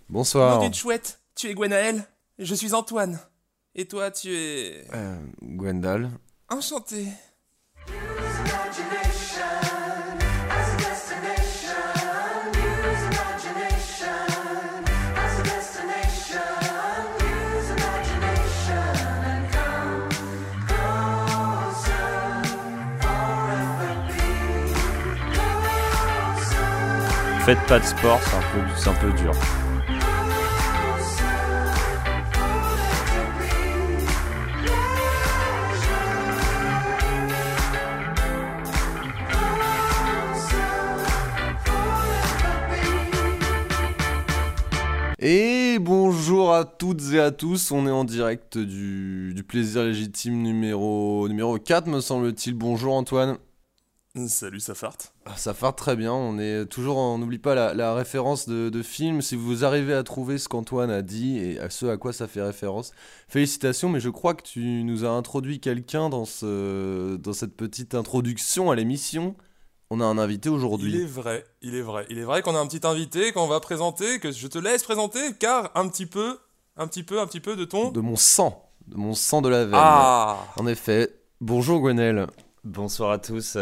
Bonsoir. Bienvenue chouette, tu es Gwenaël, je suis Antoine. Et toi tu es... Gwendal. Enchanté. Faites pas de sport, c'est un peu dur. Et bonjour à toutes et à tous, on est en direct du plaisir légitime numéro 4 me semble-t-il. Bonjour Antoine. Salut Safart. Ça part très bien, on n'oublie pas la référence de film. Si vous arrivez à trouver ce qu'Antoine a dit et à ce à quoi ça fait référence, félicitations, mais je crois que tu nous as introduit quelqu'un dans cette petite introduction à l'émission. On a un invité aujourd'hui. Il est vrai qu'on a un petit invité qu'on va présenter, que je te laisse présenter, car un petit peu de ton... De mon sang de la veine. Ah. En effet, bonjour Gwenaël. Bonsoir à tous,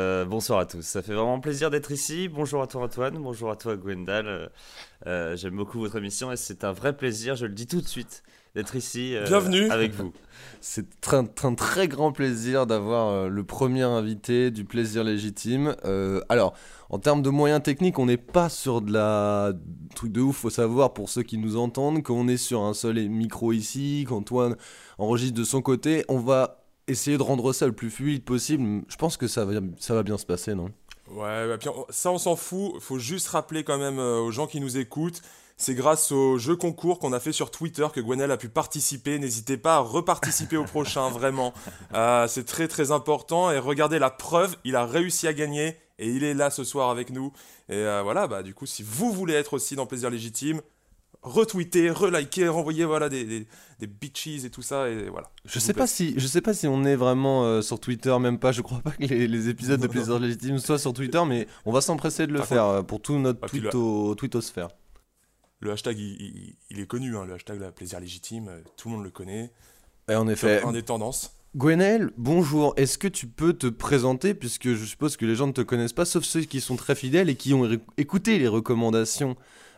ça fait vraiment plaisir d'être ici. Bonjour à toi Antoine, bonjour à toi Gwendal. J'aime beaucoup votre émission et c'est un vrai plaisir, je le dis tout de suite, d'être ici Bienvenue. avec vous. C'est un très grand plaisir d'avoir le premier invité du plaisir légitime. Alors, en termes de moyens techniques, on n'est pas sur truc de ouf. Faut savoir, pour ceux qui nous entendent, qu'on est sur un seul micro ici, qu'Antoine enregistre de son côté. On va essayer de rendre ça le plus fluide possible. Je pense que ça va bien se passer, non ? Ouais, bah, puis ça on s'en fout, faut juste rappeler quand même aux gens qui nous écoutent, c'est grâce au jeu concours qu'on a fait sur Twitter que Gwenaël a pu participer, n'hésitez pas à reparticiper au prochain, vraiment, c'est très très important, et regardez la preuve, il a réussi à gagner, et il est là ce soir avec nous, et voilà, bah du coup si vous voulez être aussi dans Plaisir Légitime, retweeter, reliker, renvoyer voilà des bitches et tout ça, et voilà. Je sais pas si on est vraiment sur Twitter, même pas. Je crois pas que les épisodes de Plaisir Légitime soient sur Twitter, mais on va s'empresser de le faire pour tout notre tweetosphère. Le hashtag il est connu, hein, le hashtag la Plaisir Légitime, tout le monde le connaît. Et en effet. C'est un des tendances. Gwenaël, bonjour. Est-ce que tu peux te présenter, puisque je suppose que les gens ne te connaissent pas, sauf ceux qui sont très fidèles et qui ont écouté les recommandations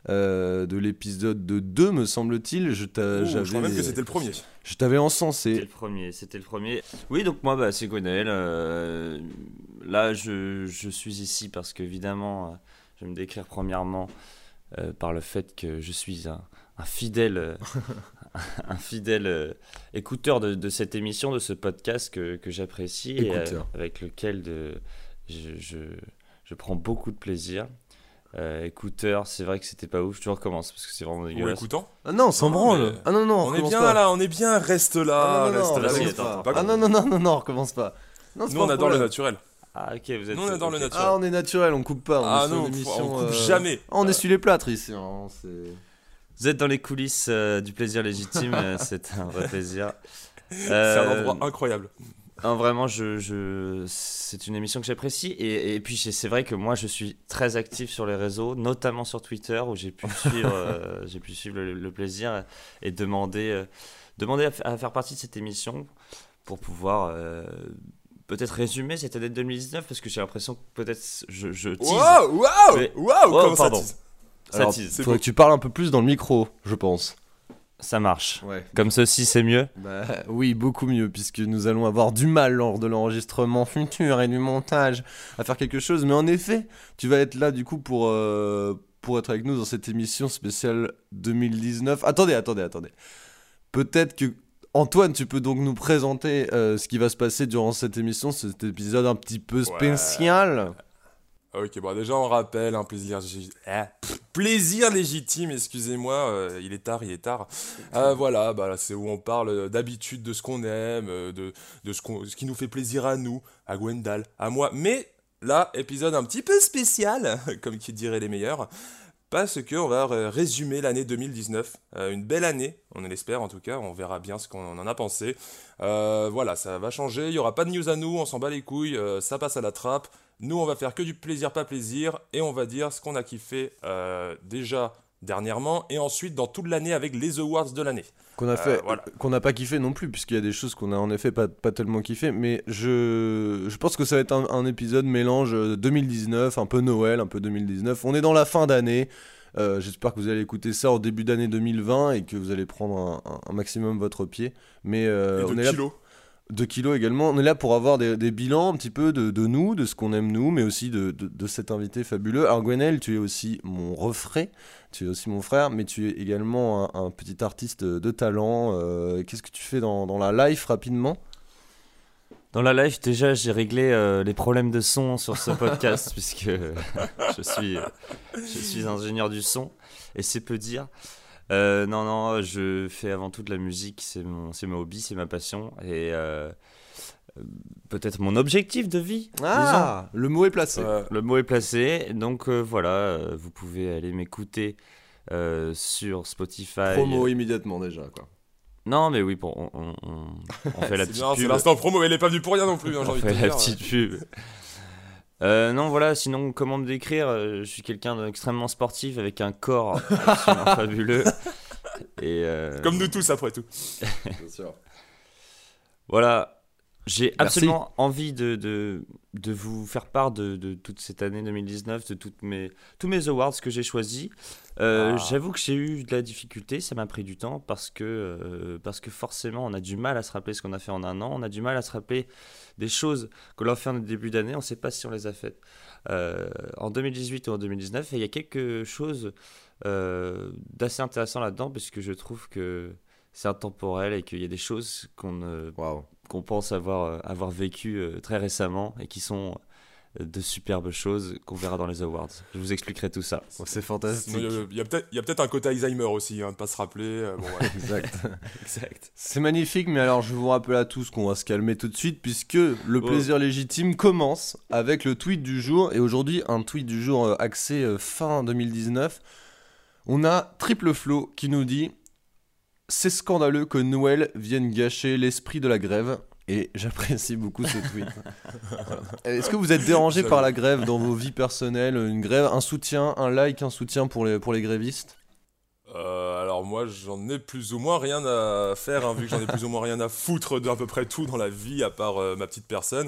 de l'épisode de 2, me semble-t-il. Je crois même que c'était le premier. Je t'avais encensé. C'était le premier. Oui, donc moi, c'est Gwenaël. Là, je suis ici parce qu'évidemment, je vais me décrire premièrement par le fait que je suis un fidèle... un fidèle écouteur de cette émission, de ce podcast que j'apprécie et avec lequel je prends beaucoup de plaisir. Écouteur, c'est vrai que c'était pas ouf, je recommence parce que c'est vraiment dégueulasse. Ou écoutant ? Ah non, sans branle. Ah non, on est bien là, on est bien, reste là. Non, recommence pas. Non, nous on adore le naturel. Ah ok, vous êtes... Nous on adore le naturel. Ah on est naturel, on coupe pas. On coupe jamais. On essuie les plâtres ici. Vous êtes dans les coulisses du plaisir légitime, c'est un vrai plaisir. C'est un endroit incroyable. Non, vraiment, c'est une émission que j'apprécie. Et puis, c'est vrai que moi, je suis très actif sur les réseaux, notamment sur Twitter, où j'ai pu suivre le plaisir et demander à faire partie de cette émission pour pouvoir peut-être résumer cette année 2019, parce que j'ai l'impression que peut-être je tease. Waouh, pardon. Alors, faudrait que tu parles un peu plus dans le micro, je pense. Ça marche. Ouais. Comme ceci, c'est mieux. Oui, beaucoup mieux, puisque nous allons avoir du mal lors de l'enregistrement futur et du montage à faire quelque chose. Mais en effet, tu vas être là du coup pour être avec nous dans cette émission spéciale 2019. Attendez. Peut-être que Antoine, tu peux donc nous présenter ce qui va se passer durant cette émission, cet épisode un petit peu spécial. Ok, bon déjà on rappelle un plaisir légitime, excusez-moi, il est tard. Voilà, bah, c'est où on parle d'habitude de ce qu'on aime, de ce qui nous fait plaisir à nous, à Gwendal, à moi. Mais là, épisode un petit peu spécial, comme qui dirait les meilleurs, parce qu'on va résumer l'année 2019. Une belle année, on l'espère en tout cas, on verra bien ce qu'on en a pensé. Voilà, ça va changer, il n'y aura pas de news à nous, on s'en bat les couilles, ça passe à la trappe. Nous, on va faire que du plaisir, pas plaisir, et on va dire ce qu'on a kiffé déjà dernièrement, et ensuite dans toute l'année avec les awards de l'année. Qu'on a fait, voilà. qu'on n'a pas kiffé non plus, puisqu'il y a des choses qu'on a en effet pas tellement kiffé, mais je pense que ça va être un épisode mélange 2019, un peu Noël, un peu 2019. On est dans la fin d'année. J'espère que vous allez écouter ça en début d'année 2020 et que vous allez prendre un maximum votre pied. Mais Et on de est kilos. là. 2 kilos également. On est là pour avoir des bilans un petit peu de nous, de ce qu'on aime nous, mais aussi de cet invité fabuleux. Alors Gwenel, tu es aussi mon refrain, tu es aussi mon frère, mais tu es également un petit artiste de talent. Qu'est-ce que tu fais dans la life rapidement ? Dans la live, déjà, j'ai réglé les problèmes de son sur ce podcast, puisque je suis ingénieur du son, et c'est peu dire. Non, je fais avant tout de la musique, c'est mon hobby, c'est ma passion, et peut-être mon objectif de vie. Ah, le mot est placé. Le mot est placé, donc voilà, vous pouvez aller m'écouter sur Spotify. Promo immédiatement déjà, quoi. Non, mais oui, on fait la petite bien, pub. c'est l'instant promo, elle est pas venue pour rien non plus, hein, j'ai On envie de fait te la dire. petite pub. Non, voilà, sinon, comment me décrire je suis quelqu'un d'extrêmement sportif avec un corps absolument fabuleux. Et Comme nous tous, après tout. Bien sûr. voilà, j'ai Merci. absolument envie de vous faire part de toute cette année 2019, de tous mes awards que j'ai choisis. J'avoue que j'ai eu de la difficulté, ça m'a pris du temps parce que forcément on a du mal à se rappeler ce qu'on a fait en un an, on a du mal à se rappeler des choses que l'on a fait en début d'année, on ne sait pas si on les a faites en 2018 ou en 2019, et il y a quelque chose d'assez intéressant là-dedans parce que je trouve que c'est intemporel et qu'il y a des choses qu'on pense avoir vécues très récemment et qui sont de superbes choses qu'on verra dans les awards. Je vous expliquerai tout ça. Oh, c'est fantastique. Il y a peut-être un côté Alzheimer aussi, hein, de pas se rappeler. Bon, ouais. Exact. Exact. C'est magnifique, mais alors je vous rappelle à tous qu'on va se calmer tout de suite puisque le plaisir légitime commence avec le tweet du jour. Et aujourd'hui, un tweet du jour axé fin 2019. On a Triple Flo qui nous dit « C'est scandaleux que Noël vienne gâcher l'esprit de la grève ». Et j'apprécie beaucoup ce tweet. Voilà. Est-ce que vous êtes dérangé par la grève dans vos vies personnelles ? Une grève, un soutien, un like, un soutien pour les grévistes ? Alors moi j'en ai plus ou moins rien à faire, hein, vu que j'en ai plus ou moins rien à foutre d'à peu près tout dans la vie à part ma petite personne.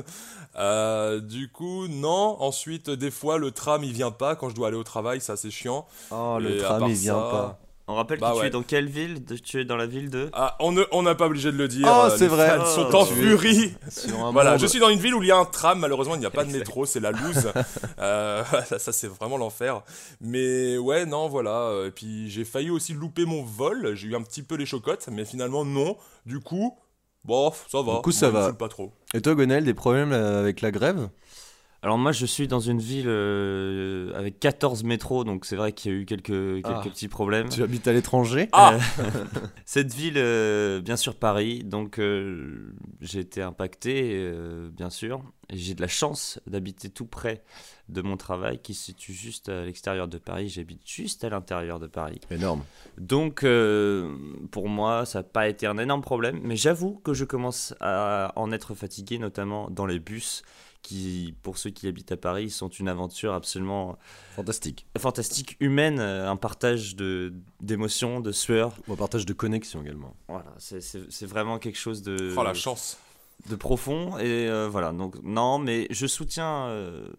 Du coup non. Ensuite des fois le tram il vient pas quand je dois aller au travail, ça c'est chiant. Oh, le Et à tram part il vient ça- pas. On rappelle que tu es dans quelle ville ? Tu es dans la ville de... Ah, on n'a pas obligé de le dire. Oh, c'est les vrai. fans sont en Tu es furie. Sur un Voilà, monde- je suis dans une ville où il y a un tram, malheureusement il n'y a pas de Exact. métro, c'est la loose. Ça c'est vraiment l'enfer. Mais ouais, non, voilà. Et puis j'ai failli aussi louper mon vol, j'ai eu un petit peu les chocottes, mais finalement non. Du coup, bon, ça va. Du coup, ça Moi, il me va. saoule pas trop. Et toi, Gonel, des problèmes avec la grève ? Alors moi je suis dans une ville avec 14 métros, donc c'est vrai qu'il y a eu quelques petits problèmes. Tu habites à l'étranger ? Ah Cette ville, bien sûr Paris, donc j'ai été impacté, bien sûr. Et j'ai de la chance d'habiter tout près de mon travail qui se situe juste à l'extérieur de Paris. J'habite juste à l'intérieur de Paris. Énorme. Donc pour moi, ça n'a pas été un énorme problème. Mais j'avoue que je commence à en être fatigué, notamment dans les bus qui, pour ceux qui habitent à Paris, sont une aventure absolument Fantastique. fantastique, humaine, un partage d'émotions, de sueur. Un partage de connexion également. Voilà, c'est vraiment quelque chose de, Oh la chance. de profond. Et voilà, donc non, mais je soutiens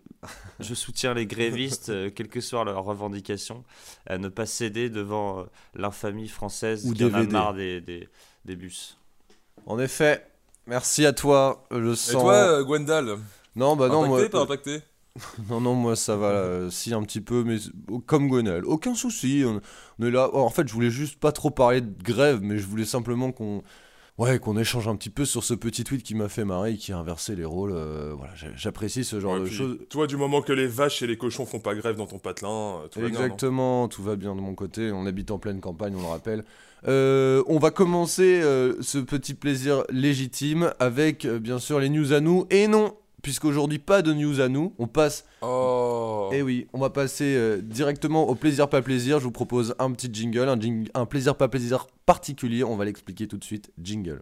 les grévistes, quelles que soient leurs revendications, à ne pas céder devant l'infamie française Ou qui en a DVD. marre des bus. En effet, merci à toi. Je Et sens. toi, Gwendal, Non, bah non, impacté, moi. pas impacté? Non, moi ça va, si un petit peu, mais comme Gonel, aucun souci. On est là. Oh, en fait, je voulais juste pas trop parler de grève, mais je voulais simplement qu'on échange un petit peu sur ce petit tweet qui m'a fait marrer et qui a inversé les rôles. Voilà, j'apprécie ce genre Ouais, de puis, choses. toi, du moment que les vaches et les cochons font pas grève dans ton patelin, tout va bien, non? Exactement, tout va bien de mon côté. On habite en pleine campagne, on le rappelle. On va commencer ce petit plaisir légitime avec bien sûr les news à nous. Et non, puisqu'aujourd'hui pas de news à nous, on passe. Oh. Eh oui, on va passer directement au plaisir pas plaisir. Je vous propose un petit jingle, un plaisir pas plaisir particulier. On va l'expliquer tout de suite. Jingle.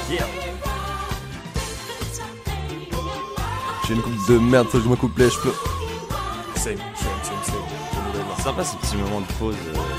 Yeah. J'ai une coupe de merde, faut que je me coupe les cheveux. Same. C'est sympa ces petits moments de pause.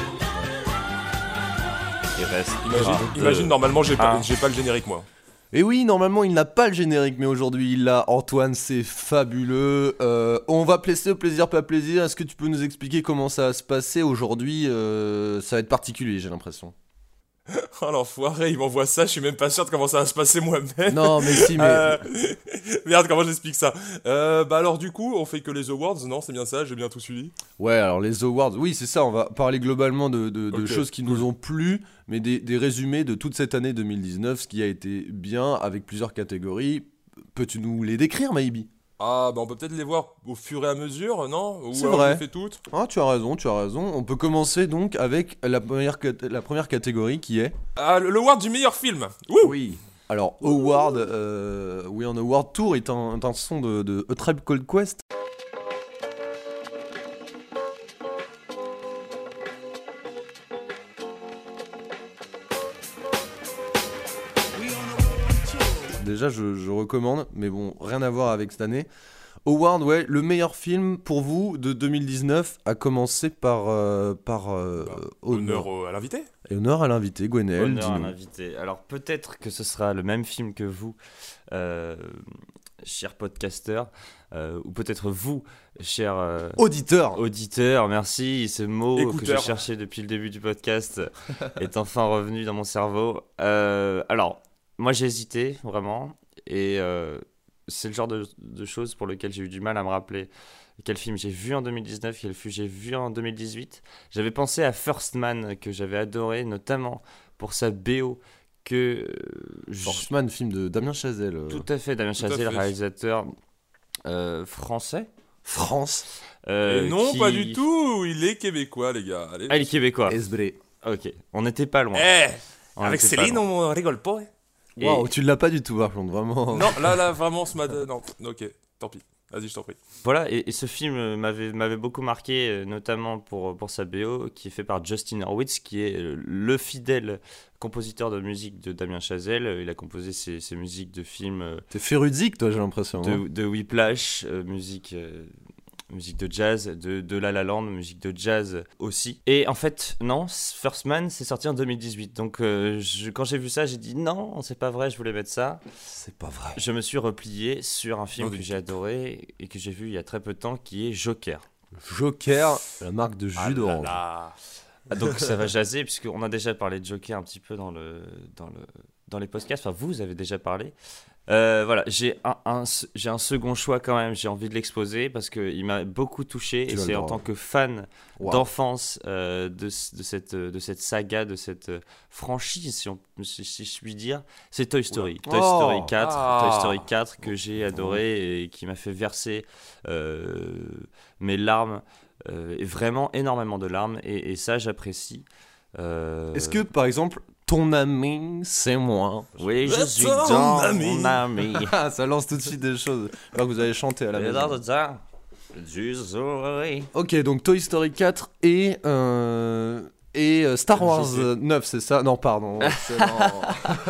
Il reste. Imagine, normalement, j'ai pas le générique, moi. Et oui, normalement il n'a pas le générique, mais aujourd'hui il l'a. Antoine, c'est fabuleux. On va placer au plaisir, pas plaisir. Est-ce que tu peux nous expliquer comment ça va se passer aujourd'hui? Ça va être particulier, j'ai l'impression. Oh l'enfoiré, il m'envoie ça, je suis même pas sûr de comment ça va se passer moi-même. Non, mais si, mais. Merde, comment j'explique ça? Bah alors du coup, on fait que les awards, non? C'est bien ça, j'ai bien tout suivi. Ouais, alors les awards, oui, c'est ça. On va parler globalement de Ok, choses qui nous ont plu, mais des résumés de toute cette année 2019, ce qui a été bien avec plusieurs catégories. Peux-tu nous les décrire, Maïbi? Ah bah on peut peut-être les voir au fur et à mesure, non? Ou C'est alors vrai. je les fais toutes? Ah, tu as raison, tu as raison. On peut commencer donc avec la première catégorie qui est. Ah, le award du meilleur film. Wouh. Oui. Alors, Howard, We on a World Tour est un son de A Tribe Called Quest. Déjà, je recommande, mais bon, rien à voir avec cette année. Howard, ouais, le meilleur film pour vous de 2019 a commencé par Honneur à l'invité. Et honneur à l'invité, Gwenaël. Honneur à dis-nous. l'invité. Alors peut-être que ce sera le même film que vous, cher podcasteur, ou peut-être vous, cher Auditeur. auditeur. Merci, ce mot que Écouteur. je cherchais depuis le début du podcast est enfin revenu dans mon cerveau. Alors, moi j'ai hésité vraiment, et c'est le genre de choses pour lequel j'ai eu du mal à me rappeler quel film j'ai vu en 2019, quel film j'ai vu en 2018. J'avais pensé à First Man, que j'avais adoré, notamment pour sa BO, que... Horseman, film de Damien Chazelle. Tout à fait, Damien Tout à Chazelle, fait. réalisateur français. France. Et non, qui- pas du tout, il est québécois, les gars. Allez. Ah, il est québécois. Esbré. Ok, on n'était pas loin. Eh, On avec était pas Céline, loin. on rigole pas. Hein. Et- Waouh, tu l'as pas du tout, par contre, vraiment. Non, là, vraiment, ce matin, non. Ok, tant pis. Vas-y, je t'en prie. Voilà, et ce film m'avait beaucoup marqué, notamment pour sa BO, qui est fait par Justin Hurwitz, qui est le fidèle compositeur de musique de Damien Chazelle. Il a composé ses musiques de films T'es férudique, toi, j'ai l'impression. hein. de Whiplash, musique de jazz, de La La Land, musique de jazz aussi. Et en fait, non, First Man, c'est sorti en 2018. Donc quand j'ai vu ça, j'ai dit non, c'est pas vrai, je voulais mettre ça. C'est pas vrai. Je me suis replié sur un film Oh, que j'ai adoré et que j'ai vu il y a très peu de temps, qui est Joker. Joker, la marque de jus d'orange. là. Ah, donc ça va jaser, puisqu'on a déjà parlé de Joker un petit peu dans les podcasts. Enfin, vous avez déjà parlé. Voilà, j'ai un second choix quand même. J'ai envie de l'exposer parce qu'il m'a beaucoup touché. Tu Et as le c'est en droit. tant que fan Wow. d'enfance de cette saga, de cette franchise, si je puis dire, c'est Toy Story. Oula. Toy Story Oh. 4, Ah. Toy Story 4 que j'ai adoré et qui m'a fait verser mes larmes, et vraiment énormément de larmes. Et ça, j'apprécie. Est-ce que, par exemple, ton ami, c'est moi? Oui, je Ton suis dans ami. mon ami. Ah, ça lance tout de suite des choses. Alors que vous allez chanter à la Et maison. dans le temps du soleil. Ok, donc Toy Story 4 et Star Wars 9, c'est ça? Non, pardon. Excellent.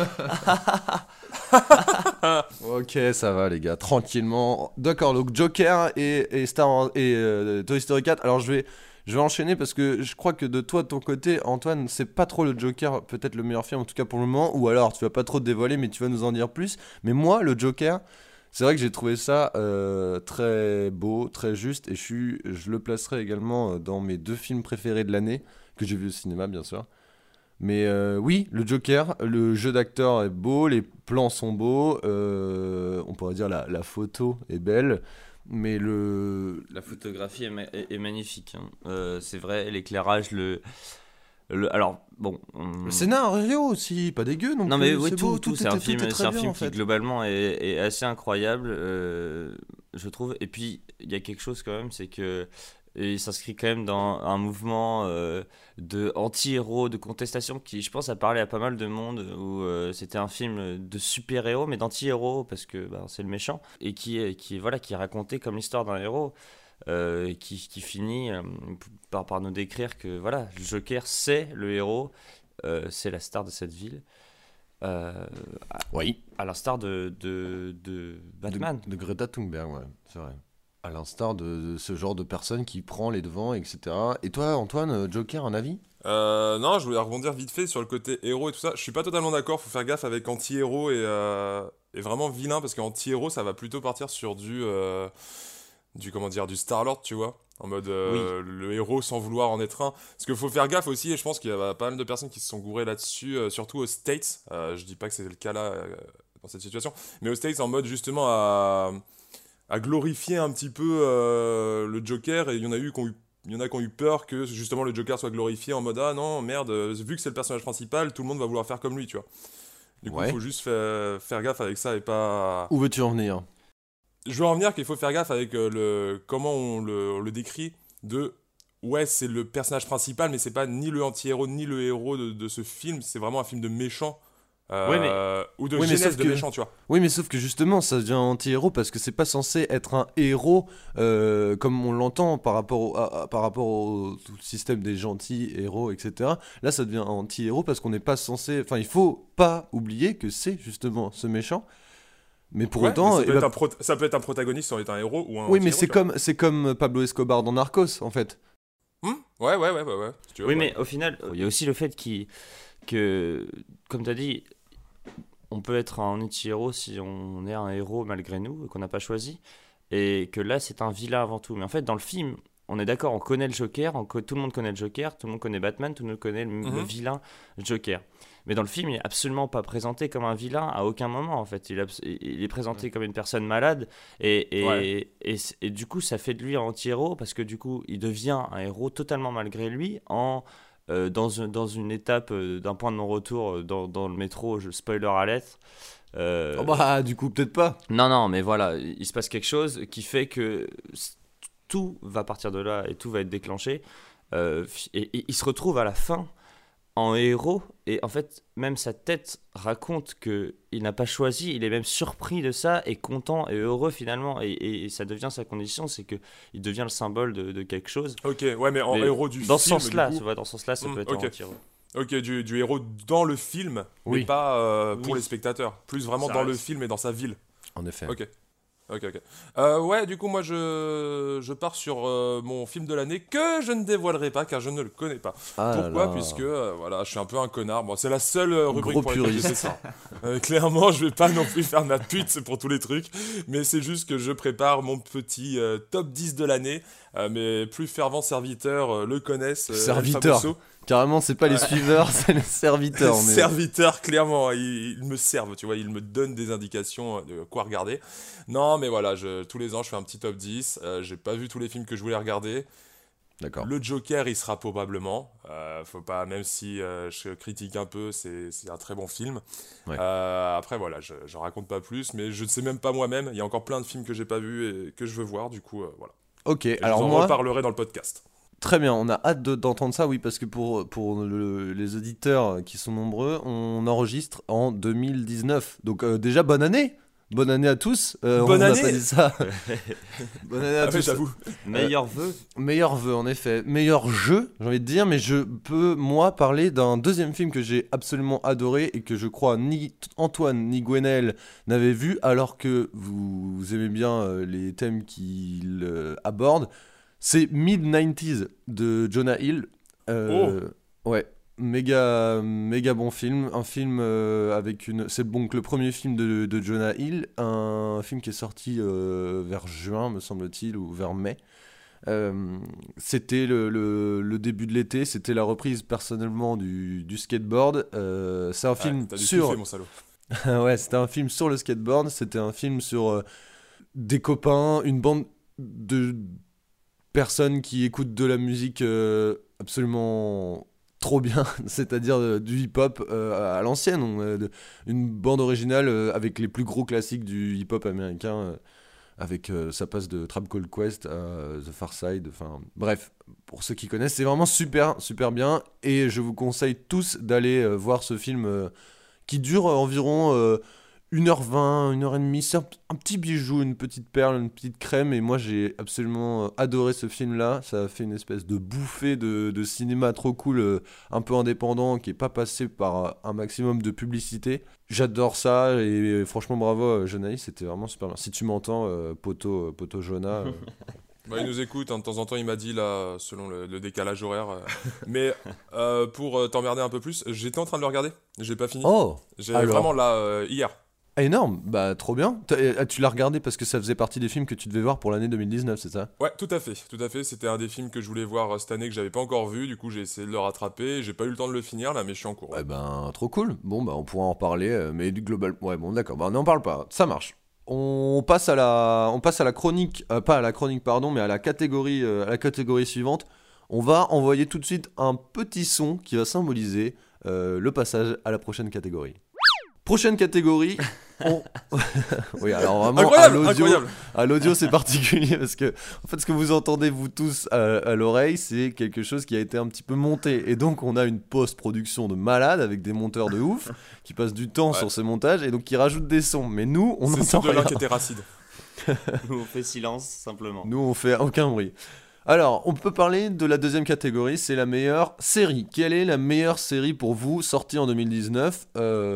Ok, ça va les gars, tranquillement. D'accord, donc Joker et Star Wars et Toy Story 4. Alors je vais enchaîner parce que je crois que de toi, de ton côté, Antoine, c'est pas trop le Joker, peut-être le meilleur film en tout cas pour le moment. Ou alors tu vas pas trop te dévoiler, mais tu vas nous en dire plus. Mais moi, le Joker, c'est vrai que j'ai trouvé ça très beau, très juste, et je le placerai également dans mes 2 films préférés de l'année que j'ai vu au cinéma, bien sûr. Mais oui, le Joker, le jeu d'acteur est beau, les plans sont beaux, on pourrait dire la photo est belle, mais La photographie est magnifique, hein. C'est vrai, l'éclairage, alors, bon... le scénario aussi, pas dégueu non Non plus. mais oui, c'est tout, beau, tout, c'est un était- film, tout est c'est très un bien, film en fait. qui globalement est assez incroyable, je trouve. Et puis il y a quelque chose quand même, c'est que il s'inscrit quand même dans un mouvement de anti-héros, de contestation qui, je pense, a parlé à pas mal de monde, où c'était un film de super-héros, mais d'anti-héros parce que c'est le méchant, et qui est raconté comme l'histoire d'un héros. Qui finit par nous décrire que voilà, le Joker c'est le héros, c'est la star de cette ville. euh, Oui. à l'instar de Batman. De Greta Thunberg, ouais, c'est vrai. À l'instar de ce genre de personne qui prend les devants, etc. Et toi, Antoine, Joker, un avis? Non, je voulais rebondir vite fait sur le côté héros et tout ça. Je suis pas totalement d'accord, faut faire gaffe avec anti-héros et vraiment vilain, parce qu'anti-héros, ça va plutôt partir sur comment dire, du Star-Lord, tu vois. En mode Oui. le héros sans vouloir en être un. Parce qu'il faut faire gaffe aussi, et je pense qu'il y a pas mal de personnes qui se sont gourées là-dessus, surtout aux States. Je dis pas que c'est le cas là, dans cette situation, mais aux States, en mode justement à glorifier un petit peu le Joker, et il y en a qui ont eu peur que justement le Joker soit glorifié en mode ah non, merde, vu que c'est le personnage principal, tout le monde va vouloir faire comme lui, tu vois. Du coup, il Ouais. faut juste faire gaffe avec ça et pas. Où veux-tu en venir? Je veux en venir qu'il faut faire gaffe avec comment on le décrit de. Ouais, c'est le personnage principal, mais c'est pas ni le anti-héros ni le héros de ce film, c'est vraiment un film de méchant. Ouais, mais Ou de Oui, mais jeunesse sauf de que- méchant, tu vois. Oui, mais sauf que justement, ça devient anti-héros parce que c'est pas censé être un héros comme on l'entend par rapport au tout le système des gentils héros, etc. Là, ça devient anti-héros parce qu'on n'est pas censé. Enfin, il faut pas oublier que c'est justement ce méchant. Mais pour Ouais, autant, mais eh ben, ça peut être un protagoniste sans être un héros ou un oui, mais anti-héros, tu vois. c'est comme Pablo Escobar dans Narcos, en fait. Ouais, si tu veux, oui, ouais. mais au final, il y a aussi le fait que, comme tu as dit, on peut être un anti-héros si on est un héros malgré nous, qu'on n'a pas choisi, et que là, c'est un vilain avant tout. Mais en fait, dans le film, on est d'accord, on connaît le Joker, tout le monde connaît le Joker, tout le monde connaît Batman, tout le monde connaît le Mhm. vilain Joker. Mais dans le film, il n'est absolument pas présenté comme un vilain à aucun moment, en fait. Il est présenté comme une personne malade, et du coup, ça fait de lui un anti-héros, parce que du coup, il devient un héros totalement malgré lui, dans une étape d'un point de non-retour dans le métro, spoiler alert. Oh bah, du coup, peut-être pas. Non, mais voilà, il se passe quelque chose qui fait que tout va partir de là et tout va être déclenché. Et il se retrouve à la fin en héros, et en fait, même sa tête raconte que il n'a pas choisi, il est même surpris de ça, et content et heureux finalement, et ça devient sa condition, c'est que il devient le symbole de quelque chose. Ok, ouais, mais en Mais héros du dans ce film, sens-là, du tu coup. vois, dans ce sens-là, ça peut être Ok. un anti-héros. Ok, du héros dans le film, Oui. mais pas pour Oui. les spectateurs. Plus vraiment Ça dans le reste. film et dans sa ville. En effet. Ok. Ok. Ouais, du coup, moi, je pars sur mon film de l'année que je ne dévoilerai pas car je ne le connais pas. Ah là Pourquoi? là. Puisque, voilà, je suis un peu un connard. Bon, c'est la seule rubrique Gros pour laquelle j'ai fait puriste. ça. Clairement, je vais pas non plus faire ma pute pour tous les trucs, mais c'est juste que je prépare mon petit top 10 de l'année. Mes plus fervents serviteurs le connaissent. El Serviteurs. Famoso. Carrément, c'est pas les suiveurs, c'est les serviteurs. Mais... Serviteurs, clairement, ils me servent, tu vois, ils me donnent des indications de quoi regarder. Non, mais voilà, tous les ans, je fais un petit top 10. J'ai pas vu tous les films que je voulais regarder. D'accord. Le Joker, il sera probablement. Faut pas, même si je critique un peu, c'est un très bon film. Ouais. Après, voilà, je raconte pas plus, mais je ne sais même pas moi-même. Il y a encore plein de films que j'ai pas vus et que je veux voir, du coup, voilà. Ok, Et je alors vous en moi, reparlerai dans le podcast. très bien, on a hâte d'entendre ça, oui, parce que pour les auditeurs qui sont nombreux, on enregistre en 2019. Donc déjà, bonne année! Bonne année à tous. Bonne on année. n'a pas dit ça. Bonne année à Ah, mais tous. j'avoue. Meilleur vœu. Meilleur vœu, en effet. Meilleur jeu, j'ai envie de dire, mais je peux, moi, parler d'un deuxième film que j'ai absolument adoré et que je crois ni Antoine ni Gwenaël n'avaient vu, alors que vous aimez bien les thèmes qu'il aborde. C'est Mid-90s de Jonah Hill. Ouais, méga bon film. Un film avec une. C'est donc le premier film de Jonah Hill. Un film qui est sorti vers juin, me semble-t-il, ou vers mai. C'était le début de l'été. C'était la reprise personnellement du skateboard. C'est un film T'as dû sur. kiffer, mon salaud. Ouais, c'était un film sur le skateboard. C'était un film sur des copains, une bande de personnes qui écoutent de la musique absolument trop bien, c'est-à-dire du hip-hop à l'ancienne, une bande originale avec les plus gros classiques du hip-hop américain, avec ça passe de Tribe Called Quest à The Far Side, enfin bref, pour ceux qui connaissent, c'est vraiment super bien, et je vous conseille tous d'aller voir ce film qui dure environ 1h20, 1h30, c'est un petit bijou, une petite perle, une petite crème, et moi j'ai absolument adoré ce film-là. Ça a fait une espèce de bouffée de cinéma trop cool, un peu indépendant, qui est pas passé par un maximum de publicité. J'adore ça, et franchement bravo Jonaïs, c'était vraiment super bien. Si tu m'entends, poteau Jonah... Bah, il nous écoute, hein, de temps en temps il m'a dit là, selon le décalage horaire. Mais pour t'emmerder un peu plus, j'étais en train de le regarder, j'ai pas fini. Oh, J'ai alors. vraiment là, hier. Énorme, bah trop bien. Tu l'as regardé parce que ça faisait partie des films que tu devais voir pour l'année 2019, c'est ça? Ouais, tout à fait. C'était un des films que je voulais voir cette année que j'avais pas encore vu. Du coup, j'ai essayé de le rattraper. J'ai pas eu le temps de le finir là, mais je suis en cours. Ouais ben, trop cool. Bon, bah on pourra en reparler, mais du global... Ouais, bon, d'accord, bah on n'en parle pas, ça marche. On passe à la chronique, pas à la chronique, pardon, mais à la catégorie suivante. On va envoyer tout de suite un petit son qui va symboliser le passage à la prochaine catégorie. Prochaine catégorie, oui, alors vraiment Incroyable. à l'audio c'est particulier parce que en fait ce que vous entendez vous tous à l'oreille c'est quelque chose qui a été un petit peu monté et donc on a une post-production de malade avec des monteurs de ouf qui passent du temps sur ces montages et donc qui rajoutent des sons. Mais nous on C'est entend de l'un rien. qui était racide. Nous, on fait silence, simplement. Nous on fait aucun bruit. Alors, on peut parler de la deuxième catégorie, c'est la meilleure série. Quelle est la meilleure série pour vous sortie en 2019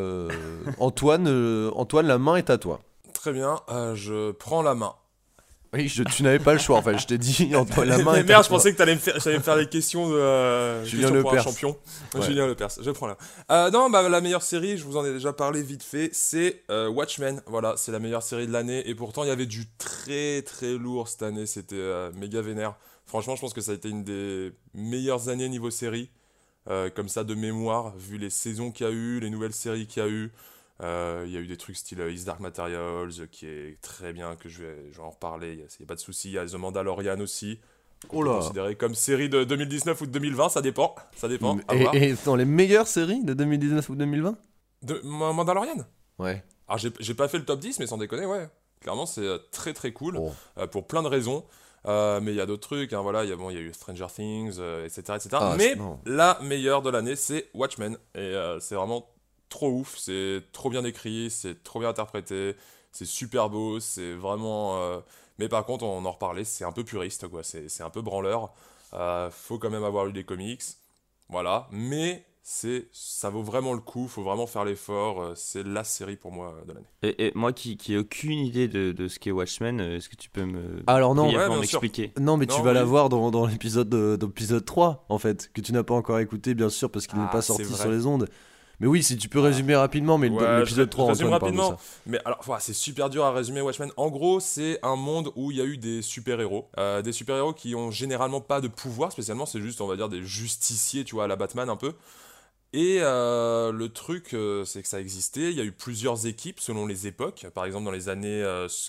Antoine, la main est à toi. Très bien, je prends la main. Oui, tu n'avais pas le choix, en fait, je t'ai dit, Antoine, la main est à toi. Merde, je pensais que t'allais me faire les questions de Julien questions pour un Lepers. champion. Ouais. Julien Lepers, je prends là. Non, bah la meilleure série, je vous en ai déjà parlé vite fait, c'est Watchmen. Voilà, c'est la meilleure série de l'année. Et pourtant, il y avait du très très lourd cette année. C'était méga vénère. Franchement, je pense que ça a été une des meilleures années niveau série. Comme ça, de mémoire, vu les saisons qu'il y a eu, les nouvelles séries qu'il y a eu. Il y a eu des trucs style His Dark Materials qui est très bien, que je vais en reparler, il n'y a pas de souci. Il y a The Mandalorian aussi, qu'on peut considérer comme série de 2019 ou de 2020, ça dépend. À voir. Et dans les meilleures séries de 2019 ou 2020 Mandalorian. Ouais. Alors j'ai pas fait le top 10, mais sans déconner, ouais. Clairement, c'est très très cool, Oh. pour plein de raisons. Mais il y a d'autres trucs, hein, voilà, il y a eu Stranger Things, etc. Ah, mais non. la meilleure de l'année, c'est Watchmen. Et c'est vraiment trop ouf, c'est trop bien écrit, c'est trop bien interprété, c'est super beau, c'est vraiment... Mais par contre, on en reparlait, c'est un peu puriste, quoi, c'est un peu branleur. Faut quand même avoir lu des comics, voilà. Mais ça vaut vraiment le coup, faut vraiment faire l'effort, c'est la série pour moi de l'année. Et moi qui ai aucune idée de ce qu'est Watchmen, est-ce que tu peux me Alors non, brièvement Ouais, bien sûr. m'expliquer? non mais tu Non, vas la oui. voir dans l'épisode d'épisode 3, en fait, que tu n'as pas encore écouté, bien sûr, parce qu'il n'est Ah, pas c'est sorti vrai. sur les ondes. Mais oui, si tu peux résumer rapidement, mais Ouais, l'épisode 3, je résume Antoine parle de rapidement. ça. Mais alors, voilà, c'est super dur à résumer Watchmen. En gros, c'est un monde où il y a eu des super-héros. Des super-héros qui ont généralement pas de pouvoir spécialement, c'est juste, on va dire, des justiciers, tu vois, à la Batman un peu. Et le truc, c'est que ça existait. Il y a eu plusieurs équipes selon les époques. Par exemple, dans les années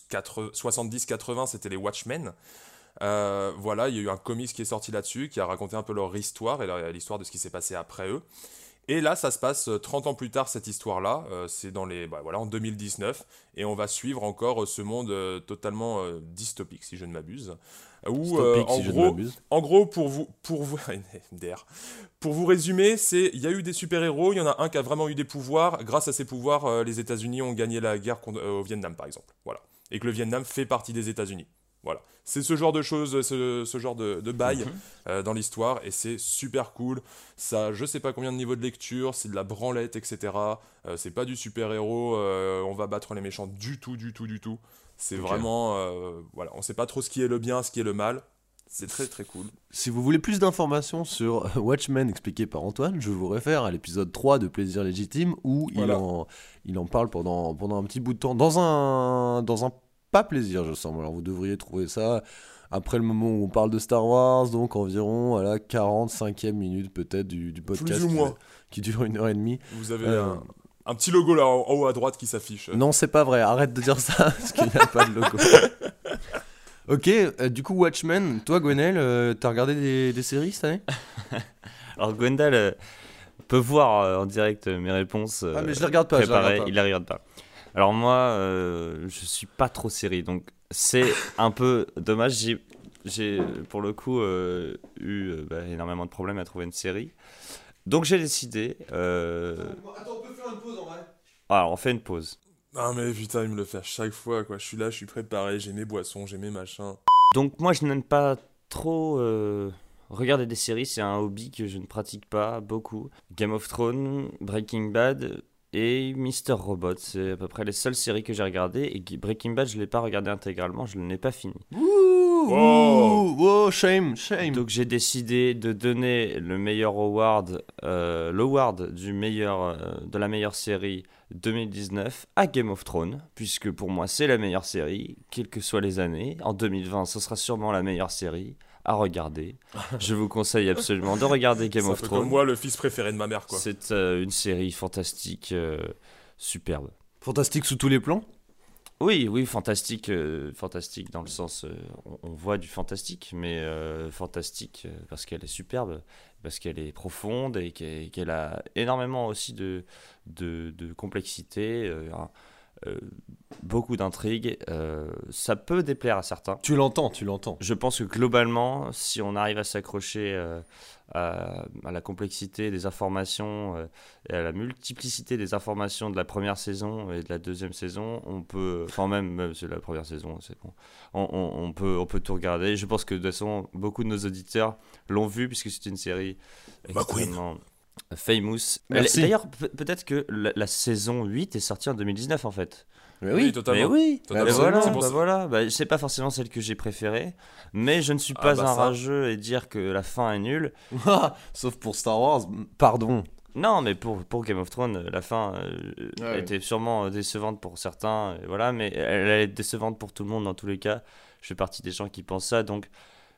70-80, c'était les Watchmen. Voilà, il y a eu un comics qui est sorti là-dessus, qui a raconté un peu leur histoire et l'histoire de ce qui s'est passé après eux. Et là, ça se passe 30 ans plus tard, cette histoire-là. C'est en 2019. Et on va suivre encore ce monde totalement dystopique, si je ne m'abuse. Où, Dystopique, si je ne m'abuse. en gros, pour vous MDR. Pour vous résumer, il y a eu des super-héros. Il y en a un qui a vraiment eu des pouvoirs. Grâce à ces pouvoirs, les États-Unis ont gagné la guerre au Vietnam, par exemple. Voilà. Et que le Vietnam fait partie des États-Unis. Voilà. C'est ce genre de choses, ce genre de bail dans l'histoire, et c'est super cool. Ça, je sais pas combien de niveaux de lecture, c'est de la branlette, etc. C'est pas du super-héros, on va battre les méchants du tout. C'est vraiment, voilà, on sait pas trop ce qui est le bien, ce qui est le mal. C'est très très cool. Si vous voulez plus d'informations sur Watchmen expliqué par Antoine, je vous réfère à l'épisode 3 de Plaisir Légitime où Voilà. il en parle pendant un petit bout de temps dans un pas plaisir, je sens. Alors vous devriez trouver ça après le moment où on parle de Star Wars, donc environ à la 45e minute peut-être du podcast Plus ou moins. qui dure 1h30. Vous avez Euh, un petit logo là en haut à droite qui s'affiche. Non, c'est pas vrai, arrête de dire ça parce qu'il n'y a pas de logo. Ok, du coup Watchmen, toi Gwenel, t'as regardé des séries cette année? Alors Gwendal peut voir en direct mes réponses Ah mais je les regarde pas, préparées, il les regarde pas. Alors moi, je suis pas trop série, donc c'est un peu dommage. J'ai pour le coup eu énormément de problèmes à trouver une série. Donc j'ai décidé... Attends, on peut faire une pause en vrai. Alors on fait une pause. Ah mais putain, il me le fait à chaque fois, quoi. Je suis là, je suis préparé, j'ai mes boissons, j'ai mes machins. Donc moi je n'aime pas trop regarder des séries, c'est un hobby que je ne pratique pas beaucoup. Game of Thrones, Breaking Bad et Mister Robot, c'est à peu près les seules séries que j'ai regardées. Et Breaking Bad, je ne l'ai pas regardé intégralement, je ne l'ai pas fini. Ouh, wow, shame. Donc j'ai décidé de donner le meilleur award, l'award de la meilleure série 2019 à Game of Thrones, puisque pour moi c'est la meilleure série, quelles que soient les années. En 2020, ce sera sûrement la meilleure série à regarder. Je vous conseille absolument de regarder Game C'est un of peu Thrones. comme moi, le fils préféré de ma mère, quoi. C'est une série fantastique, superbe. Fantastique sous tous les plans. Oui, oui, fantastique, fantastique dans le sens, on voit du fantastique, mais fantastique parce qu'elle est superbe, parce qu'elle est profonde et qu'elle a énormément aussi de complexité, beaucoup d'intrigues. Ça peut déplaire à certains. Tu l'entends. Je pense que globalement, si on arrive à s'accrocher à la complexité des informations et à la multiplicité des informations de la première saison et de la deuxième saison, on peut, enfin même c'est la première saison, c'est bon, on peut tout regarder. Je pense que de toute façon, beaucoup de nos auditeurs l'ont vu puisque c'est une série extrêmement famous. Merci. D'ailleurs, peut-être que la saison 8 est sortie en 2019 en fait. Mais Oui, oui. totalement. Mais oui, Totalement. bah voilà, C'est pour ça. c'est pas forcément celle que j'ai préférée, mais je ne suis Ah, pas bah un ça. rageux et dire que la fin est nulle. Sauf pour Star Wars. Pardon. Non, mais pour Game of Thrones, la fin Ouais. était sûrement décevante pour certains, et voilà, mais elle allait être décevante pour tout le monde dans tous les cas. Je fais partie des gens qui pensent ça, donc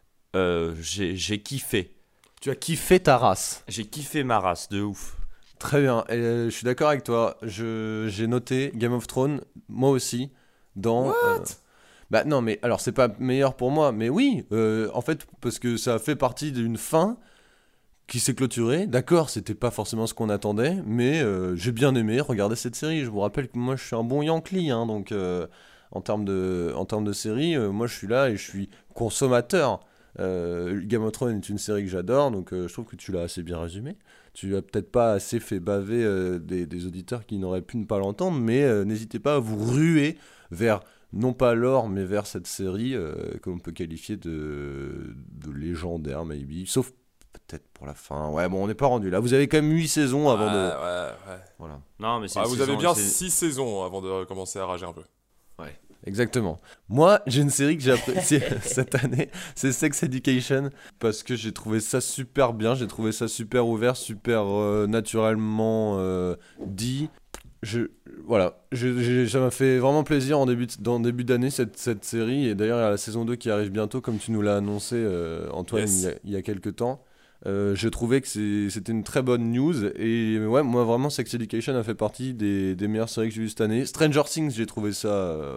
j'ai kiffé. Tu as kiffé ta race. J'ai kiffé ma race, de ouf. Très bien. Et, je suis d'accord avec toi. J'ai noté Game of Thrones, moi aussi, dans. Bah non, mais alors c'est pas meilleur pour moi, mais oui, en fait, parce que ça fait partie d'une fin qui s'est clôturée. D'accord, c'était pas forcément ce qu'on attendait, mais j'ai bien aimé regarder cette série. Je vous rappelle que moi je suis un bon Yankee, hein, donc en termes de série, moi je suis là et je suis consommateur. Game of Thrones est une série que j'adore, donc je trouve que tu l'as assez bien résumé. Tu as peut-être pas assez fait baver des auditeurs qui n'auraient pu ne pas l'entendre, mais n'hésitez pas à vous ruer vers non pas l'or, mais vers cette série qu'on peut qualifier de légendaire, maybe. Sauf peut-être pour la fin. Ouais, bon, on n'est pas rendu là. Vous avez quand même 8 saisons avant de. Ouais. Voilà. Non, mais c'est Ah, une vous saison- avez bien c'est- 6 saisons avant de commencer à rager un peu. Exactement. Moi, j'ai une série que j'ai appréciée cette année, c'est Sex Education, parce que j'ai trouvé ça super bien, j'ai trouvé ça super ouvert, super naturellement dit. Voilà, ça m'a fait vraiment plaisir dans début d'année cette série, et d'ailleurs il y a la saison 2 qui arrive bientôt, comme tu nous l'as annoncé Antoine Yes. il y a quelques temps. J'ai trouvé que c'était une très bonne news, et ouais, moi vraiment Sex Education a fait partie des meilleures séries que j'ai vues cette année. Stranger Things, j'ai trouvé ça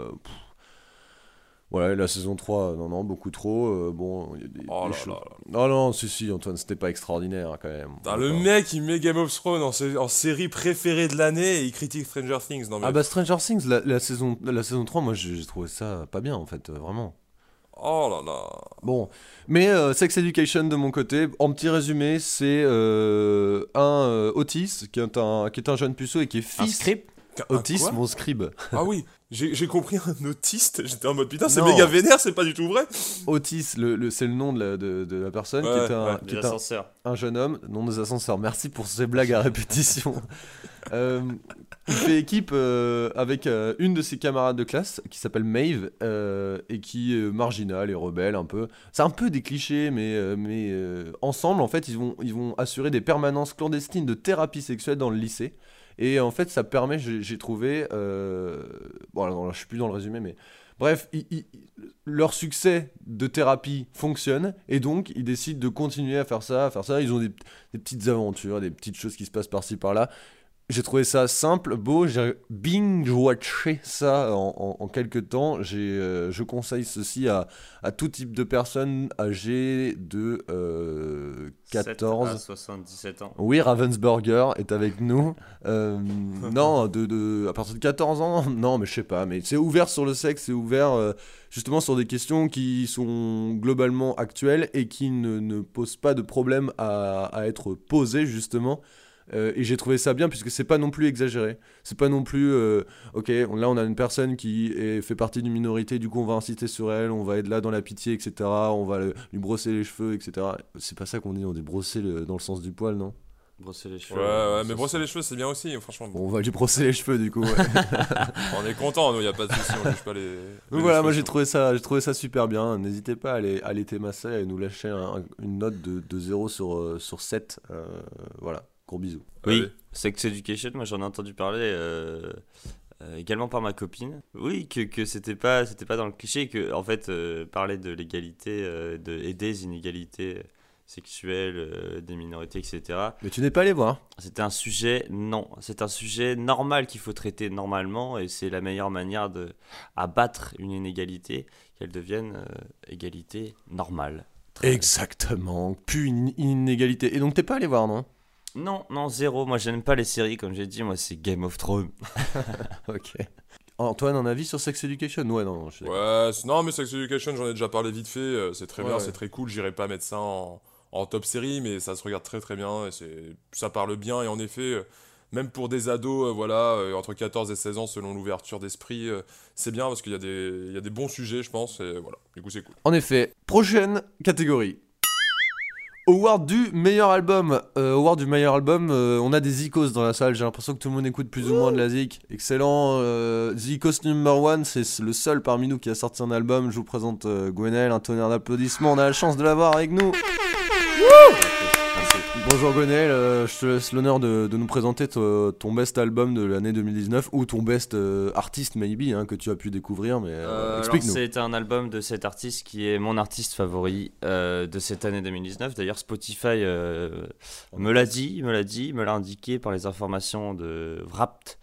voilà, la saison 3, non, beaucoup trop. Bon, il y a Oh des là choses. là là. Non, si, Antoine, c'était pas extraordinaire hein, quand même. Putain, le mec, il met Game of Thrones en série préférée de l'année et il critique Stranger Things. Non, mais... Ah bah Stranger Things, la saison 3, moi j'ai trouvé ça pas bien en fait, vraiment. Oh là là. Bon, mais Sex Education de mon côté, en petit résumé, c'est un Otis qui est un jeune puceau et qui est Un fils. script. Otis, Quoi mon scribe. Ah oui, j'ai compris un autiste. J'étais en mode putain, c'est Non. méga vénère, c'est pas du tout vrai. Otis, c'est le nom de la personne Ouais, qui est ouais. qui Des est ascenseurs. un jeune homme, nom des ascenseurs. Merci pour ces blagues à répétition. Il fait équipe avec une de ses camarades de classe qui s'appelle Maeve et qui est marginale et rebelle un peu. C'est un peu des clichés, mais ensemble, en fait, ils vont assurer des permanences clandestines de thérapie sexuelle dans le lycée. Et en fait, ça permet, j'ai trouvé... bon, alors, je suis plus dans le résumé, mais... Bref, leur succès de thérapie fonctionne et donc ils décident de continuer à faire ça. Ils ont des petites aventures, des petites choses qui se passent par-ci par-là. J'ai trouvé ça simple, beau, j'ai binge-watché ça en quelques temps. Je conseille ceci à tout type de personnes âgées de 7 à 14... 77 ans. Oui, Ravensburger est avec nous. Non, à partir de 14 ans, non, mais je sais pas. Mais c'est ouvert sur le sexe, c'est ouvert justement sur des questions qui sont globalement actuelles et qui ne posent pas de problème à être posées justement. Et j'ai trouvé ça bien puisque c'est pas non plus exagéré. C'est pas non plus ok, là on a une personne qui fait partie d'une minorité, du coup on va insister sur elle, on va être là dans la pitié, etc. On va lui brosser les cheveux, etc. C'est pas ça qu'on dit, on dit brosser dans le sens du poil, non? Brosser les cheveux. Ouais, mais brosser les cheveux, c'est bien aussi, franchement. Bon, on va lui brosser les cheveux du coup. Ouais. On est content, nous, y a pas de souci, on juge pas les. Donc voilà, moi j'ai trouvé ça super bien. N'hésitez pas à aller t'émasser et nous lâcher une note de 0 sur 7. Voilà, gros bisous. Oui, Allez. Sex Education, moi j'en ai entendu parler également par ma copine. Oui, que c'était pas dans le cliché, que en fait parler de l'égalité et des inégalités sexuelles des minorités, etc. Mais tu n'es pas allé voir. C'est un sujet normal qu'il faut traiter normalement, et c'est la meilleure manière de abattre une inégalité, qu'elle devienne égalité normale. Exactement, plus une inégalité. Et donc t'es pas allé voir, non? Non, zéro. Moi, j'aime pas les séries, comme j'ai dit. Moi, c'est Game of Thrones. Ok. Antoine, un avis sur Sex Education? Ouais, non, je suis d'accord. Ouais, non, mais Sex Education, j'en ai déjà parlé vite fait, c'est très bien, Ouais. c'est très cool, j'irai pas mettre ça en top série, mais ça se regarde très très bien, et ça parle bien, et en effet, même pour des ados, voilà, entre 14 et 16 ans, selon l'ouverture d'esprit, c'est bien, parce qu'il y a des bons sujets, je pense, et voilà, du coup c'est cool. En effet, prochaine catégorie. Award du meilleur album. On a des Zikos dans la salle. J'ai l'impression que tout le monde écoute plus ou moins de la Zik. Excellent. Zikos number one, c'est le seul parmi nous qui a sorti un album. Je vous présente Gwenel, un tonnerre d'applaudissements. On a la chance de l'avoir avec nous. Bonjour Gwenel, je te laisse l'honneur de nous présenter ton best album de l'année 2019 ou ton best artiste maybe que tu as pu découvrir, mais explique-nous. Alors, c'est un album de cet artiste qui est mon artiste favori de cette année 2019. D'ailleurs, Spotify me l'a indiqué par les informations de Wrapped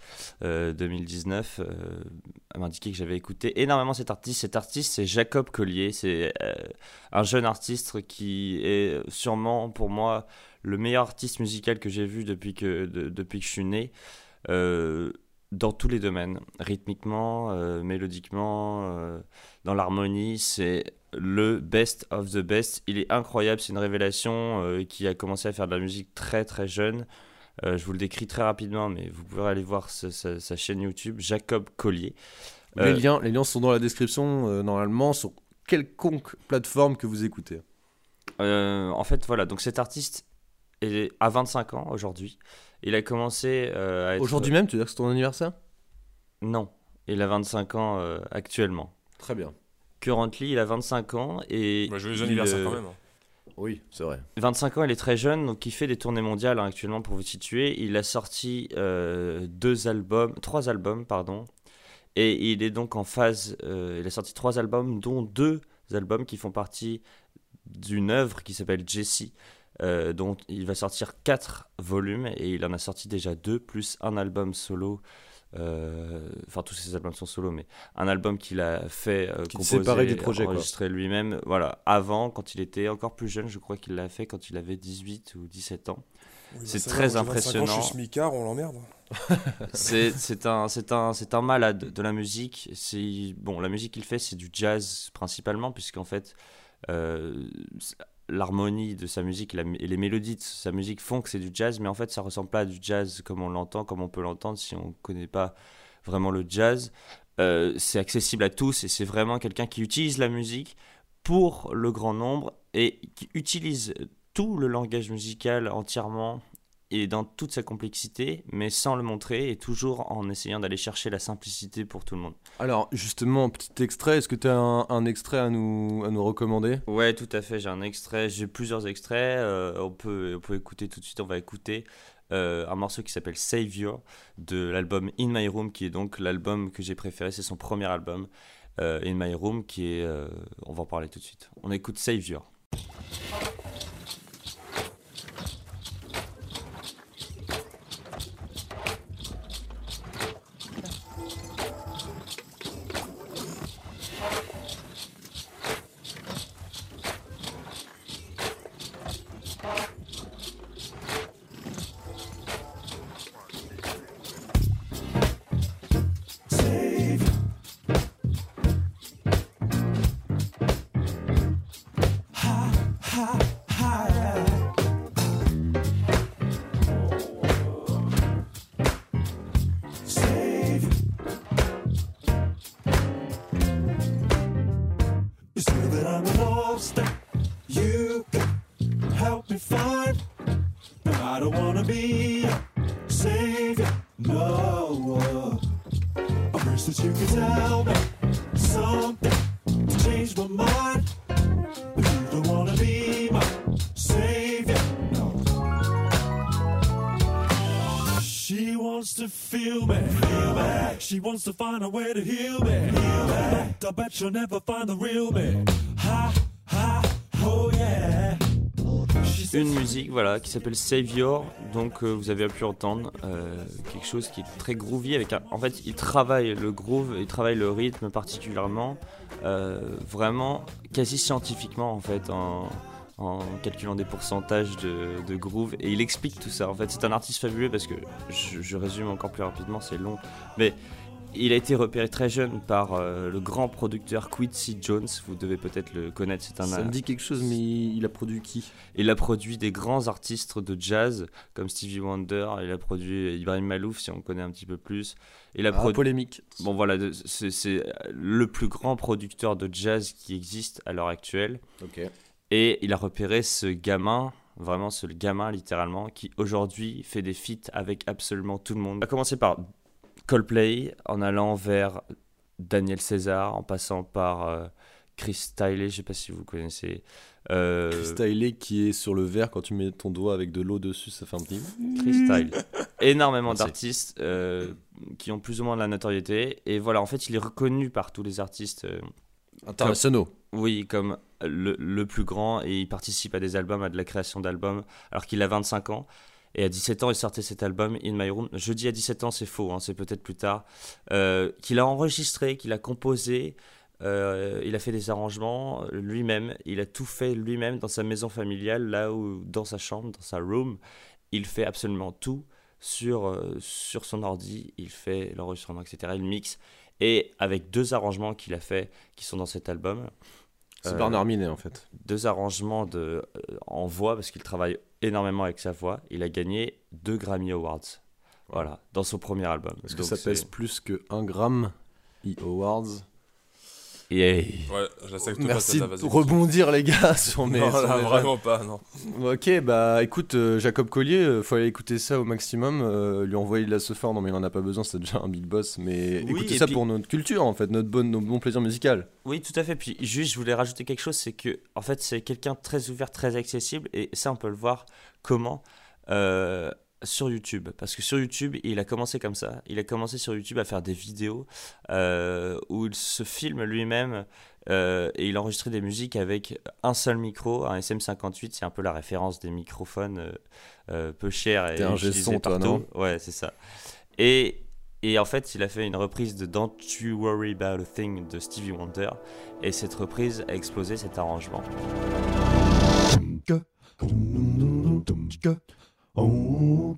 2019. Elle m'a indiqué que j'avais écouté énormément cet artiste. Cet artiste, c'est Jacob Collier. C'est un jeune artiste qui est sûrement pour moi le meilleur artiste musical que j'ai vu depuis que je suis né, dans tous les domaines, rythmiquement, mélodiquement, dans l'harmonie, c'est le best of the best. Il est incroyable, c'est une révélation qui a commencé à faire de la musique très très jeune. Je vous le décris très rapidement, mais vous pouvez aller voir sa chaîne YouTube, Jacob Collier. Les liens sont dans la description, normalement, sur quelconque plateforme que vous écoutez. En fait, voilà, donc cet artiste est à 25 ans aujourd'hui. Il a commencé à être... Aujourd'hui même, tu veux dire que c'est ton anniversaire? Non, il a 25 ans actuellement. Très bien. Currently, il a 25 ans et... Bah, joyeux anniversaire quand même. Oui, c'est vrai. 25 ans, il est très jeune, donc il fait des tournées mondiales actuellement pour vous situer. Il a sorti 3 albums, et il est donc en phase... il a sorti 3 albums, dont 2 albums qui font partie d'une œuvre qui s'appelle Jessie, dont il va sortir 4 volumes, et il en a sorti déjà 2, plus un album solo. Enfin, tous ses albums sont solo, mais un album qu'il a fait, séparé du projet, enregistré lui-même, voilà, avant, quand il était encore plus jeune. Je crois qu'il l'a fait quand il avait 18 ou 17 ans. Oui, c'est ça très va, impressionnant. J'ai 25 ans, je suis smicard, on l'emmerde. c'est un malade de la musique. La musique qu'il fait, c'est du jazz principalement, puisqu'en fait l'harmonie de sa musique et les mélodies de sa musique font que c'est du jazz, mais en fait ça ressemble pas à du jazz comme on peut l'entendre si on connaît pas vraiment le jazz. C'est accessible à tous, et c'est vraiment quelqu'un qui utilise la musique pour le grand nombre, et qui utilise tout le langage musical entièrement et dans toute sa complexité, mais sans le montrer, et toujours en essayant d'aller chercher la simplicité pour tout le monde. Alors, justement, petit extrait, est-ce que tu as un extrait à nous recommander? Ouais, tout à fait, j'ai plusieurs extraits, on peut écouter tout de suite. On va écouter un morceau qui s'appelle Savior, de l'album In My Room, qui est donc l'album que j'ai préféré, c'est son premier album, In My Room, qui est... on va en parler tout de suite. On écoute Savior. Wish that you could tell me something to change my mind. But you don't wanna be my savior. No. She wants to feel me. She wants to find a way to heal me. But I bet she'll never find the real me. Ha, ha, oh yeah. Une musique voilà qui s'appelle Savior, donc vous avez pu entendre quelque chose qui est très groovy avec en fait il travaille le groove, il travaille le rythme particulièrement, vraiment quasi scientifiquement en fait en calculant des pourcentages de groove, et il explique tout ça. En fait c'est un artiste fabuleux parce que je résume encore plus rapidement, c'est long, mais il a été repéré très jeune par le grand producteur Quincy Jones. Vous devez peut-être le connaître. Ça me dit quelque chose, mais il a produit qui ? Il a produit des grands artistes de jazz comme Stevie Wonder. Il a produit Ibrahim Malouf, si on connaît un petit peu plus. Il a polémique. Bon voilà, c'est le plus grand producteur de jazz qui existe à l'heure actuelle. Ok. Et il a repéré ce gamin, vraiment ce gamin littéralement, qui aujourd'hui fait des feats avec absolument tout le monde. On va commencer par Coldplay, en allant vers Daniel César, en passant par Chris Tiley, je ne sais pas si vous connaissez. Chris Tiley qui est sur le verre, quand tu mets ton doigt avec de l'eau dessus, ça fait un petit... Chris Tiley. Énormément d'artistes qui ont plus ou moins de la notoriété. Et voilà, en fait, il est reconnu par tous les artistes internationaux. Oui, comme le plus grand, et il participe à des albums, à de la création d'albums, alors qu'il a 25 ans. Et à 17 ans, il sortait cet album, In My Room. Je dis à 17 ans, c'est faux, hein, c'est peut-être plus tard. Qu'il a enregistré, qu'il a composé, il a fait des arrangements lui-même. Il a tout fait lui-même dans sa maison familiale, là où, dans sa chambre, dans sa room. Il fait absolument tout sur son ordi. Il fait l'enregistrement, etc. Il mixe. Et avec 2 arrangements qu'il a fait, qui sont dans cet album. C'est Bernard Minet, en fait. 2 arrangements en voix, parce qu'il travaille énormément avec sa voix. Il a gagné 2 Grammy Awards, voilà, dans son premier album. Est-ce que ça pèse plus que 1 gramme Awards? Yeah. Ouais, j'accepte. Merci de rebondir les gars sur mes... Non, là, vraiment pas, non. Ok, bah écoute, Jacob Collier, faut aller écouter ça au maximum, lui envoyer de la Sofort, non mais il en a pas besoin, c'est déjà un big boss, mais oui, écoutez ça pour notre culture en fait, nos bons plaisirs musicaux. Oui, tout à fait, puis juste je voulais rajouter quelque chose, c'est que en fait c'est quelqu'un de très ouvert, très accessible, et ça on peut le voir comment sur YouTube, parce que sur YouTube il a commencé comme ça, il a commencé sur YouTube à faire des vidéos où il se filme lui-même et il enregistrait des musiques avec un seul micro, un SM58, c'est un peu la référence des microphones peu chers et utilisés partout. Toi, non ? Ouais, c'est ça. Et en fait il a fait une reprise de Don't You Worry About a Thing de Stevie Wonder, et cette reprise a explosé, cet arrangement. Oh,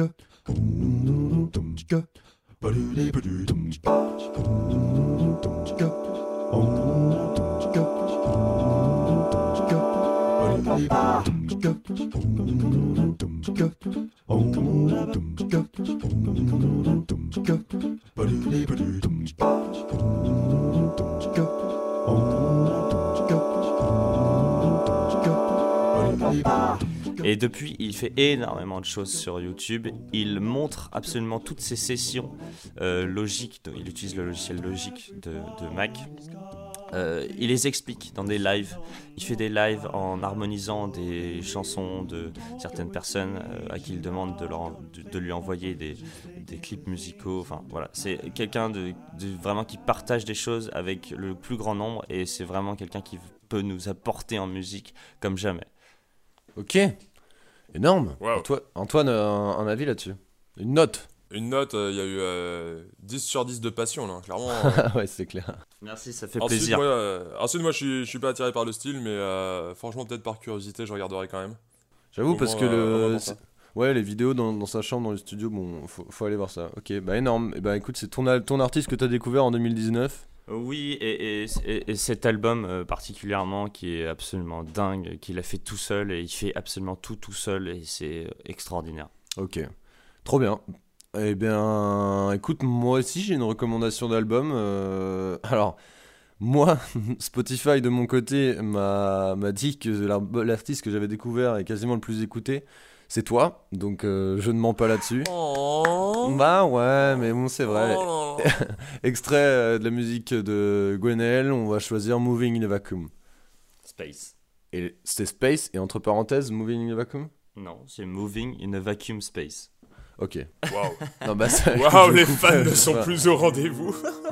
Et depuis, il fait énormément de choses sur YouTube. Il montre absolument toutes ses sessions Logic. Il utilise le logiciel Logic de Mac. Il les explique dans des lives. Il fait des lives en harmonisant des chansons de certaines personnes à qui il demande de lui envoyer des clips musicaux. Enfin, voilà. C'est quelqu'un de vraiment qui partage des choses avec le plus grand nombre, et c'est vraiment quelqu'un qui peut nous apporter en musique comme jamais. Ok, énorme. Wow. Antoine, un avis là-dessus? Une note? Une note, il y a eu 10 sur 10 de passion, là, clairement. Ouais, c'est clair. Merci, ça fait Ensuite, plaisir. Moi, je suis pas attiré par le style, mais franchement, peut-être par curiosité, je regarderai quand même. J'avoue, parce que Ouais, les vidéos dans sa chambre, dans le studio, bon, faut aller voir ça. Ok, bah énorme. Et bah écoute, c'est ton artiste que t'as découvert en 2019. Oui, et cet album particulièrement qui est absolument dingue, qu'il a fait tout seul, et il fait absolument tout seul, et c'est extraordinaire. Ok, trop bien. Eh bien, écoute, moi aussi j'ai une recommandation d'album. Alors, moi, Spotify de mon côté m'a dit que l'artiste que j'avais découvert est quasiment le plus écouté. c'est toi, donc je ne mens pas là-dessus. Oh. Bah ouais, mais bon, c'est vrai. Oh. Extrait de la musique de Gwenaël, on va choisir Moving in a Vacuum. Space. Et c'est Space, et entre parenthèses, Moving in a Vacuum. Non, c'est Moving in a Vacuum Space. Ok. Waouh. Non, bah ça, Waouh, je les coupe, fans ne sont voilà. plus au rendez-vous.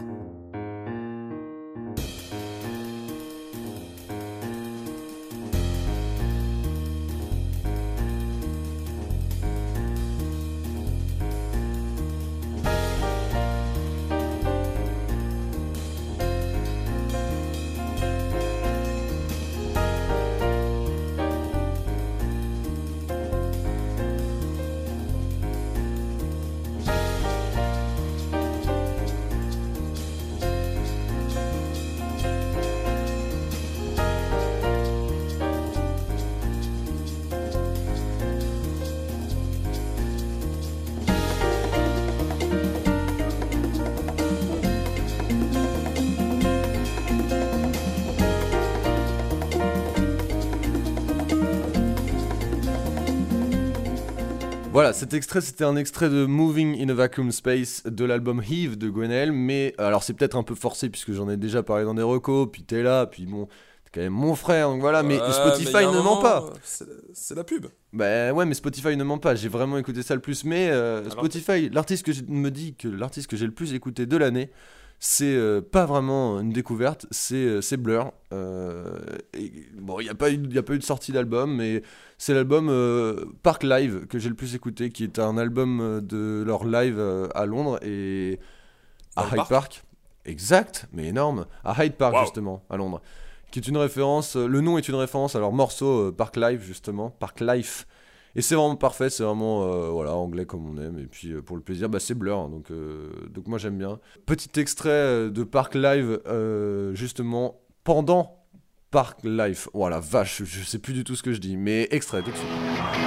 Voilà, cet extrait, c'était un extrait de Moving in a Vacuum Space de l'album Heave de Gwenaël, mais alors c'est peut-être un peu forcé puisque j'en ai déjà parlé dans des recos, puis t'es là, puis bon, t'es quand même mon frère, donc voilà, mais Ouais, Spotify mais il y a un ne ment moment, pas. C'est la pub. Bah ouais, mais Spotify ne ment pas, j'ai vraiment écouté ça le plus, mais Spotify, l'artiste que me dit que l'artiste que j'ai le plus écouté de l'année, c'est pas vraiment une découverte, c'est Blur. Bon, il n'y a pas eu de sortie d'album, mais c'est l'album Park Live que j'ai le plus écouté, qui est un album de leur live à Londres et à Dans le Hyde Park. Exact, mais énorme. À Hyde Park, Wow. justement, à Londres. Qui est une référence, le nom est une référence à leur morceau Park Live, justement, Park Life. Et c'est vraiment parfait, c'est vraiment voilà, anglais comme on aime. Et puis pour le plaisir, bah, c'est Blur, hein, donc moi j'aime bien. Petit extrait de Park Live, justement, pendant Park Life. Oh la vache, je sais plus du tout ce que je dis, mais extrait tout de suite.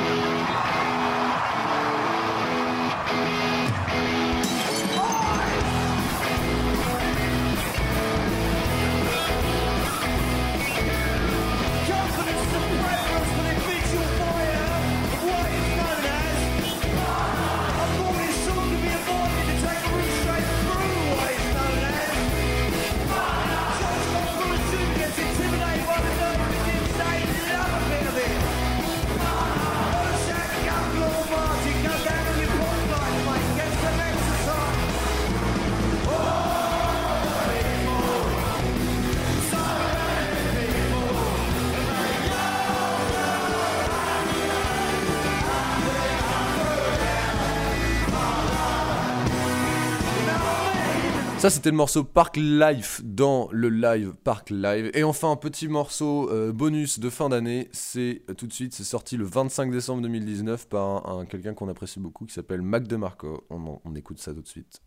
Confidence and preference for the individual fighter of what is known as. I thought it sort could be avoided to take a route straight through what is known as. Just got through a zoo, gets intimidated by the nerve and begins saying, love a bit of it. Oh, Shaq, Outlaw Martin, go down on your pork life, mate, get some exercise. Ça, c'était le morceau Park Life dans le live Park Live. Et enfin, un petit morceau bonus de fin d'année. C'est tout de suite, c'est sorti le 25 décembre 2019 par quelqu'un qu'on apprécie beaucoup qui s'appelle Mac DeMarco. On écoute ça tout de suite.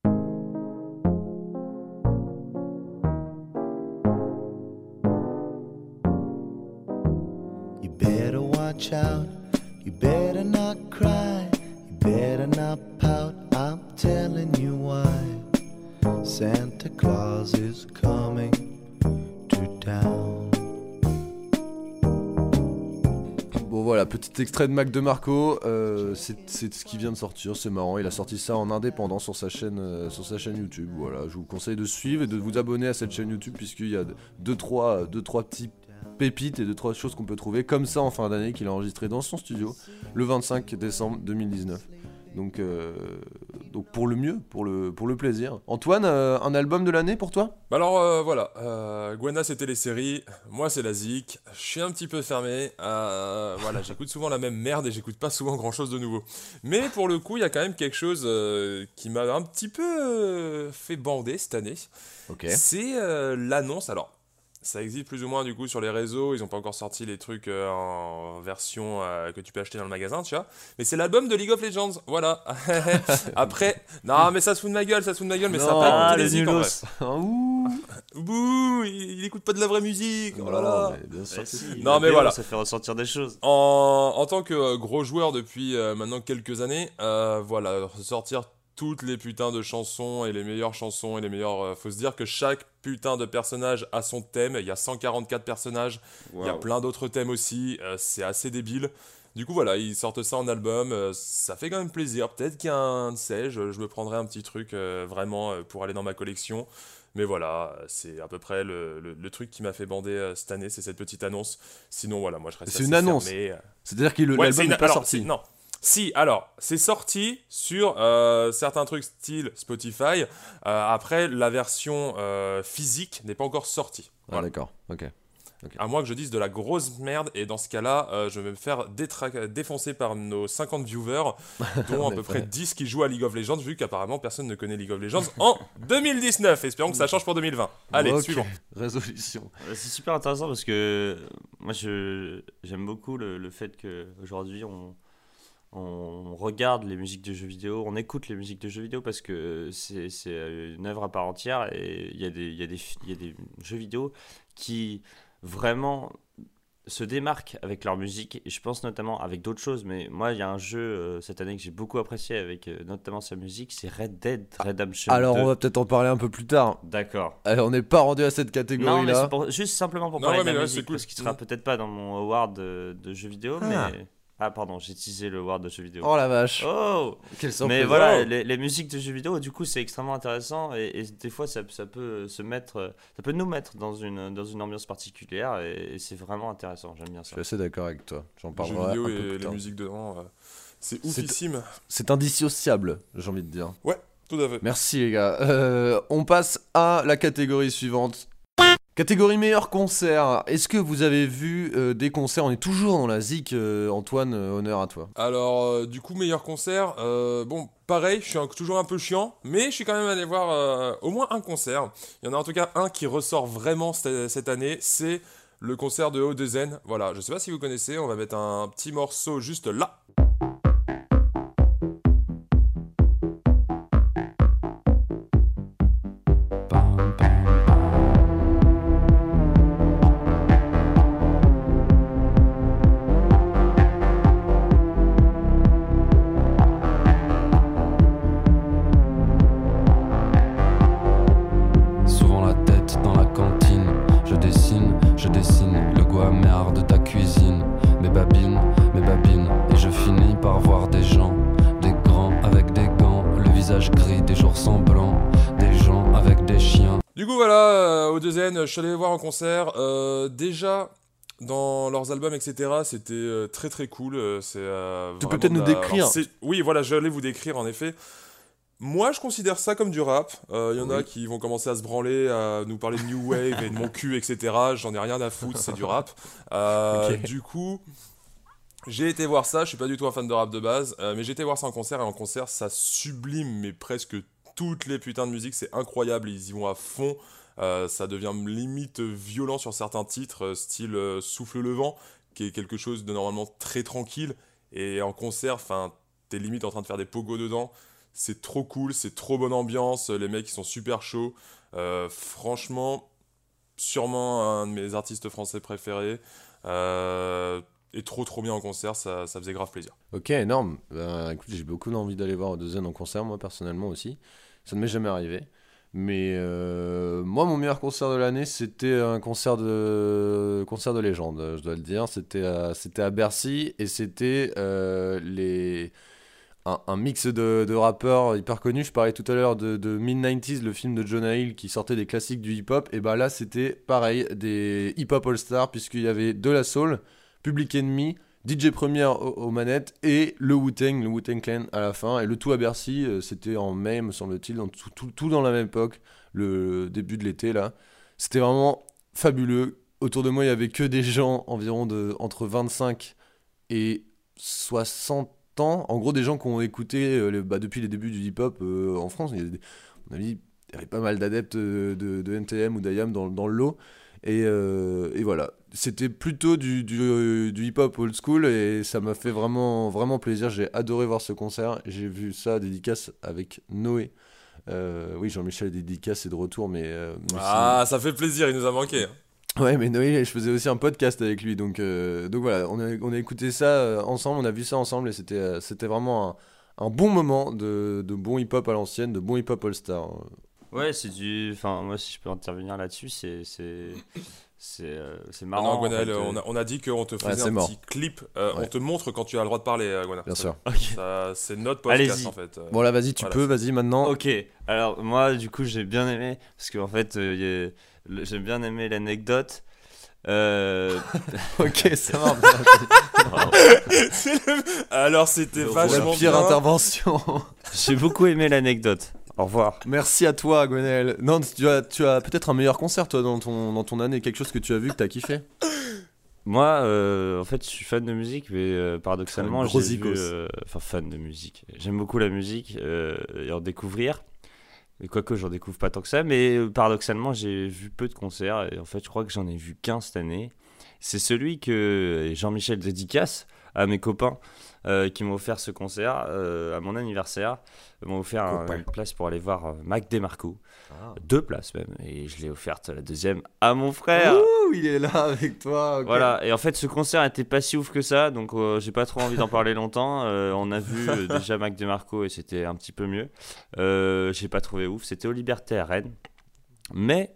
You better watch out, you better not cry, you better not pout, I'm telling you why. Santa Claus is coming to town. Bon voilà, petit extrait de Mac DeMarco, c'est ce qui vient de sortir, c'est marrant, il a sorti ça en indépendant sur sa chaîne YouTube, voilà, je vous conseille de suivre et de vous abonner à cette chaîne YouTube puisqu'il y a deux trois petits pépites et 2-3 choses qu'on peut trouver comme ça en fin d'année qu'il a enregistré dans son studio le 25 décembre 2019. Donc pour le mieux, pour le plaisir. Antoine, un album de l'année pour toi ? Bah alors voilà, Gwenna c'était les séries, moi c'est la zik, je suis un petit peu fermé, voilà, j'écoute souvent la même merde et j'écoute pas souvent grand chose de nouveau. Mais pour le coup, il y a quand même quelque chose qui m'a un petit peu fait bander cette année. Ok. C'est l'annonce, alors ça existe plus ou moins du coup sur les réseaux, ils ont pas encore sorti les trucs en version que tu peux acheter dans le magasin, tu vois. Mais c'est l'album de League of Legends, voilà. Après, non mais ça se fout de ma gueule, mais ça a pas écouté les zik en vrai. Bouh, il écoute pas de la vraie musique, oh là là. Bien sûr. Non, mais voilà. Ça fait ressortir des choses. En tant que gros joueur depuis maintenant quelques années, voilà, sortir toutes les putains de chansons et les meilleures chansons et les meilleures... faut se dire que chaque putain de personnage a son thème, il y a 144 personnages, il y a plein d'autres thèmes aussi, c'est assez débile. Du coup, voilà, ils sortent ça en album. Ça fait quand même plaisir. Peut-être qu'un de ces, je me prendrai un petit truc vraiment pour aller dans ma collection. Mais voilà, c'est à peu près le truc qui m'a fait bander cette année, c'est cette petite annonce. Sinon, voilà, moi je reste C'est assez une annonce. fermé. C'est-à-dire que Ouais, l'album n'est pas alors, sorti. non. Si, alors, c'est sorti sur certains trucs style Spotify. Après, la version physique n'est pas encore sortie. Ah, Voilà. d'accord, ok. À moins que je dise de la grosse merde, et dans ce cas-là, je vais me faire défoncer par nos 50 viewers, dont En à peu effet. près 10 qui jouent à League of Legends, vu qu'apparemment personne ne connaît League of Legends en 2019. Espérons que ça change pour 2020. Allez, Ok. suivant. Résolution. C'est super intéressant parce que moi j'aime beaucoup le fait qu'aujourd'hui on regarde les musiques de jeux vidéo, on écoute les musiques de jeux vidéo parce que c'est une œuvre à part entière et il y a des jeux vidéo qui vraiment se démarquent avec leur musique et je pense notamment avec d'autres choses, mais moi il y a un jeu cette année que j'ai beaucoup apprécié avec notamment sa musique, c'est Red Dead Redemption Alors 2. on va peut-être en parler un peu plus tard. D'accord. On n'est pas rendu à cette Non, mais catégorie-là. c'est juste simplement pour Non, parler ouais, de la mais ouais, musique, c'est cool. parce qu'il sera peut-être pas dans mon award de jeux vidéo, Ah. mais... Ah, pardon, j'ai teasé le award de jeux vidéo. Oh la vache. Oh Quelle surprise. Mais voilà, Oh. les musiques de jeux vidéo, du coup, c'est extrêmement intéressant et des fois, ça peut ça peut nous mettre dans une ambiance particulière et c'est vraiment intéressant. J'aime bien Je ça. suis assez d'accord avec toi. J'en Les jeux parlerai vidéo un peu et plus les tard. musiques dedans, c'est C'est- oufissime. C'est indissociable, j'ai envie de dire. Ouais, tout à fait. Merci les gars. On passe à la catégorie suivante. Catégorie meilleur concert. Est-ce que vous avez vu des concerts? On est toujours dans la zik, Antoine, honneur à toi. Alors, du coup, meilleur concert. Bon, pareil, je suis toujours un peu chiant, mais je suis quand même allé voir au moins un concert. Il y en a en tout cas un qui ressort vraiment cette année, c'est le concert de O2N. Voilà, je sais pas si vous connaissez, on va mettre un petit morceau juste là. Souvent la tête dans la cantine, je dessine le goût amer de ta cuisine. Mes babines, et je finis par voir des gens, des grands avec des gants, le visage gris, des jours semblants, des gens avec des chiens. Du coup, voilà, O2N, je suis allé les voir en concert. Déjà, dans leurs albums, etc., c'était très très cool. Tu peux peut-être nous décrire. Oui, voilà, j'allais vous décrire en effet. Moi, je considère ça comme du rap. Il y en a qui vont commencer à se branler, à nous parler de New Wave et de mon cul, etc. J'en ai rien à foutre, c'est du rap. Ok. Du coup, j'ai été voir ça. Je suis pas du tout un fan de rap de base, mais j'ai été voir ça en concert. Et en concert, ça sublime, mais presque toutes les putains de musique. C'est incroyable. Ils y vont à fond. Ça devient limite violent sur certains titres, style Souffle le vent, qui est quelque chose de normalement très tranquille. Et en concert, enfin, t'es limite en train de faire des pogos dedans. C'est trop cool, c'est trop bonne ambiance, les mecs ils sont super chauds. Franchement, sûrement un de mes artistes français préférés. Et trop bien en concert, ça faisait grave plaisir. Ok, énorme. Écoute, j'ai beaucoup envie d'aller voir O2N en concert, moi personnellement aussi. Ça ne m'est jamais arrivé. Mais moi, mon meilleur concert de l'année, c'était un concert de légende, je dois le dire. C'était à Bercy et c'était un mix de rappeurs hyper connus. Je parlais tout à l'heure de Mid-90s, le film de Jonah Hill qui sortait des classiques du hip-hop. Et bah là, c'était pareil, des hip-hop all-stars, puisqu'il y avait De La Soul, Public Enemy, DJ Premier aux manettes et le Wu-Tang Clan à la fin. Et le tout à Bercy, c'était en mai, me semble-t-il, tout dans la même époque, le début de l'été là. C'était vraiment fabuleux. Autour de moi, il y avait que des gens environ entre 25 et 60 ans. En gros, des gens qui ont écouté depuis les débuts du hip-hop en France. À mon avis, il y avait pas mal d'adeptes de NTM ou d'IAM dans le lot. Et voilà, c'était plutôt du hip-hop old school et ça m'a fait vraiment, vraiment plaisir. J'ai adoré voir ce concert. J'ai vu ça dédicace avec Noé. Oui, Jean-Michel dédicace est de retour, mais Ah, ça fait plaisir, il nous a manqué. ouais, mais Noé, je faisais aussi un podcast avec lui, donc voilà, on a écouté ça ensemble, on a vu ça ensemble et c'était vraiment un bon moment de bon hip-hop à l'ancienne, de bon hip-hop all-star. Ouais, c'est du. Enfin, moi, si je peux intervenir là-dessus, c'est Ah marrant. non, Gwenaël, en fait, on a dit qu'on te faisait c'est un mort. petit clip. Ouais. On te montre quand tu as le droit de parler, Gwenaël. Bien sûr. Ok. C'est notre podcast Allez-y. en fait. Bon là, vas-y, tu Voilà, peux, vas-y maintenant. Ok, alors moi du coup j'ai bien aimé, parce qu'en fait j'ai bien aimé l'anecdote. Ok, ça va. Alors c'était La La vachement pire bien. intervention. J'ai beaucoup aimé l'anecdote. Au revoir. Merci à toi, Gwenaël. Non, tu as peut-être un meilleur concert, toi, dans ton année. Quelque chose que tu as vu, que tu as kiffé. Moi, en fait, je suis fan de musique, mais paradoxalement, Un gros j'ai vu... zikos. Enfin, fan de musique. J'aime beaucoup la musique et en découvrir. Et quoique, j'en découvre pas tant que ça, mais paradoxalement, j'ai vu peu de concerts. Et en fait, je crois que j'en ai vu qu'un cette année. C'est celui que Jean-Michel dédicace à mes copains qui m'ont offert ce concert à mon anniversaire. Ils m'ont offert Copain. une place pour aller voir Mac DeMarco. Ah. 2 places même. Et je l'ai offerte la deuxième à mon frère. Ouh, il est là avec toi. ok. Voilà, et en fait ce concert était pas si ouf que ça, donc j'ai pas trop envie d'en parler longtemps. On a vu déjà Mac DeMarco et c'était un petit peu mieux. J'ai pas trouvé ouf, c'était au Liberté à Rennes. Mais,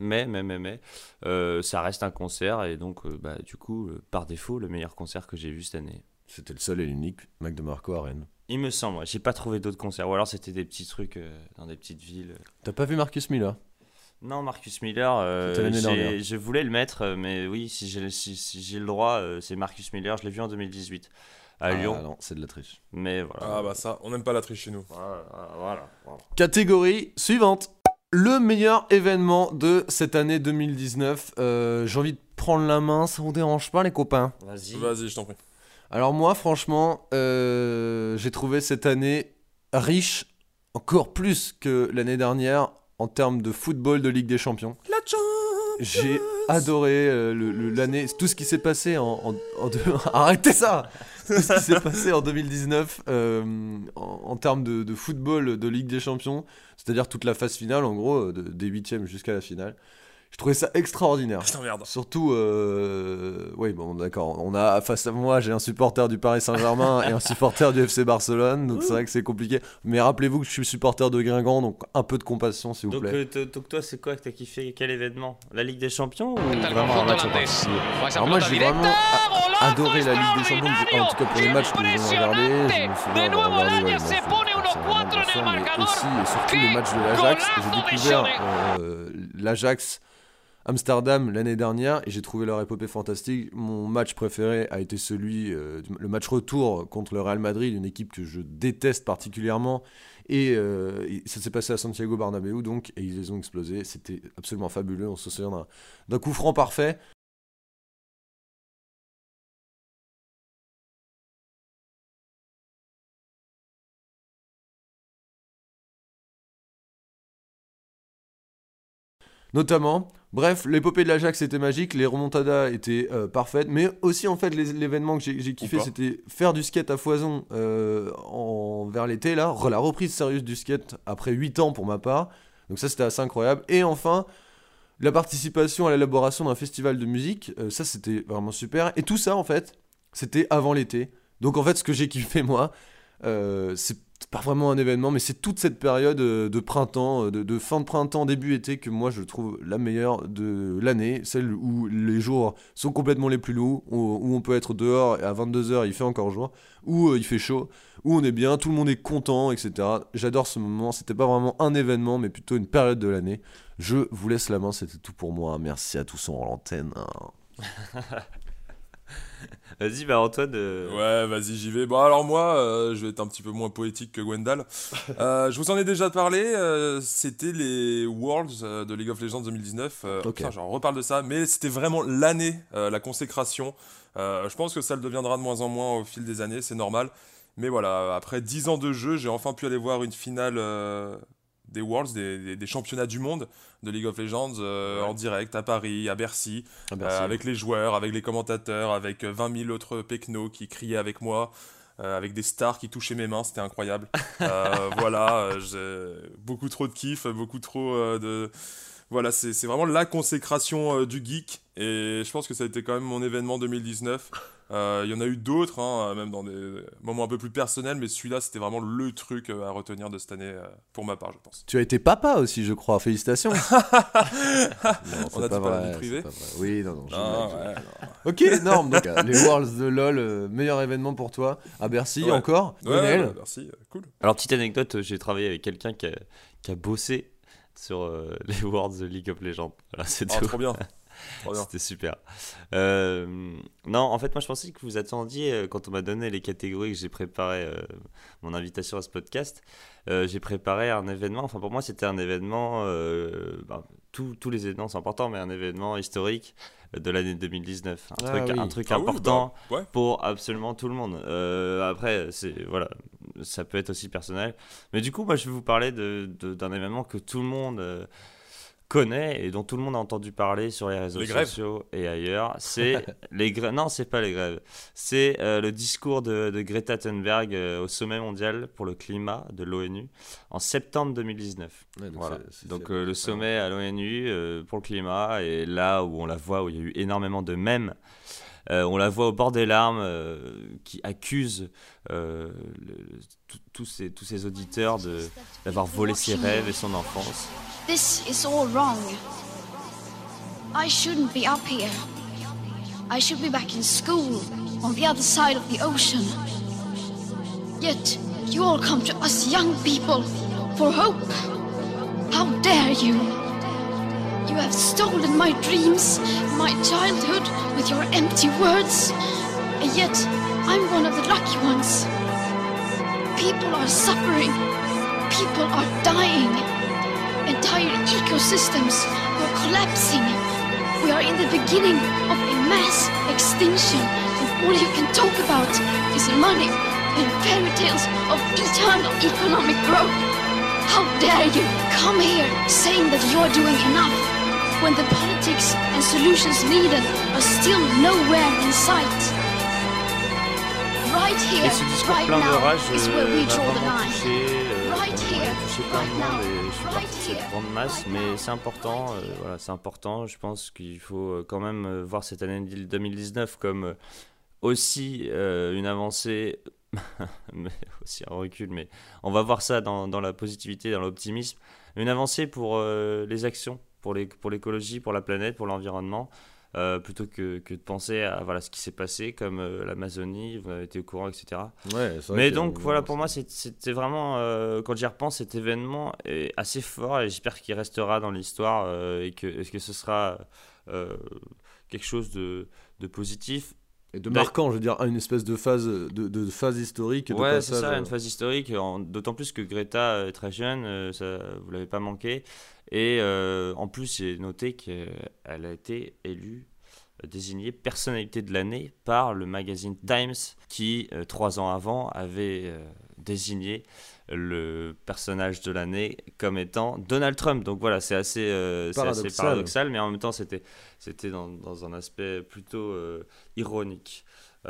ça reste un concert et donc du coup, par défaut, le meilleur concert que j'ai vu cette année. C'était le seul et l'unique Mac DeMarco à Rennes. Il me semble, ouais. J'ai pas trouvé d'autres concerts, ou alors c'était des petits trucs dans des petites villes. T'as pas vu Marcus Miller? Non, Marcus Miller, C'était l'année dernière. je voulais le mettre, mais oui, si j'ai le droit, c'est Marcus Miller, je l'ai vu en 2018 à Lyon, Ah non, c'est de la triche. mais voilà. Ah bah ça, on n'aime pas la triche chez nous. Voilà. Catégorie suivante. Le meilleur événement de cette année 2019. J'ai envie de prendre la main, ça vous dérange pas les copains? Vas-y. Vas-y, je t'en prie. Alors moi, franchement, j'ai trouvé cette année riche, encore plus que l'année dernière, en termes de football de Ligue des Champions. La chance. J'ai adoré l'année, tout ce qui s'est passé Arrêtez ça! Tout ce qui s'est passé en 2019 en termes de football de Ligue des Champions, c'est-à-dire toute la phase finale, en gros, des huitièmes jusqu'à la finale. Je trouvais ça extraordinaire. Putain, merde. Surtout, oui, bon, d'accord. On a face à moi, j'ai un supporter du Paris Saint-Germain et un supporter du FC Barcelone, donc c'est vrai que c'est compliqué. Mais rappelez-vous que je suis supporter de Guingamp, donc un peu de compassion, s'il vous Donc, plaît. donc toi, c'est quoi que t'as kiffé? Quel événement? La Ligue des Champions ou vraiment un match en particulier? Alors moi, j'ai vraiment adoré la Ligue des Champions, en tout cas pour les matchs que j'ai regardés. Je me souviens avoir regardé bien sûr, mais aussi et surtout les matchs de l'Ajax. J'ai découvert l'Ajax Amsterdam l'année dernière et j'ai trouvé leur épopée fantastique. Mon match préféré a été le match retour contre le Real Madrid, une équipe que je déteste particulièrement. Et ça s'est passé à Santiago Bernabéu donc, et ils les ont explosés. C'était absolument fabuleux. On se souvient d'un coup franc parfait. Notamment, bref, l'épopée de l'Ajax était magique, les remontadas étaient parfaites, mais aussi en fait l'événement que j'ai kiffé, pas. c'était faire du skate à foison vers l'été, là, la reprise sérieuse du skate après 8 ans pour ma part, donc ça c'était assez incroyable, et enfin, la participation à l'élaboration d'un festival de musique, ça c'était vraiment super, et tout ça en fait, c'était avant l'été, donc en fait ce que j'ai kiffé moi, c'est pas vraiment un événement, mais c'est toute cette période de printemps, de fin de printemps, début été, que moi je trouve la meilleure de l'année, celle où les jours sont complètement les plus longs, où on peut être dehors et à 22h il fait encore jour, où il fait chaud, où on est bien, tout le monde est content, etc. J'adore ce moment, c'était pas vraiment un événement, mais plutôt une période de l'année. Je vous laisse la main, c'était tout pour moi, merci à tous en l'antenne. Vas-y, Antoine. Ouais, vas-y, j'y vais. Bon, alors moi, je vais être un petit peu moins poétique que Gwendal. Je vous en ai déjà parlé. C'était les Worlds de League of Legends 2019. Ok. Putain, j'en reparle de ça. Mais c'était vraiment l'année, la consécration. Je pense que ça le deviendra de moins en moins au fil des années, c'est normal. Mais voilà, après 10 ans de jeu, j'ai enfin pu aller voir une finale des Worlds, des championnats du monde de League of Legends en direct à Paris, à Bercy, avec les joueurs, avec les commentateurs, avec 20 000 autres pecnos qui criaient avec moi, avec des stars qui touchaient mes mains, c'était incroyable. Voilà, j'ai beaucoup trop de kiff, beaucoup trop de... Voilà, c'est vraiment la consécration du geek, et je pense que ça a été quand même mon événement 2019. Il y en a eu d'autres, hein, même dans des moments un peu plus personnels, mais celui-là, c'était vraiment le truc à retenir de cette année, pour ma part, je pense. Tu as été papa aussi, je crois. Félicitations. Non, On a dit pas la vie privée. c'est pas vrai. Oui, non. Ah, blague. ouais. Ok, énorme. Donc, les Worlds de LoL, meilleur événement pour toi. À Bercy, Ouais. encore. Ouais, Lionel. ouais, merci, cool. Alors, petite anecdote, j'ai travaillé avec quelqu'un qui a bossé sur les Worlds de League of Legends. Voilà, c'est Ah, tout. trop bien. Trop bien. C'était super. Non, en fait, moi, je pensais que vous attendiez, quand on m'a donné les catégories, que j'ai préparé mon invitation à ce podcast, j'ai préparé un événement. Enfin, pour moi, c'était un événement. Tous les événements sont importants, mais un événement historique de l'année 2019. Un truc Ah oui, important bah, ouais. pour absolument tout le monde. Après, voilà, ça peut être aussi personnel. Mais du coup, moi, je vais vous parler d'un événement que tout le monde connaît et dont tout le monde a entendu parler sur les réseaux Les grèves. sociaux et ailleurs. C'est les grèves. Non, c'est pas les grèves. C'est le discours de Greta Thunberg au sommet mondial pour le climat de l'ONU en septembre 2019. Ouais, donc Voilà. c'est Donc fait. le sommet à l'ONU pour le climat, et là où on la voit, où il y a eu énormément de mèmes, on la voit au bord des larmes, qui accuse tous ces auditeurs d'avoir volé ses rêves et son enfance. This is all wrong. I shouldn't be up here. I should be back in school, on the other side of the ocean. Yet, you all come to us young people for hope. How dare you? You have stolen my dreams, my childhood, with your empty words. And yet, I'm one of the lucky ones. People are suffering. People are dying. Entire ecosystems are collapsing. We are in the beginning of a mass extinction, and all you can talk about is money and fairy tales of eternal economic growth. How dare you come here saying that you're doing enough when the politics and solutions needed are still nowhere in sight? Right here, Et ce discours right plein de now rage is where we m'a draw the vraiment line. touché, Right here, touché plein de right now, monde, et je suis right partie de cette here, grande masse, right mais now. c'est important, voilà, c'est important. Je pense qu'il faut quand même voir cette année 2019 comme aussi une avancée, mais aussi un recul, mais on va voir ça dans la positivité, dans l'optimisme, une avancée pour les actions, pour l'écologie, pour la planète, pour l'environnement. Plutôt que de penser à voilà, ce qui s'est passé, comme l'Amazonie, vous avez été au courant, etc. Ouais, c'est vrai Mais que- donc voilà, pour moi, c'était vraiment, quand j'y repense, cet événement est assez fort, et j'espère qu'il restera dans l'histoire, et que ce sera quelque chose de positif. Et de marquant, je veux dire, une espèce de phase, de phase historique. De Ouais, c'est passage, ça, une phase historique, d'autant plus que Greta est très jeune, ça, vous l'avez pas manqué. Et en plus, j'ai noté qu'elle a été élue, désignée personnalité de l'année par le magazine Times, qui 3 ans avant avait désigné le personnage de l'année comme étant Donald Trump. Donc voilà, c'est assez paradoxal, mais en même temps c'était dans un aspect plutôt ironique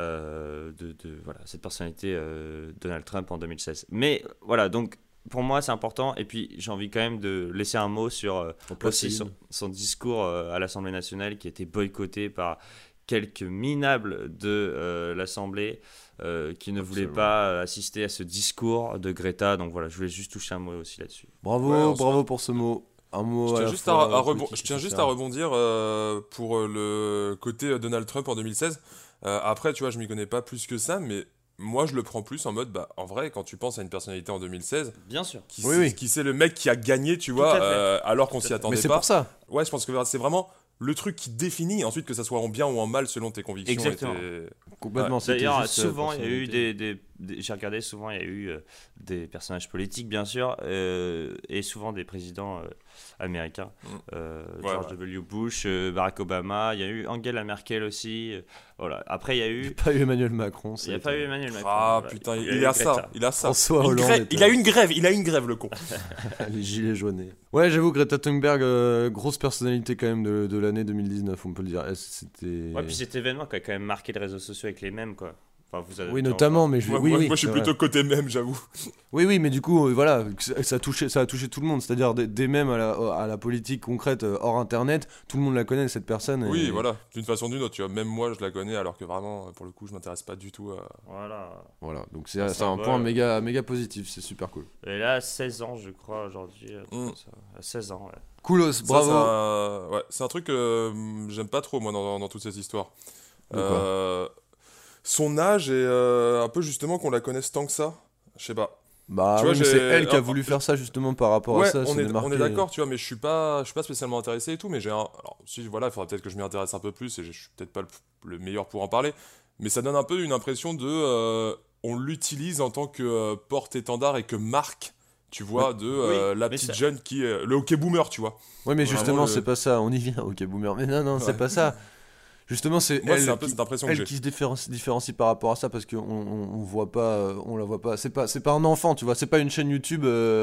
voilà, cette personnalité Donald Trump en 2016. Mais voilà, donc pour moi c'est important, et puis j'ai envie quand même de laisser un mot sur aussi son discours à l'Assemblée nationale, qui a été boycotté par quelques minables de l'Assemblée qui ne voulaient pas assister à ce discours de Greta. Donc voilà, je voulais juste toucher un mot aussi là-dessus. Bravo, Ouais, bravo pour ce mot. Un mot Je à la tiens juste fois à politique je tiens et juste social. à rebondir pour le côté Donald Trump en 2016. Après, tu vois, je m'y connais pas plus que ça, mais moi, je le prends plus en mode, bah, en vrai, quand tu penses à une personnalité en 2016, Bien sûr. qui c'est le mec qui a gagné, tu vois, à fait. alors qu'on s'y Mais attendait c'est pas. pour ça. Ouais, je pense que c'est vraiment le truc qui définit, ensuite que ça soit en bien ou en mal selon tes convictions. Exactement. Complètement. Ouais. c'était D'ailleurs, juste, souvent, il y a eu personnalité. j'ai regardé, souvent, il y a eu des personnages politiques, bien sûr, et souvent des présidents américains. George W. Bush, Barack Obama, il y a eu Angela Merkel aussi. Voilà. Après, il y a Il n'y eu... a pas eu Emmanuel Macron. Il n'y a pas eu Emmanuel Macron. Ah voilà. putain, y a il eu a Greta. ça, il a ça. François Une Hollande grève- était- il a une grève, le con. Les gilets jaunés. Ouais, j'avoue, Greta Thunberg, grosse personnalité quand même de l'année 2019, on peut le dire. C'était... Ouais, puis cet événement qui a quand même marqué les réseaux sociaux avec les mèmes, quoi. Enfin, vous avez Oui, bien- notamment, mais Moi, oui, moi, oui, moi, je suis c'est plutôt vrai. côté même, j'avoue. Oui, mais du coup, voilà, ça a touché tout le monde. C'est-à-dire des mèmes à la politique concrète hors internet, tout le monde la connaît, cette personne. Oui, et- voilà, d'une façon ou d'une autre, tu vois. Même moi, je la connais, alors que vraiment, pour le coup, je m'intéresse pas du tout à. Voilà. Voilà, donc c'est Un c'est un symbole. point méga positif, c'est super cool. Et là, 16 ans, je crois, aujourd'hui. Un truc Mm. comme ça. À 16 ans, ouais. Coolos, Ça, bravo. c'est un truc que j'aime pas trop, moi, dans toute cette histoire. De quoi Son âge et un peu justement qu'on la connaisse tant que ça. Je sais pas. Bah, Tu vois, oui, mais c'est elle qui a un- voulu faire ça justement par rapport à Ouais, ça. on se est démarquer. d'accord, tu vois, mais je suis pas spécialement intéressé et tout, mais j'ai un. Alors, si, voilà, il faudra peut-être que je m'y intéresse un peu plus et je suis peut-être pas le meilleur pour en parler, mais ça donne un peu une impression de. On l'utilise en tant que porte-étendard et que marque, tu vois, de la mais petite ça- jeune qui est. Le hockey boomer, tu vois. Ouais, mais Vraiment, justement, le- c'est pas ça. On y vient, ok, boomer. Mais non, c'est Ouais. pas ça. Justement, c'est Moi, elle, c'est un peu qui, cette impression que elle j'ai. qui se différencie par rapport à ça parce qu'on voit pas, on la voit pas. C'est pas un enfant, tu vois. C'est pas une chaîne YouTube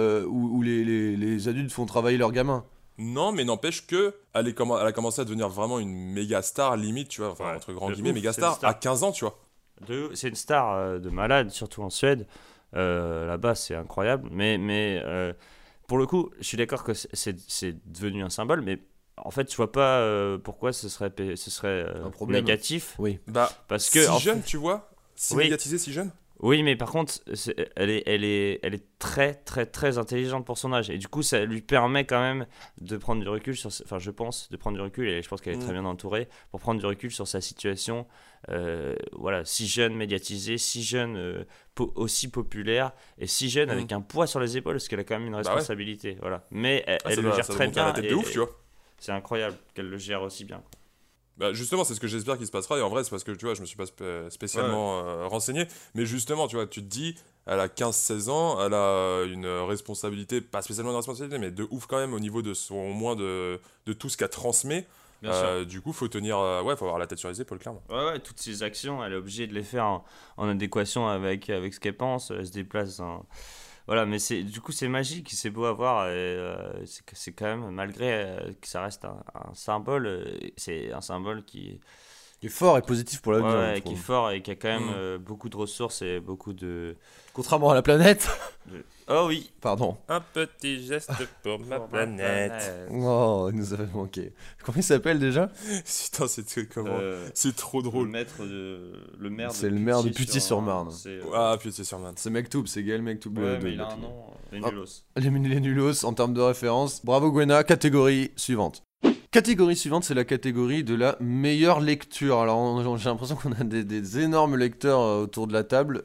où les adultes font travailler leurs gamins. Non, mais n'empêche que elle a commencé à devenir vraiment une méga star, limite, tu vois, enfin, Ouais, entre grands de guillemets, ouf, méga c'est une star, star. à 15 ans, tu vois. C'est une star de malade, surtout en Suède. Là-bas, c'est incroyable. Mais pour le coup, je suis d'accord que c'est devenu un symbole, mais en fait, je vois pas pourquoi ce serait Un problème. négatif. Oui. Bah, Parce que, si en jeune, tu vois, si Oui. médiatisé, si jeune. Oui, mais par contre, elle est très intelligente pour son âge. Et du coup, ça lui permet quand même de prendre du recul enfin, je pense, de prendre du recul, et je pense qu'elle est très bien entourée, pour prendre du recul sur sa situation. Voilà, si jeune médiatisée, si jeune aussi populaire, et si jeune avec un poids sur les épaules, parce qu'elle a quand même une ouais. responsabilité. Voilà. Mais elle Ça le doit- gère ça doit très monter à bien. la tête et de ouf, tu vois. C'est incroyable qu'elle le gère aussi bien. Bah justement, c'est ce que j'espère qu'il se passera, et en vrai, c'est parce que, tu vois, je me suis pas spécialement renseigné, mais justement, tu vois, tu te dis, elle a 15-16 ans, elle a une responsabilité, pas spécialement une responsabilité, mais de ouf quand même, au niveau de son, au moins de tout ce qu'elle transmet. Bien sûr. Du coup, faut tenir, faut avoir la tête sur les épaules, clairement. Ouais, toutes ces actions, elle est obligée de les faire en adéquation avec ce qu'elle pense. Elle se déplace. Voilà, mais du coup, c'est magique, c'est beau à voir. Et, c'est quand même, malgré que ça reste un symbole, c'est un symbole qui Qui est fort et positif pour l'avenir. ouais, je qui est trouve. fort et qui a quand même beaucoup de ressources et beaucoup de. Contrairement à la planète. Oh oui! Pardon. Un petit geste pour ma Oh, il nous avait manqué. Comment il s'appelle déjà? Putain, c'est comment Euh, C'est trop Le drôle. le maire C'est le maire de Puty-sur-Marne. C'est, Ah, puis c'est sur man. C'est Mektoub, c'est Gaël Mektoub. ouais, de- mais il de- a un nom, les Ah. nulos. Les nulos en termes de référence. Bravo Gwena, catégorie suivante. Catégorie suivante, c'est la catégorie de la meilleure lecture. Alors j'ai l'impression qu'on a des énormes lecteurs autour de la table.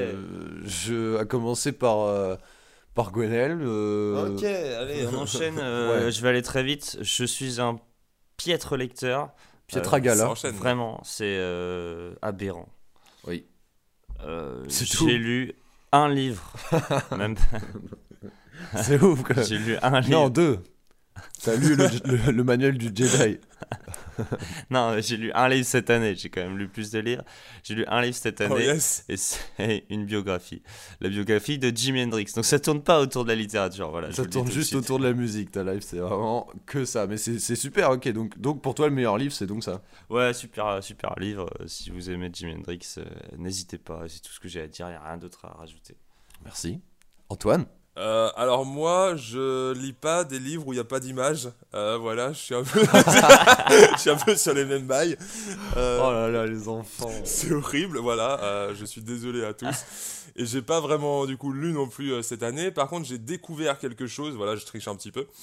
À commencer par Gwenel. Ok, allez, on enchaîne. Ouais. Je vais aller très vite. Je suis un piètre lecteur. Pietra Gala. Ça enchaîne. Vraiment, c'est aberrant. Oui. C'est J'ai tout. lu un livre. Même C'est ouf quoi. j'ai lu un livre. Non, deux. T'as lu le manuel du Jedi. Non, j'ai lu un livre cette année. J'ai quand même lu plus de livres. J'ai lu un livre cette année. Oh yes. Et c'est une biographie. La biographie de Jimi Hendrix. Donc ça tourne pas autour de la littérature. Voilà, je Ça vous le dis tourne tout de juste suite. autour de la musique, ta live, c'est vraiment que ça. Mais c'est super, ok. Donc pour toi, le meilleur livre, c'est donc ça. Ouais, super livre. Si vous aimez Jimi Hendrix, n'hésitez pas. C'est tout ce que j'ai à dire. Il n'y a rien d'autre à rajouter. Merci. Antoine? Alors moi, je lis pas des livres où il n'y a pas d'image. Voilà, je suis un peu, je suis un peu sur les mêmes bails. Oh là là, les enfants. C'est horrible, voilà. Je suis désolé à tous. Et j'ai pas vraiment du coup lu non plus cette année. Par contre, j'ai découvert quelque chose. Voilà, je triche un petit peu.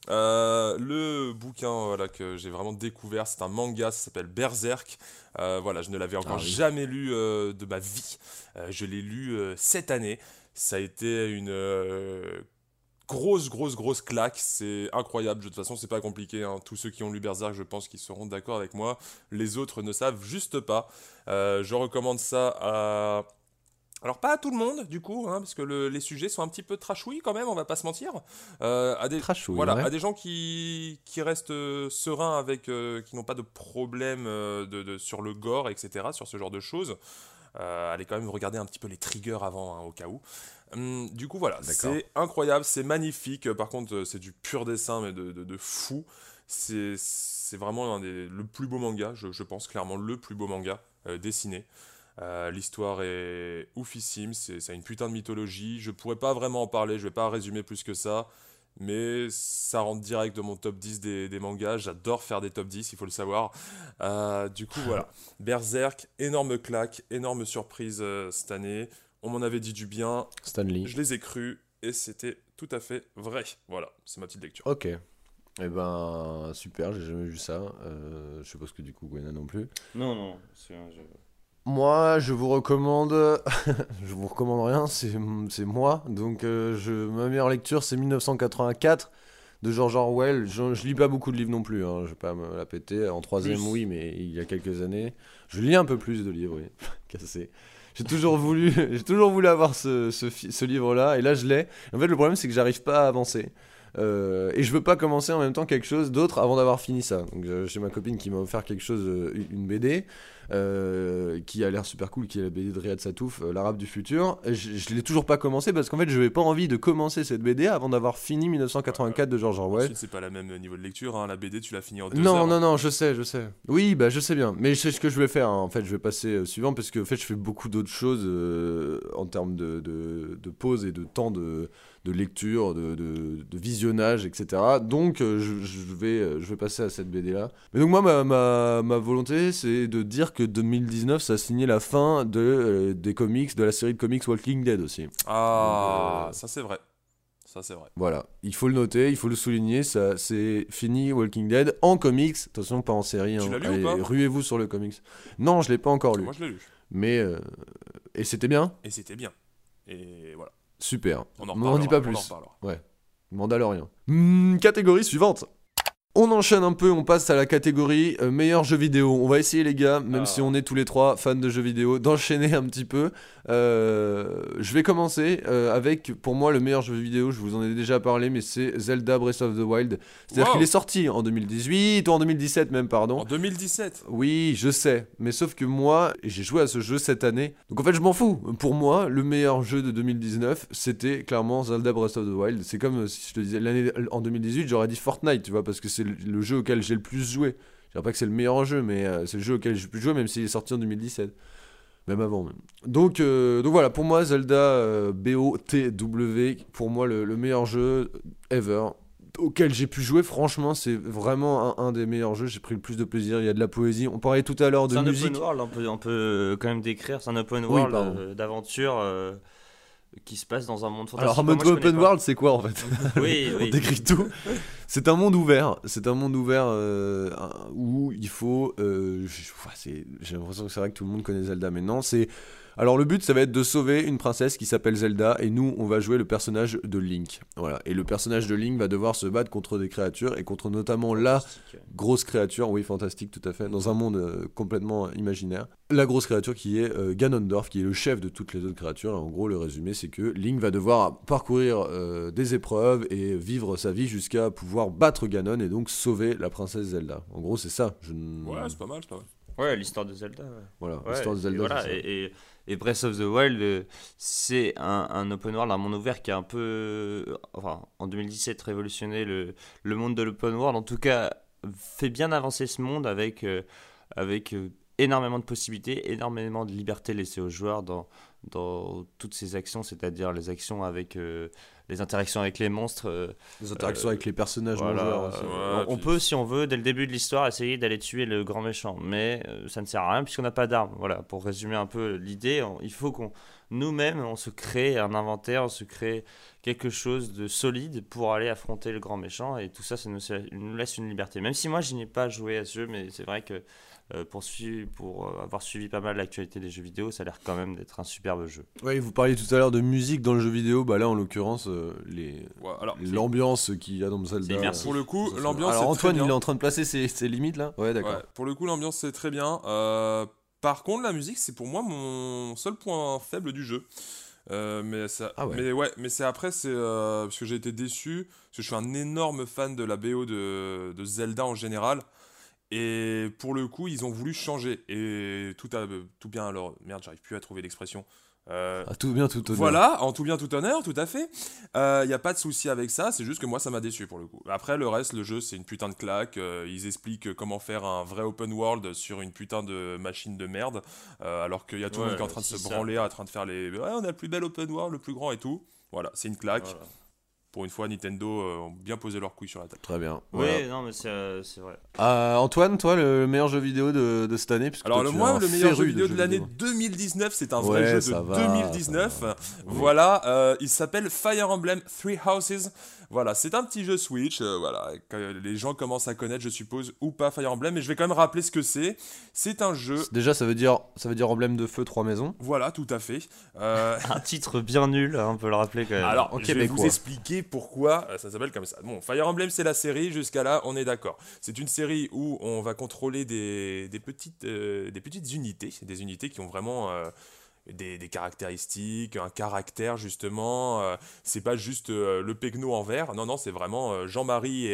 Le bouquin voilà, que j'ai vraiment découvert, c'est un manga. Ça s'appelle Berserk. Voilà, je ne l'avais encore jamais lu de ma vie. Je l'ai lu cette année. Ça a été une grosse claque, c'est incroyable. De toute façon, c'est pas compliqué, hein. Tous ceux qui ont lu Berserk, je pense qu'ils seront d'accord avec moi. Les autres ne savent juste pas. Je recommande ça à... Alors pas à tout le monde, du coup, hein, parce que les sujets sont un petit peu trashouilles quand même, on va pas se mentir. À des... Trashouille, Voilà, ouais. à des gens qui restent sereins avec, qui n'ont pas de problème sur le gore, etc., sur ce genre de choses. Allez quand même regarder un petit peu les triggers avant, hein, au cas où. Du coup, voilà, c'est incroyable, c'est magnifique. Par contre, c'est du pur dessin, mais de fou. C'est vraiment le plus beau manga, je pense, clairement le plus beau manga dessiné. L'histoire est oufissime, ça a une putain de mythologie. Je pourrais pas vraiment en parler, je vais pas résumer plus que ça. Mais ça rentre direct dans mon top 10 des mangas. J'adore faire des top 10, il faut le savoir. Du coup, voilà. Berserk, énorme claque, énorme surprise cette année. On m'en avait dit du bien, Stanley. je les ai crus et c'était tout à fait vrai. Voilà, c'est ma petite lecture. Ok. Eh ben, super, j'ai jamais vu ça. Je suppose que du coup, Gwena non plus. Non, c'est un jeu. Moi, je vous recommande. Je vous recommande rien, c'est moi. Donc, ma meilleure lecture, c'est 1984 de George Orwell. Je lis pas beaucoup de livres non plus, hein, je vais pas me la péter. En troisième, Plus. oui, mais il y a quelques années. Je lis un peu plus de livres, oui. Cassé. J'ai toujours voulu avoir ce livre-là, et là, je l'ai. En fait, le problème, c'est que j'arrive pas à avancer. Et je veux pas commencer en même temps quelque chose d'autre avant d'avoir fini ça. Donc j'ai ma copine qui m'a offert quelque chose, une BD qui a l'air super cool, qui est la BD de Riyad Satouf, l'Arabe du futur. Et je l'ai toujours pas commencé parce qu'en fait je n'avais pas envie de commencer cette BD avant d'avoir fini 1984 de George Orwell. Ensuite, c'est pas le même niveau de lecture, hein. La BD, tu l'as fini en 2 Non, heures. non, je sais. Oui, bah je sais bien. Mais c'est ce que je vais faire, hein. En fait, je vais passer au suivant parce que en fait, je fais beaucoup d'autres choses en termes de pause et de temps de lecture, de visionnage, etc. Donc, je vais passer à cette BD-là. Mais donc, moi, ma volonté, c'est de dire que 2019, ça a signé la fin des comics, de la série de comics Walking Dead aussi. Ah, Donc, ça c'est vrai. Ça c'est vrai. Voilà, il faut le noter, il faut le souligner, ça, c'est fini Walking Dead en comics, attention pas en série. Tu Hein. l'as lu Allez, ou pas ruez-vous sur le comics. Non, je l'ai pas encore lu, Moi je l'ai lu. mais et c'était bien, Et c'était bien. Et voilà. super. On en M'en reparlera. dis pas On en plus. reparlera. Ouais, Mandalorian. Catégorie suivante. On enchaîne un peu, on passe à la catégorie meilleur jeu vidéo. On va essayer les gars, même si on est tous les trois fans de jeux vidéo, d'enchaîner un petit peu. Je vais commencer avec, pour moi, le meilleur jeu vidéo, je vous en ai déjà parlé, mais c'est Zelda Breath of the Wild. C'est-à-dire Wow. qu'il est sorti en 2018, ou en 2017 même, pardon. En 2017. Oui, je sais, mais sauf que moi, j'ai joué à ce jeu cette année. Donc en fait, je m'en fous. Pour moi, le meilleur jeu de 2019, c'était clairement Zelda Breath of the Wild. C'est comme si je te disais, l'année en 2018, j'aurais dit Fortnite, tu vois, parce que c'est le jeu auquel j'ai le plus joué. Je dirais pas que c'est le meilleur jeu, mais c'est le jeu auquel j'ai le plus joué, même s'il est sorti en 2017. Même avant, même. Donc voilà, pour moi, Zelda BOTW, pour moi, le meilleur jeu ever auquel j'ai pu jouer, franchement, c'est vraiment un des meilleurs jeux. J'ai pris le plus de plaisir. Il y a de la poésie. On parlait tout à l'heure de C'est un musique. open world, on peut quand même décrire. C'est un open Oui, world pardon. d'aventure qui se passe dans un monde fantastique. Alors, en Moi, mode je connais open pas. world, c'est quoi en fait? Oui, On oui. décrit tout. C'est un monde ouvert. C'est un monde ouvert où il faut. J'ai l'impression que c'est vrai que tout le monde connaît Zelda, mais non. Alors le but, ça va être de sauver une princesse qui s'appelle Zelda, et nous, on va jouer le personnage de Link. Voilà. Et le personnage de Link va devoir se battre contre des créatures et contre notamment la grosse créature, oui, fantastique, tout à fait, dans un monde complètement imaginaire. La grosse créature qui est Ganondorf, qui est le chef de toutes les autres créatures. Et en gros, le résumé, c'est que Link va devoir parcourir des épreuves et vivre sa vie jusqu'à pouvoir battre Ganon et donc sauver la princesse Zelda. En gros, c'est ça. Ouais, c'est pas mal, c'est pas mal. Ouais, l'histoire de Zelda. Ouais. Voilà, Ouais, l'histoire de Zelda. et voilà, c'est ça. et Breath of the Wild, c'est un open world, un monde ouvert qui a un peu, enfin, en 2017 révolutionné le monde de l'open world. En tout cas, fait bien avancer ce monde avec énormément de possibilités, énormément de liberté laissée aux joueurs dans toutes ces actions, c'est-à-dire les actions avec les interactions avec les monstres. Les interactions avec les personnages Voilà, non-joueurs aussi. puis- on peut, si on veut, dès le début de l'histoire, essayer d'aller tuer le grand méchant, mais ça ne sert à rien puisqu'on n'a pas d'armes. Voilà, pour résumer un peu l'idée, il faut qu'on nous-mêmes, on se crée un inventaire, on se crée quelque chose de solide pour aller affronter le grand méchant, et tout ça, ça nous laisse une liberté. Même si moi, je n'ai pas joué à ce jeu, mais c'est vrai que pour avoir suivi pas mal l'actualité des jeux vidéo, ça a l'air quand même d'être un superbe jeu. Ouais, vous parliez tout à l'heure de musique dans le jeu vidéo. Bah là, en l'occurrence, Ouais, alors, l'ambiance qu'il y a dans Zelda. C'est immersif. pour le coup, ça, l'ambiance Alors est très Antoine, bien. il est en train de placer ses limites là. Ouais, d'accord. Ouais, pour le coup, l'ambiance c'est très bien. Par contre, la musique, c'est pour moi mon seul point faible du jeu. Mais ça, Ah ouais. mais c'est après, c'est parce que j'ai été déçu, parce que je suis un énorme fan de la BO de Zelda en général. Et pour le coup, ils ont voulu changer. Et tout bien alors, merde, j'arrive plus à trouver l'expression. Tout bien, tout honneur. Voilà, en tout bien, tout honneur, tout à fait. Il n'y a pas de souci avec ça, c'est juste que moi ça m'a déçu pour le coup. Après, le reste, le jeu, c'est une putain de claque. Ils expliquent comment faire un vrai open world sur une putain de machine de merde. Alors qu'il y a tout le monde qui est en train de se branler, en train de faire les. Ouais, on a le plus bel open world, le plus grand et tout. Voilà, c'est une claque. Voilà. Pour une fois, Nintendo ont bien posé leurs couilles sur la table. Très bien. Oui, Voilà. non, mais c'est vrai. Antoine, toi, le meilleur jeu vidéo de cette année puisque Alors toi, tu es moi, un le meilleur jeu féru vidéo de jeux l'année vidéo. 2019, c'est un Ouais, vrai jeu ça de va, 2019. ça va. Voilà, il s'appelle Fire Emblem Three Houses. Voilà, c'est un petit jeu Switch, voilà, que les gens commencent à connaître, je suppose, ou pas Fire Emblem, mais je vais quand même rappeler ce que c'est. C'est un jeu, Déjà, ça veut dire emblème de feu, 3 maisons. voilà, tout à fait. Un titre bien nul, hein, on peut le rappeler quand même. Alors, en je vais québécois. vous expliquer pourquoi ça s'appelle comme ça. Bon, Fire Emblem, c'est la série, jusqu'à là, on est d'accord. C'est une série où on va contrôler des petites unités, des unités qui ont vraiment des caractéristiques, un caractère, justement. C'est pas juste le pegno en vert, non, non, c'est vraiment Jean-Marie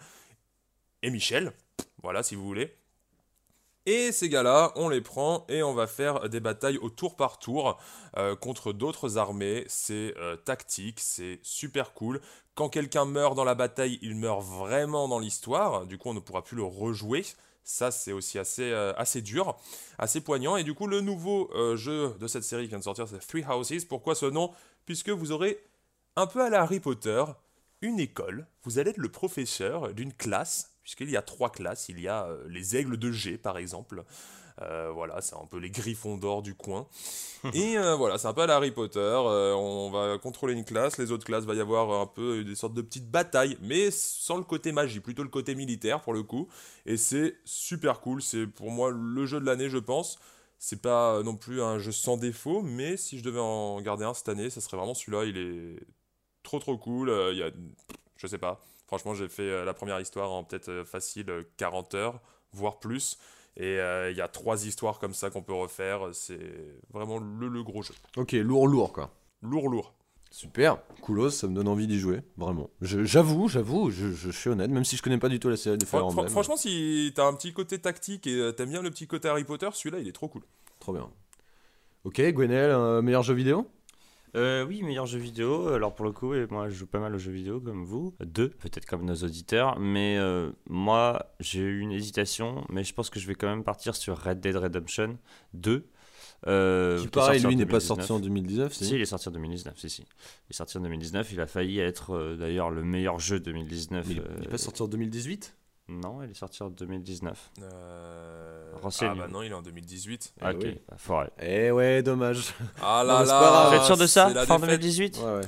et Michel, voilà, si vous voulez. Et ces gars-là, on les prend et on va faire des batailles au tour par tour contre d'autres armées. C'est tactique, c'est super cool. Quand quelqu'un meurt dans la bataille, il meurt vraiment dans l'histoire. Du coup, on ne pourra plus le rejouer. Ça, c'est aussi assez dur, assez poignant. Et du coup, le nouveau jeu de cette série qui vient de sortir, c'est Three Houses. Pourquoi ce nom ? Puisque vous aurez, un peu à la Harry Potter, une école. Vous allez être le professeur d'une classe, puisqu'il y a 3 classes. Il y a les aigles de G, par exemple. Voilà, c'est un peu les griffons d'or du coin. Et voilà, c'est un peu à la Harry Potter. On va contrôler une classe. Les autres classes, va y avoir un peu des sortes de petites batailles, mais sans le côté magie, plutôt le côté militaire pour le coup. Et c'est super cool. C'est pour moi le jeu de l'année, je pense. C'est pas non plus un jeu sans défaut, mais si je devais en garder un cette année, ça serait vraiment celui-là. Il est trop cool. Il y a, je sais pas. Franchement, j'ai fait la première histoire en peut-être facile 40 heures, voire plus. Et il y a 3 histoires comme ça qu'on peut refaire. C'est vraiment le gros jeu. Ok, lourd quoi. Lourd. Super, coolos, ça me donne envie d'y jouer, vraiment. J'avoue, je suis honnête, même si je connais pas du tout la série de Fire Emblem. Franchement, si t'as un petit côté tactique et t'aimes bien le petit côté Harry Potter, celui-là, il est trop cool. Trop bien. Ok, Gwenel, meilleur jeu vidéo ? Oui, meilleur jeu vidéo. Alors pour le coup, et moi je joue pas mal aux jeux vidéo comme vous. 2, peut-être comme nos auditeurs. Mais moi, j'ai eu une hésitation. Mais je pense que je vais quand même partir sur Red Dead Redemption 2. Qui pareil, lui, n'est pas sorti en 2019, Si, il est sorti en 2019, si. Il est sorti en 2019. Il a failli être d'ailleurs le meilleur jeu 2019. Mais il n'est pas sorti en 2018 ? Non, il est sorti en 2019. Ah Renseigne-vous. bah non, il est en 2018. Ah, ok, oui. bah, forêt. Eh ouais, dommage. Ah Non, là mais c'est pas grave. Vous êtes sûr de ça c'est la Fin défaite. 2018 Ouais.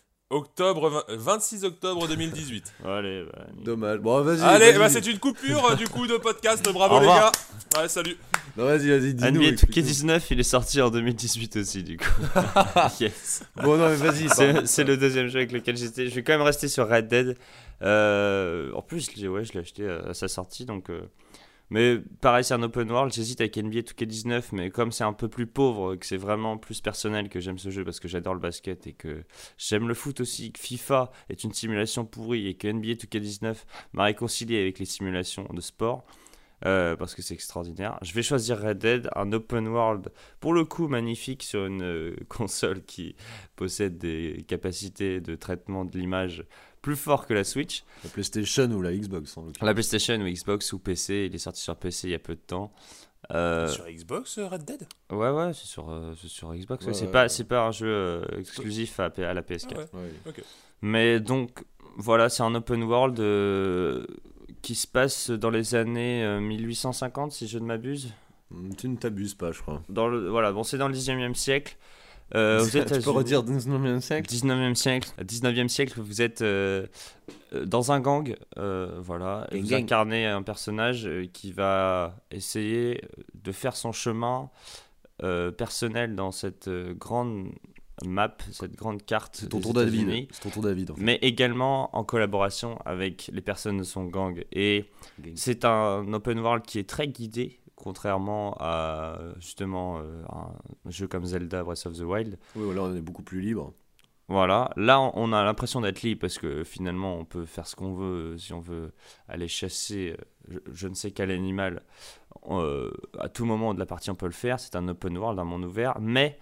26 octobre 2018. Allez, bah, Dommage. Bon, vas-y. Allez, vas-y. bah c'est une coupure du coup de podcast. Bravo Au les revoir. gars. Ouais, salut. Non, vas-y, dis-nous. NBA explique-nous. 2K19, il est sorti en 2018 aussi, du coup. Yes. Bon, non, mais vas-y. C'est le deuxième jeu avec lequel j'étais. Je vais quand même rester sur Red Dead. En plus, je l'ai acheté à sa sortie, donc. Mais pareil, c'est un open world. J'hésite avec NBA 2K19, mais comme c'est un peu plus pauvre, que c'est vraiment plus personnel que j'aime ce jeu parce que j'adore le basket et que j'aime le foot aussi, que FIFA est une simulation pourrie et que NBA 2K19 m'a réconcilié avec les simulations de sport. Parce que c'est extraordinaire. Je vais choisir Red Dead, un open world pour le coup magnifique sur une console qui possède des capacités de traitement de l'image plus fort que la Switch. La PlayStation ou la Xbox, en l'occurrence. La PlayStation ou Xbox ou PC, il est sorti sur PC il y a peu de temps. Sur Xbox, Red Dead. Ouais, c'est sur Xbox. Ouais, c'est pas un jeu exclusif à la PS4. Ah ouais. Ouais. Ok. Mais donc, voilà, c'est un open world qui se passe dans les années 1850, si je ne m'abuse. Tu ne t'abuses pas, je crois. Voilà, bon, c'est dans le 19e siècle. Aux Tu États-Unis. peux redire 19e siècle 19e siècle, vous êtes dans un gang, voilà, et vous incarnez un personnage qui va essayer de faire son chemin personnel dans cette grande map, cette grande carte C'est ton des tour David. États-Unis, C'est ton tour David, en fait. mais également en collaboration avec les personnes de son gang. Et c'est un open world qui est très guidé, contrairement à justement un jeu comme Zelda Breath of the Wild. Oui, là, on est beaucoup plus libre. Voilà, là on a l'impression d'être libre parce que finalement on peut faire ce qu'on veut. Si on veut aller chasser je ne sais quel animal, à tout moment de la partie on peut le faire. C'est un open world, un monde ouvert, mais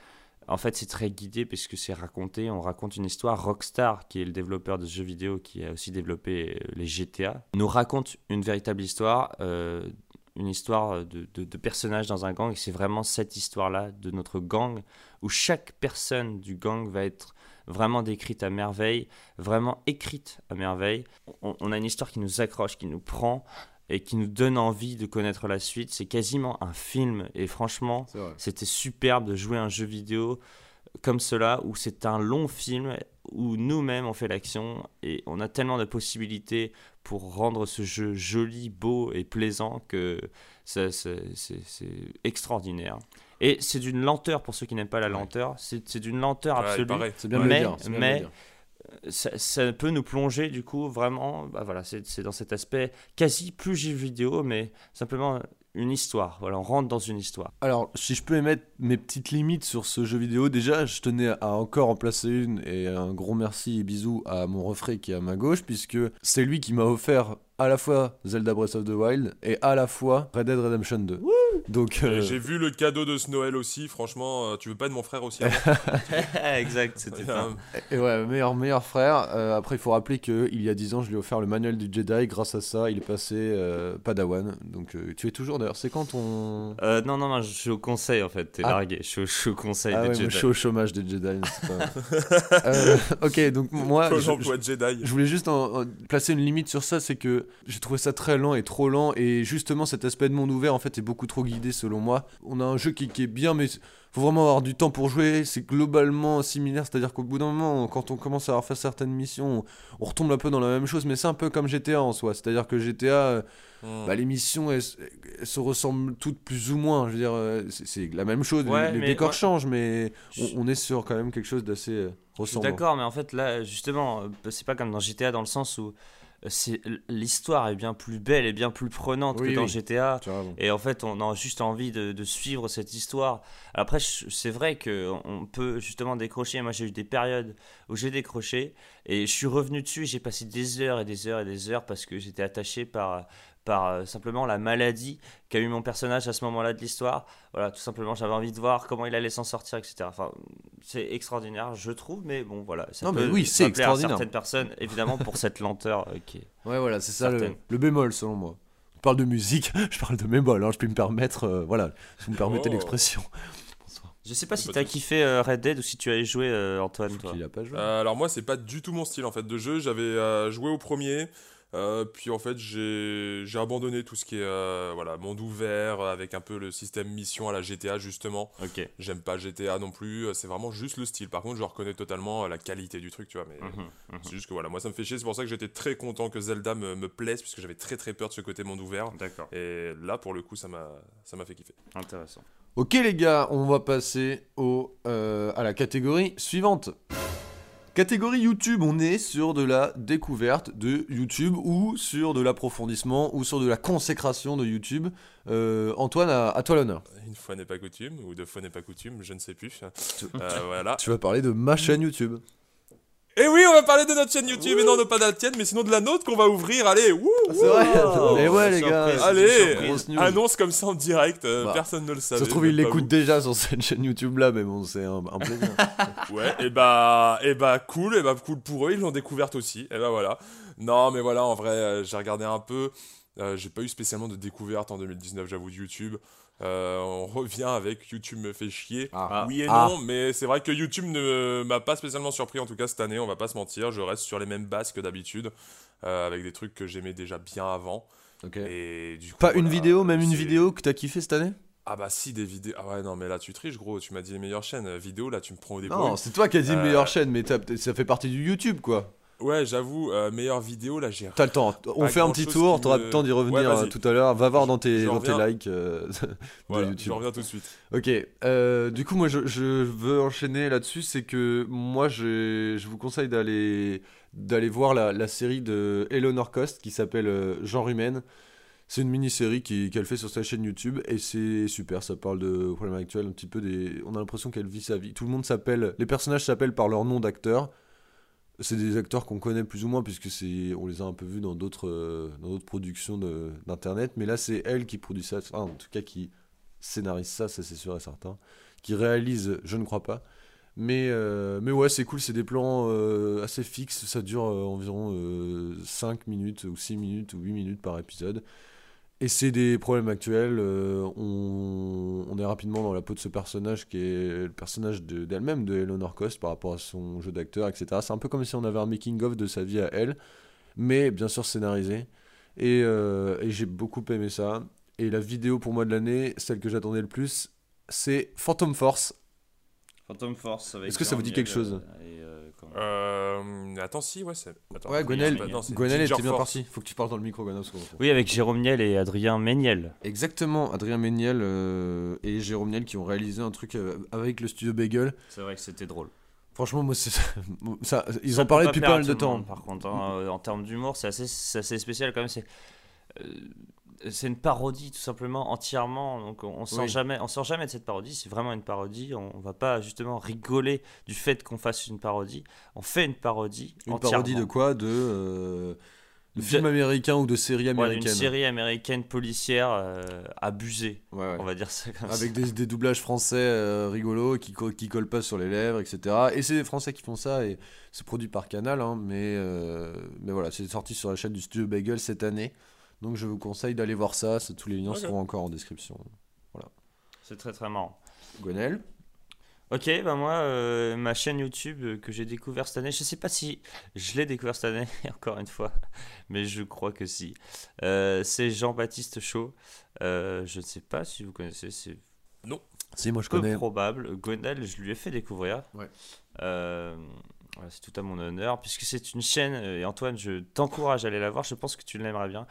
En fait, c'est très guidé parce que on raconte une histoire. Rockstar, qui est le développeur de ce jeu vidéo, qui a aussi développé les GTA, nous raconte une véritable histoire, une histoire de personnages dans un gang. Et c'est vraiment cette histoire-là de notre gang, où chaque personne du gang va être vraiment décrite à merveille, vraiment écrite à merveille. On a une histoire qui nous accroche, qui nous prend et qui nous donne envie de connaître la suite. C'est quasiment un film, et franchement, c'était superbe de jouer un jeu vidéo comme cela, où c'est un long film, où nous-mêmes on fait l'action, et on a tellement de possibilités pour rendre ce jeu joli, beau et plaisant, que c'est extraordinaire. Et c'est d'une lenteur, pour ceux qui n'aiment pas la lenteur, c'est d'une lenteur absolue, C'est bien de le dire. mais ça peut nous plonger du coup vraiment, voilà, c'est dans cet aspect quasi plus jeu vidéo, mais simplement une histoire. Voilà, on rentre dans une histoire. Alors, si je peux émettre mes petites limites sur ce jeu vidéo, déjà, je tenais à encore en placer une, et un gros merci et bisous à mon refrain qui est à ma gauche, puisque c'est lui qui m'a offert à la fois Zelda Breath of the Wild et à la fois Red Dead Redemption 2. Donc, Et j'ai vu le cadeau de ce Noël aussi, franchement, tu veux pas être mon frère aussi avant? Exact, c'était ça. Et ouais, meilleur frère. Après, il faut rappeler qu'il y a 10 ans, je lui ai offert le manuel du Jedi. Grâce à ça, il est passé Padawan. Donc, tu es toujours d'ailleurs. C'est quand ton. Non, je suis au conseil en fait. T'es largué. Je suis au conseil Ah des ouais, Jedi. moi, je suis au chômage des Jedi. C'est pas... ok, donc moi. Pôle emploi de Jedi. Je voulais juste placer une limite sur ça. C'est que j'ai trouvé ça très lent et trop lent. Et justement, cet aspect de monde ouvert, en fait, est beaucoup trop guidé selon moi. On a un jeu qui est bien, mais faut vraiment avoir du temps pour jouer. C'est globalement similaire, c'est-à-dire qu'au bout d'un moment, quand on commence à avoir fait certaines missions, on retombe un peu dans la même chose, mais c'est un peu comme GTA en soi. C'est-à-dire que GTA, les missions, elles se ressemblent toutes plus ou moins. Je veux dire, c'est la même chose, Ouais, les décors changent, mais on est sur quand même quelque chose d'assez Je suis ressemblant. d'accord, mais en fait là, justement, c'est pas comme dans GTA dans le sens où l'histoire est bien plus belle et bien plus prenante que dans GTA. Et en fait, on a juste envie de suivre cette histoire. Après, c'est vrai qu'on peut justement décrocher. Moi, j'ai eu des périodes où j'ai décroché et je suis revenu dessus et j'ai passé des heures et des heures et des heures parce que j'étais attaché par simplement la maladie qu'a eu mon personnage à ce moment-là de l'histoire. Voilà, tout simplement, j'avais envie de voir comment il allait s'en sortir, etc. Enfin, c'est extraordinaire, je trouve, mais bon, voilà. Ça peut c'est plaire à extraordinaire. certaines personnes, évidemment, pour cette lenteur qui est... Ouais, voilà, c'est ça certaine. le bémol, selon moi. Je parle de musique, je parle de bémol, hein, je peux me permettre, voilà, si vous me permettez l'expression. Je sais pas si Pas de t'as soucis. kiffé Red Dead ou si tu as joué, Antoine, toi. Il a pas joué. Alors moi, c'est pas du tout mon style en fait de jeu. J'avais joué au premier, puis en fait j'ai abandonné tout ce qui est voilà, monde ouvert avec un peu le système mission à la GTA justement. Ok. J'aime pas GTA non plus, c'est vraiment juste le style. Par contre, je reconnais totalement la qualité du truc, tu vois. Mais c'est juste que voilà, moi ça me fait chier. C'est pour ça que j'étais très content que Zelda me plaise, puisque j'avais très très peur de ce côté monde ouvert. D'accord. Et là, pour le coup, ça m'a fait kiffer. Intéressant. Ok les gars, on va passer à la catégorie suivante. Catégorie YouTube, on est sur de la découverte de YouTube ou sur de l'approfondissement ou sur de la consécration de YouTube. Antoine, à toi l'honneur. Une fois n'est pas coutume, ou deux fois n'est pas coutume, je ne sais plus. Voilà. Tu vas parler de ma chaîne YouTube. Et oui, on va parler de notre chaîne YouTube, et non, pas de la tienne, mais sinon de la nôtre qu'on va ouvrir. Allez, wouh, C'est vrai. Wow. Mais ouais les Surprise. gars. Allez, grosse news. annonce comme ça en direct, Bah, personne ne le savait. Ça se trouve, il même pas l'écoute vous. déjà sur cette chaîne YouTube là, mais bon, c'est un plaisir. Ouais, et cool pour eux, ils l'ont découverte aussi, et bah voilà. Non, mais voilà, en vrai, j'ai regardé un peu, j'ai pas eu spécialement de découverte en 2019, j'avoue, de YouTube. On revient avec YouTube me fait chier. Oui et non, mais c'est vrai que YouTube ne m'a pas spécialement surpris, en tout cas cette année, on va pas se mentir. Je reste sur les mêmes bases que d'habitude, avec des trucs que j'aimais déjà bien avant. Ok. Et du coup, Pas une voilà, vidéo, même une c'est- vidéo que t'as kiffé cette année? Ah bah si, des vidéos. Ah ouais, non, mais là tu triches, gros. Tu m'as dit les meilleures chaînes. Vidéo, là tu me prends au dépourvu. Non, c'est toi qui as dit Euh, meilleure chaîne, mais ça fait partie du YouTube quoi. Ouais, j'avoue, meilleure vidéo, là j'ai. T'as le temps. On Pas fait un petit grand-chose tour, qui t'auras me- le temps d'y Ouais, revenir vas-y. tout à l'heure. Va voir dans tes Je reviens. likes de Voilà, YouTube. j'en reviens tout de suite. Ok, du coup moi je veux enchaîner là-dessus, c'est que moi je vous conseille d'aller voir la série de Eleanor Cost qui s'appelle Genre Humaine. C'est une mini-série qu'elle fait sur sa chaîne YouTube et c'est super, ça parle de problèmes actuels, un petit peu on a l'impression qu'elle vit sa vie. Tout le monde s'appelle, les personnages s'appellent par leur nom d'acteur. C'est des acteurs qu'on connaît plus ou moins puisque on les a un peu vus dans d'autres productions d'internet, mais là c'est elle qui produit ça, enfin, en tout cas qui scénarise ça, ça c'est sûr et certain, qui réalise, je ne crois pas. Mais ouais, c'est cool, c'est des plans assez fixes, ça dure environ 5 minutes ou 6 minutes ou 8 minutes par épisode. Et c'est des problèmes actuels, on est rapidement dans la peau de ce personnage qui est le personnage d'elle-même, de Eleanor Cost par rapport à son jeu d'acteur, etc. C'est un peu comme si on avait un making-of de sa vie à elle, mais bien sûr scénarisé. Et j'ai beaucoup aimé ça. Et la vidéo pour moi de l'année, celle que j'attendais le plus, c'est Phantom Force. Phantom Force avec Est-ce que ça vous dit quelque chose Attends, si, ouais, c'est. Attends, Ouais, Gwenel, non, c'est Gwenel Ginger était bien Force. parti. Faut que tu parles dans le micro, Gwenel. Oui, avec Jérôme Niel et Adrien Méniel. Exactement, Adrien Méniel et Jérôme Niel qui ont réalisé un truc avec le studio Bagel. C'est vrai que c'était drôle. Franchement, moi, ça, ils en parlaient depuis pas mal de temps. Par contre, hein, en termes d'humour, c'est assez spécial quand même. C'est une parodie tout simplement entièrement, donc on sort jamais de cette parodie. C'est vraiment une parodie. On va pas justement rigoler du fait qu'on fasse une parodie. On fait une parodie. Une parodie de quoi? De films américains ou de séries américaines? Une série américaine policière abusée. Ouais. On va dire ça comme ça. Avec des doublages français rigolos qui collent pas sur les lèvres, etc. Et c'est des Français qui font ça et c'est produit par Canal, hein, mais voilà, c'est sorti sur la chaîne du studio Bagel cette année. Donc je vous conseille d'aller voir ça, tous les liens seront encore en description. Voilà. C'est très très marrant. Gwenel? Ok, bah moi, ma chaîne YouTube que j'ai découvert cette année, je sais pas si je l'ai découvert cette année, encore une fois, mais je crois que si. C'est Jean-Baptiste Chaud. Je ne sais pas si vous connaissez, c'est Non. Si, moi je peu connais. probable. Gwenel, je lui ai fait découvrir. Ouais. Voilà, c'est tout à mon honneur, puisque c'est une chaîne, et Antoine, je t'encourage à aller la voir, je pense que tu l'aimerais bien.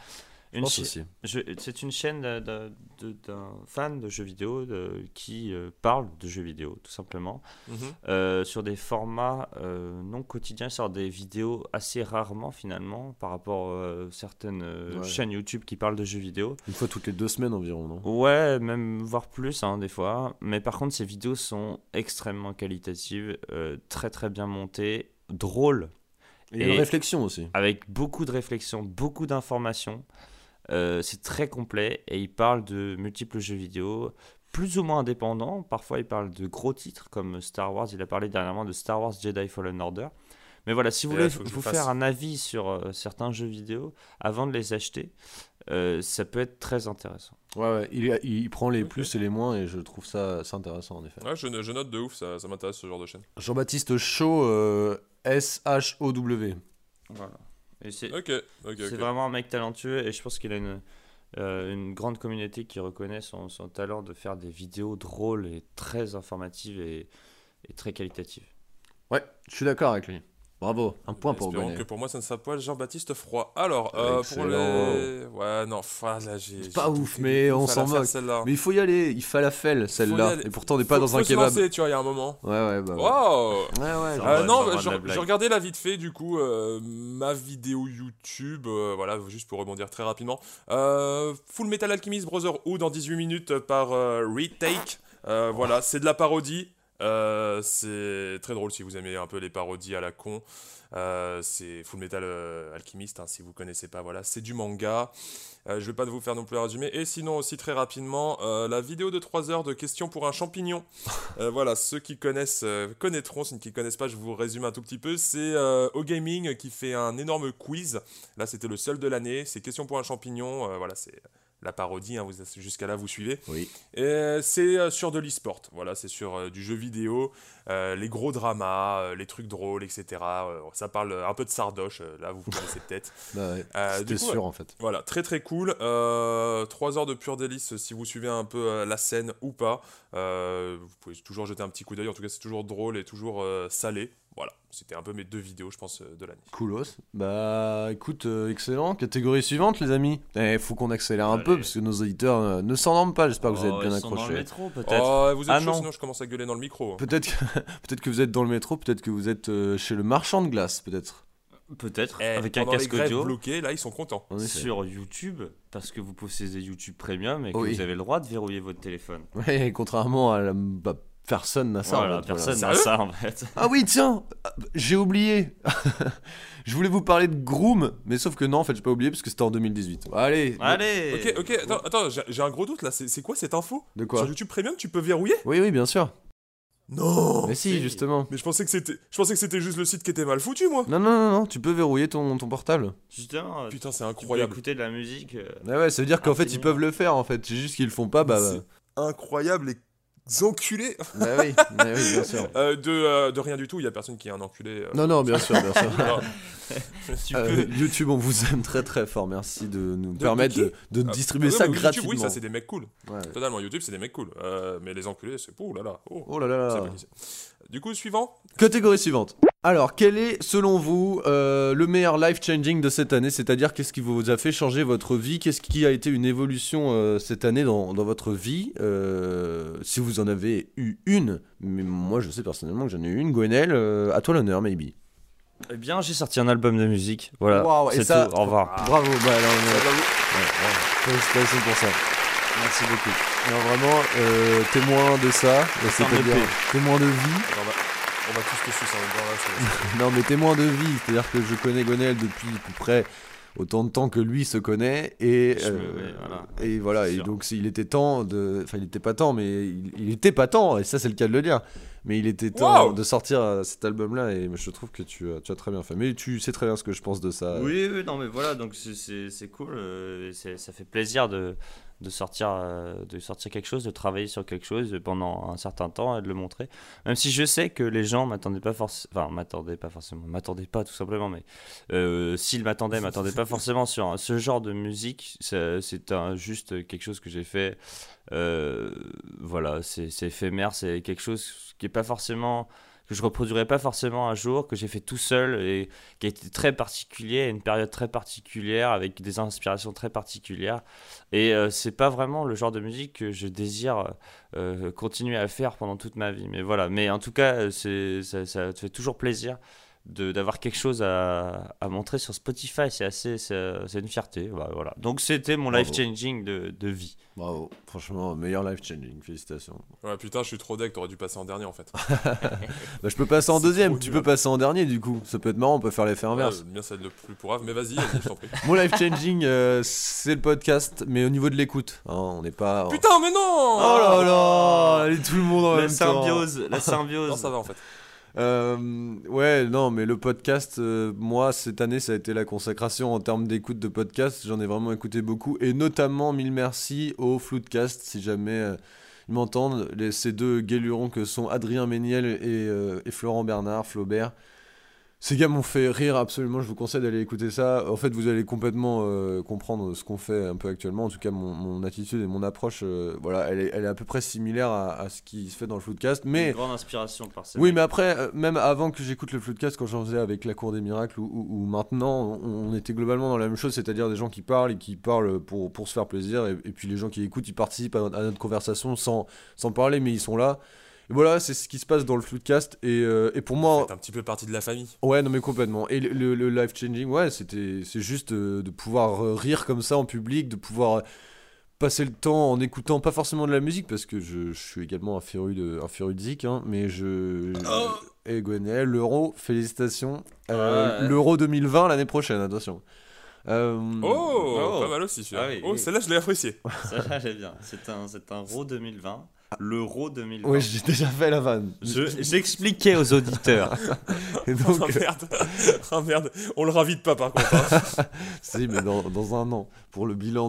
C'est une chaîne d'un fan de jeux vidéo qui parle de jeux vidéo, tout simplement, sur des formats non quotidiens, sur des vidéos assez rarement finalement, par rapport à certaines chaînes YouTube qui parlent de jeux vidéo. Une fois toutes les 2 semaines environ, non? Ouais, même voire plus hein, des fois. Mais par contre, ces vidéos sont extrêmement qualitatives, très très bien montées, drôles. Et une réflexion aussi. Avec beaucoup de réflexion, beaucoup d'informations. C'est très complet et il parle de multiples jeux vidéo, plus ou moins indépendants. Parfois, il parle de gros titres comme Star Wars. Il a parlé dernièrement de Star Wars Jedi Fallen Order. Mais voilà, si vous voulez vous faire un avis sur certains jeux vidéo avant de les acheter, ça peut être très intéressant. Ouais, il prend les plus et les moins et je trouve ça assez intéressant en effet. Ouais, je note de ouf, ça m'intéresse ce genre de chaîne. Jean-Baptiste Chaud, S-H-O-W. Voilà. Et c'est vraiment un mec talentueux et je pense qu'il a une grande communauté qui reconnaît son talent de faire des vidéos drôles et très informatives et très qualitatives. Ouais, je suis d'accord avec lui. Bravo, un point pour Espérons Gwenel. que pour moi ça ne s'appelle Jean-Baptiste Froid. Alors, pour les... Ouais, non, là j'ai... C'est pas ouf, mais on s'en moque. Mais il faut y aller, il falafel celle-là. Et pourtant on n'est pas dans un kebab. Faut se lancer, tu vois, il y a un moment. Ouais. Wow. Ouais. Non, j'ai regardé là vite fait, du coup, ma vidéo YouTube, voilà, juste pour rebondir très rapidement. Full Metal Alchemist Brotherhood en 18 minutes par Retake. Voilà, c'est de la parodie. C'est très drôle si vous aimez un peu les parodies à la con. C'est Full Metal Alchemist, hein, si vous connaissez pas, voilà, c'est du manga. Je vais pas vous faire non plus un résumé. Et sinon aussi très rapidement, la vidéo de 3 heures de questions pour un champignon. Voilà, ceux qui connaissent connaîtront, ceux qui ne connaissent pas, je vous résume un tout petit peu. C'est OGaming qui fait un énorme quiz. Là, c'était le seul de l'année. C'est questions pour un champignon. Voilà, c'est la parodie, hein, jusqu'à là vous suivez. Oui. Et c'est sur de l'e-sport, voilà, c'est sur du jeu vidéo, les gros dramas, les trucs drôles, etc. Ça parle un peu de Sardoche, là vous connaissez peut-être. Bah ouais, c'était sûr en fait. Voilà, très très cool. 3 heures de pur délice si vous suivez un peu la scène ou pas. Vous pouvez toujours jeter un petit coup d'œil, en tout cas c'est toujours drôle et toujours salé. Voilà, c'était un peu mes 2 vidéos, je pense, de l'année. Coolos. Bah, écoute, excellent. Catégorie suivante, les amis. Faut qu'on accélère un peu parce que nos auditeurs ne s'endorment pas. J'espère que vous êtes bien ils sont accrochés. dans le métro, peut-être. Vous êtes chaud, sinon je commence à gueuler dans le micro. Peut-être que vous êtes dans le métro, peut-être que vous êtes chez le marchand de glace, peut-être. Peut-être, avec un pendant casque les grèves audio. bloqués, là, ils sont contents. Sur YouTube, parce que vous possédez YouTube Premium et que Oui. vous avez le droit de verrouiller votre téléphone. Ouais, contrairement à la... personne n'a ça. Voilà, en fait, personne voilà. n'a ça en fait. Ah oui, tiens, j'ai oublié. Je voulais vous parler de Groom, mais sauf que non, en fait, j'ai pas oublié parce que c'était en 2018. Allez. Allez. Ok, attends, j'ai un gros doute là. C'est quoi cette info? De quoi? Sur YouTube Premium, tu peux verrouiller? Oui, bien sûr. Non. Mais si, justement. Mais je pensais que c'était juste le site qui était mal foutu, moi. Non, tu peux verrouiller ton portable. Justement, Putain, c'est tu peux incroyable. écouter de la musique. Ah ouais, ça veut dire qu'en fait, ils Infiniment. peuvent le faire, en fait. C'est juste qu'ils le font pas, bah... C'est incroyable, les enculés. Bah oui, bien sûr. De rien du tout, il y a personne qui est un enculé. Non, bien sûr. Alors, tu peux- YouTube, on vous aime très très fort. Merci de nous De permettre qui de Ah, distribuer ouais, ça mais YouTube, gratuitement. oui, ça c'est des mecs cool. Ouais. Totalement, YouTube c'est des mecs cool. Mais les enculés, c'est oh là là. Oh là là C'est là. pas qui c'est. Du coup, suivant. Catégorie suivante. Alors, quel est, selon vous, le meilleur life-changing de cette année? C'est-à-dire, qu'est-ce qui vous a fait changer votre vie? Qu'est-ce qui a été une évolution cette année dans votre vie? Si vous en avez eu une, mais moi je sais personnellement que j'en ai eu une. Gwenel, à toi l'honneur, maybe. Eh bien, j'ai sorti un album de musique. Voilà, Waouh, et c'est ça- tout. Au revoir. Bravo, bah alors, félicitations pour ça. Merci beaucoup. Non, vraiment, témoin de ça, c'est-à-dire EP. témoin de vie. On va tous te sucer en même temps là. Non, mais témoin de vie, c'est-à-dire que je connais Gwenel depuis à peu près autant de temps que lui se connaît, et Voilà. et voilà, et Sûr. donc il était temps de, enfin il était pas temps, mais il était pas temps, et ça c'est le cas de le dire, mais il était temps Wow. de sortir cet album-là, et je trouve que tu as très bien fait, mais tu sais très bien ce que je pense de ça. Oui, non, mais voilà, donc c'est cool. Ça fait plaisir de sortir quelque chose, de travailler sur quelque chose pendant un certain temps et de le montrer. Même si je sais que les gens m'attendaient pas tout simplement, mais s'ils m'attendaient pas forcément sur ce genre de musique. C'est juste quelque chose que j'ai fait. Voilà, c'est éphémère, c'est quelque chose qui est pas forcément, que je reproduirai pas forcément un jour, que j'ai fait tout seul et qui a été très particulier, à une période très particulière, avec des inspirations très particulières. Et c'est pas vraiment le genre de musique que je désire continuer à faire pendant toute ma vie. Mais voilà, mais en tout cas, ça te fait toujours plaisir d'avoir quelque chose à montrer sur Spotify. C'est une fierté. Voilà. Donc c'était mon Bravo. life-changing de vie. Bravo, franchement, meilleur life-changing, félicitations. Ouais, putain, je suis trop deck, t'aurais dû passer en dernier en fait. Bah, je peux passer en C'est deuxième, trop tu nul. peux passer en dernier du coup, ça peut être marrant, on peut faire l'effet inverse. Ouais, bien, ça va être le plus pourrave, mais vas-y, je t'en prie. Mon life-changing, c'est le podcast, mais au niveau de l'écoute, hein, on n'est pas... Putain, mais non. Oh là là, allez, tout le monde en La même temps. symbiose. Non, ça va en fait. Ouais, non, mais le podcast, moi, cette année, ça a été la consécration en termes d'écoute de podcast. J'en ai vraiment écouté beaucoup, et notamment, mille merci au Floodcast, si jamais ils m'entendent, ces deux guélurons que sont Adrien Méniel et Florent Bernard, Flaubert. Ces gars m'ont fait rire absolument, je vous conseille d'aller écouter ça. En fait, vous allez complètement comprendre ce qu'on fait un peu actuellement. En tout cas, mon attitude et mon approche, voilà, elle est à peu près similaire à ce qui se fait dans le Floodcast. Mais Une grande inspiration par ces oui, mecs. mais après, même avant que j'écoute le Floodcast, quand j'en faisais avec La Cour des Miracles ou maintenant, on était globalement dans la même chose, c'est-à-dire des gens qui parlent et qui parlent pour se faire plaisir, et puis les gens qui écoutent, ils participent à notre conversation sans parler, mais ils sont là. Et voilà, c'est ce qui se passe dans le Floodcast, et pour moi... Faites un petit peu partie de la famille. Ouais, non mais complètement. Et le life-changing, ouais, c'est juste de pouvoir rire comme ça en public, de pouvoir passer le temps en écoutant pas forcément de la musique, parce que je suis également un féru de zik, hein, mais et Gwenel, l'Euro, félicitations. Ouais. L'Euro 2020 l'année prochaine, attention. Oh, pas mal aussi celui-là. Ah oui, Oh, oui. celle-là, je l'ai apprécié. Ça, j'aime bien. C'est un Raw 2020. L'Euro 2020. Oui, j'ai déjà fait la vanne. J'expliquais aux auditeurs. Et donc, Oh merde. Oh merde. On le ravite pas par contre. Hein. si, mais dans un an, pour le bilan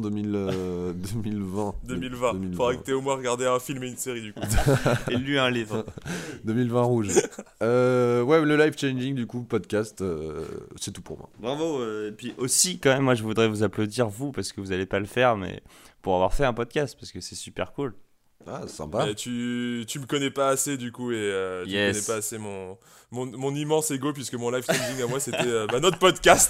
2020. 2020. Faudrait que t'aies au moins regardé un film et une série du coup. Et lu un livre. 2020 rouge. Ouais, le life changing du coup, podcast, c'est tout pour moi. Bravo. Et puis aussi, quand même, moi, je voudrais vous applaudir, vous, parce que vous n'allez pas le faire, mais pour avoir fait un podcast, parce que c'est super cool. Ah, sympa. Mais tu me connais pas assez du coup, et tu Yes. connais pas assez mon immense ego, puisque mon life changing à moi c'était notre podcast.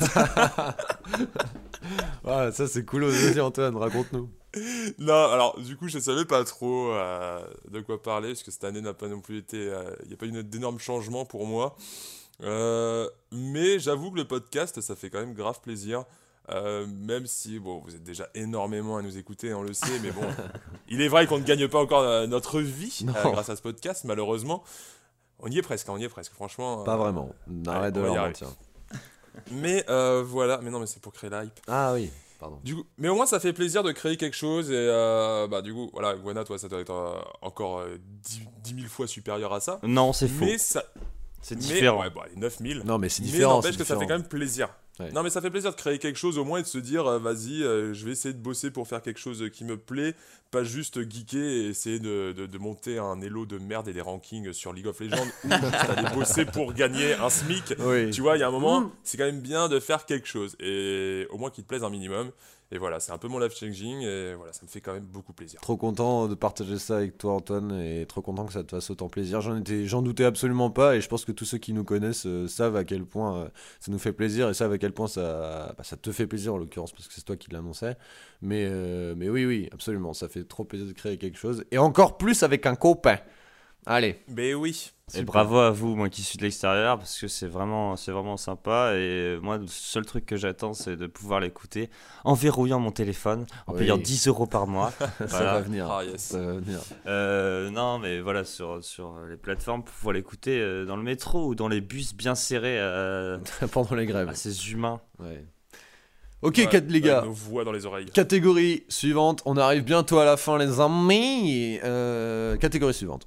Ah, ça c'est cool. Vas-y Antoine, raconte-nous. Non, alors du coup je savais pas trop de quoi parler, parce que cette année n'a pas non plus été, il n'y a pas eu d'énormes changements pour moi. Mais j'avoue que le podcast, ça fait quand même grave plaisir. Même si bon, vous êtes déjà énormément à nous écouter, on le sait, mais bon, il est vrai qu'on ne gagne pas encore notre vie Non. grâce à ce podcast, malheureusement. On y est presque, franchement. Pas vraiment. Arrête de on va y leur arriver. mentir. Mais voilà, mais non, mais c'est pour créer la hype. Ah oui. pardon. Du coup, mais au moins ça fait plaisir de créer quelque chose et bah du coup voilà Gwenna toi ça doit être encore 10 000 fois supérieur à ça. Non, c'est faux. Mais ça, C'est mais, différent. ouais, bah, les 9000. Non, mais c'est Mais différent. n'empêche c'est que ça fait différent. quand même plaisir. Ouais. Non mais ça fait plaisir de créer quelque chose au moins et de se dire vas-y je vais essayer de bosser pour faire quelque chose qui me plaît, pas juste geeker et essayer de monter un elo de merde et des rankings sur League of Legends ou juste aller bosser pour gagner un SMIC. Oui. Tu vois, il y a un moment, c'est quand même bien de faire quelque chose et au moins qu'il te plaise un minimum. Et voilà, c'est un peu mon life changing et voilà, ça me fait quand même beaucoup plaisir. Trop content de partager ça avec toi, Antoine, et trop content que ça te fasse autant plaisir. J'en doutais absolument pas, et je pense que tous ceux qui nous connaissent savent à quel point ça nous fait plaisir, et savent à quel point ça te fait plaisir en l'occurrence, parce que c'est toi qui l'annonçais. Mais oui, absolument, ça fait trop plaisir de créer quelque chose, et encore plus avec un copain. Allez. Mais oui. Et bravo à vous, moi qui suis de l'extérieur, parce que c'est vraiment sympa. Et moi, le seul truc que j'attends, c'est de pouvoir l'écouter en verrouillant mon téléphone, en Oui. payant 10 € par mois. Ça Voilà. va venir. Ah, yes. Ça va venir. Non, mais voilà, sur les plateformes, pour pouvoir l'écouter dans le métro ou dans les bus bien serrés Pendant les grèves. à ces humains. Ouais. Ok, Ouais, les gars. nos voix dans les oreilles. Catégorie suivante. On arrive bientôt à la fin, les amis. Catégorie suivante.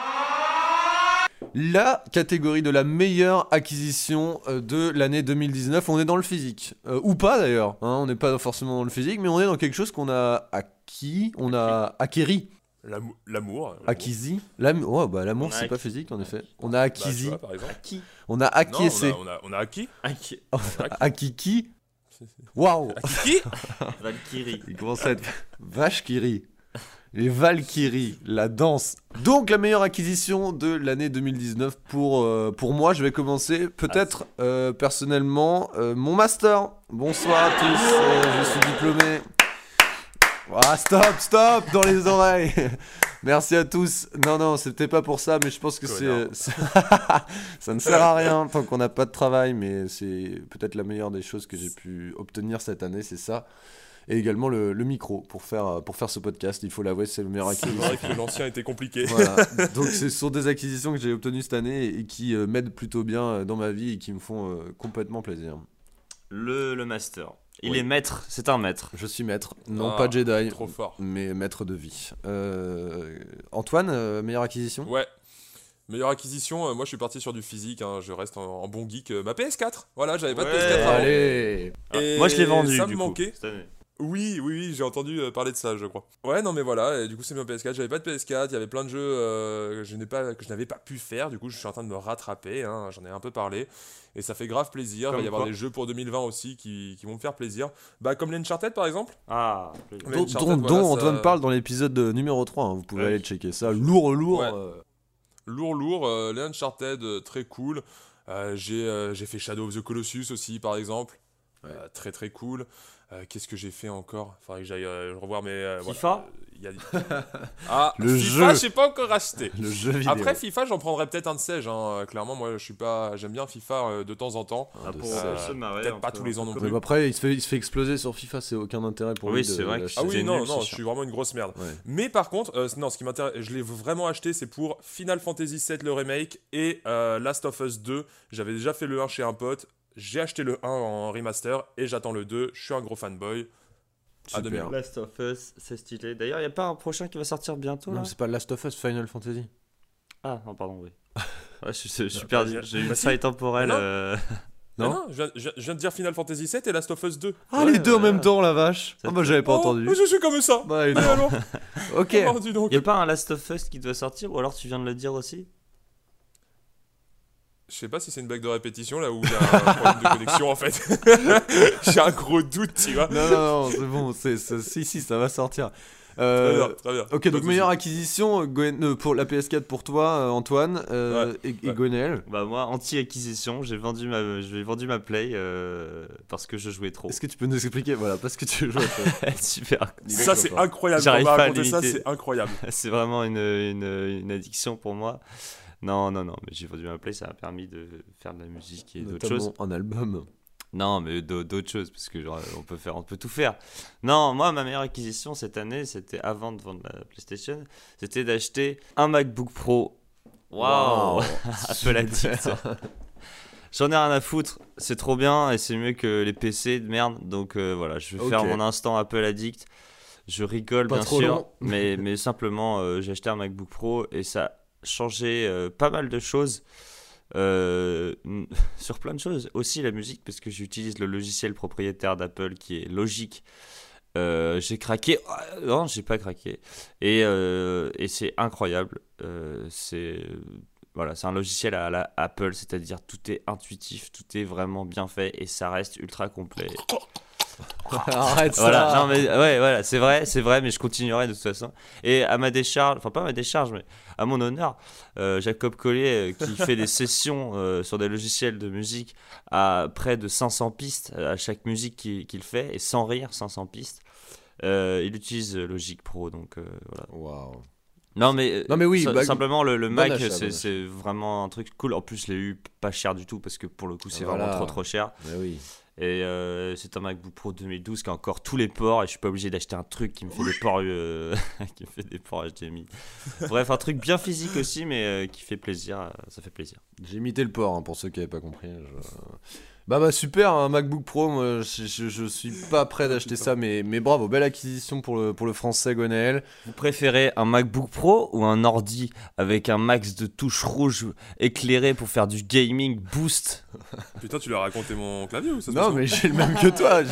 La catégorie de la meilleure acquisition de l'année 2019. On est dans le physique. Ou pas d'ailleurs. Hein, on n'est pas forcément dans le physique, mais on est dans quelque chose qu'on a acquis. On a acquéri. L'amour. Acquisi. L'amour, l'amour, On a c'est pas acquis. physique en effet. On a Bah, acquisi. tu vois, par exemple. Qui On a acquiescé. Non, on a acquis. Akiki. Waouh. Qui Valkyrie. Il commence à être vache qui rit. Les Valkyries, la danse. Donc la meilleure acquisition de l'année 2019 pour moi, je vais commencer peut-être personnellement mon master. Bonsoir à tous, je suis diplômé. Ah, stop dans les oreilles. Merci à tous. Non, c'était pas pour ça, mais je pense que ça ne sert à rien tant qu'on n'a pas de travail, mais c'est peut-être la meilleure des choses que j'ai pu obtenir cette année, c'est ça. Et également le micro pour faire ce podcast. Il faut l'avouer, c'est le meilleur C'est acquisition. vrai que l'ancien était compliqué. Voilà. Donc ce sont des acquisitions que j'ai obtenues cette année et qui m'aident plutôt bien dans ma vie et qui me font complètement plaisir. Le master. Il Oui. est maître, c'est un maître. Je suis maître, non Ah, pas Jedi, Trop fort. mais maître de vie. Antoine, meilleure acquisition ? Ouais. Meilleure acquisition, moi je suis parti sur du physique, hein, je reste en bon geek. Ma PS4, voilà, j'avais pas de Ouais. PS4 avant. Allez. Et Moi, je l'ai vendu. Ça du me coup, manquait. cette année. Oui, j'ai entendu parler de ça, je crois. Ouais, non, mais voilà, et du coup, c'est ma PS4. J'avais pas de PS4, il y avait plein de jeux que je n'avais pas pu faire. Du coup, je suis en train de me rattraper, hein, j'en ai un peu parlé. Et ça fait grave plaisir. Il va Comme y avoir quoi des jeux pour 2020 aussi qui vont me faire plaisir. Bah, comme l'Uncharted par exemple. Ah, Dont Antoine parle dans l'épisode numéro 3, hein, vous pouvez Ouais. aller checker ça. Lourd. Ouais. Lourd, les Uncharted, très cool. J'ai fait Shadow of the Colossus aussi, par exemple. Très très cool. Qu'est-ce que j'ai fait encore ? Faudrait que j'aille revoir mes. FIFA il y a... Ah, Le FIFA, jeu. je sais pas encore acheté. Le jeu vidéo. Après FIFA, j'en prendrais peut-être un de ces. Clairement, moi, j'aime bien FIFA de temps en temps. Ah, de pour ça. se marrer. Peut-être pas tous les ans non Mais plus. après, il se fait exploser sur FIFA, c'est aucun intérêt pour Oui, lui. c'est vrai que l'acheter. Ah oui, C'est non, nul, non, c'est je suis vraiment une grosse merde. Ouais. Mais par contre, non, ce qui m'intéresse, je l'ai vraiment acheté, c'est pour Final Fantasy VII le remake et Last of Us 2. J'avais déjà fait le 1 chez un pote, j'ai acheté le 1 en remaster et j'attends le 2. Je suis un gros fanboy. À Super. 2020. Last of Us, c'est stylé. D'ailleurs, il n'y a pas un prochain qui va sortir bientôt là Non, c'est pas Last of Us, Final Fantasy. Ah, non, pardon, oui. Ouais, je suis perdu. J'ai eu une si. faille temporelle. Non. Non. Non, je viens de dire Final Fantasy VII et Last of Us 2. Ah, Ouais, les deux en ouais. même temps, la vache. Ça Ah bah j'avais pas entendu. Mais je suis comme ça. Bah, Mais énorme. alors Ok. Oh, dis donc. Il n'y a pas un Last of Us qui doit sortir, ou alors tu viens de le dire aussi? Je sais pas si c'est une blague de répétition là où il y a un problème de connexion en fait. J'ai un gros doute, tu vois. Non, c'est bon. Si, ça va sortir. Très bien. Ok, Pas donc de meilleure acquisition pour la PS4 pour toi, Antoine, et ouais. Gwenaël. Bah moi, anti-acquisition, j'ai vendu ma Play parce que je jouais trop. Est-ce que tu peux nous expliquer, voilà, parce que tu joues à toi. Super. soucis. Ça c'est incroyable. J'arrive On m'a pas à raconté ça, limiter. c'est incroyable. C'est vraiment une addiction pour moi. Non, mais j'ai vendu ma Play, ça m'a permis de faire de la musique et d'autres choses. Notamment un album. Non, mais d'autres choses, parce que genre, on peut tout faire. Non, moi, ma meilleure acquisition cette année, c'était avant de vendre la PlayStation, c'était d'acheter un MacBook Pro. Waouh, Apple addict. J'en ai rien à foutre, c'est trop bien et c'est mieux que les PC de merde. Donc voilà, je vais faire mon instant Apple Addict. Je rigole Pas bien trop sûr, long. mais simplement j'ai acheté un MacBook Pro et ça a changé pas mal de choses. Sur plein de choses. Aussi la musique, parce que j'utilise le logiciel propriétaire d'Apple qui est Logic. J'ai craqué. Non, j'ai pas craqué. Et c'est incroyable. Voilà, c'est un logiciel à la Apple, c'est-à-dire tout est intuitif, tout est vraiment bien fait et ça reste ultra complet. Arrête ça. Voilà, non mais ouais, voilà, c'est vrai, mais je continuerai de toute façon. Et à ma décharge, enfin pas à ma décharge, mais à mon honneur, Jacob Collier qui fait des sessions sur des logiciels de musique à près de 500 pistes à chaque musique qu'il fait, et sans rire, 500 pistes. Il utilise Logic Pro, donc voilà. Waouh. Non mais oui, simplement le Mac achat, c'est vraiment un truc cool. En plus je l'ai eu pas cher du tout parce que pour le coup c'est Voilà. vraiment trop cher. Mais oui. Et c'est un MacBook Pro 2012 qui a encore tous les ports et je suis pas obligé d'acheter un truc qui me fait des ports qui me fait des ports HDMI. Bref, un truc bien physique aussi mais qui fait plaisir, ça fait plaisir. J'ai imité le port pour ceux qui n'avaient pas compris. Bah super, un MacBook Pro, moi je suis pas prêt d'acheter ça, mais bravo, belle acquisition pour le français Gwenaël. Vous préférez un MacBook Pro ou un ordi avec un max de touches rouges éclairées pour faire du gaming boost? Putain, tu lui as raconté mon clavier ou ça se Non passe mais j'ai le même que toi,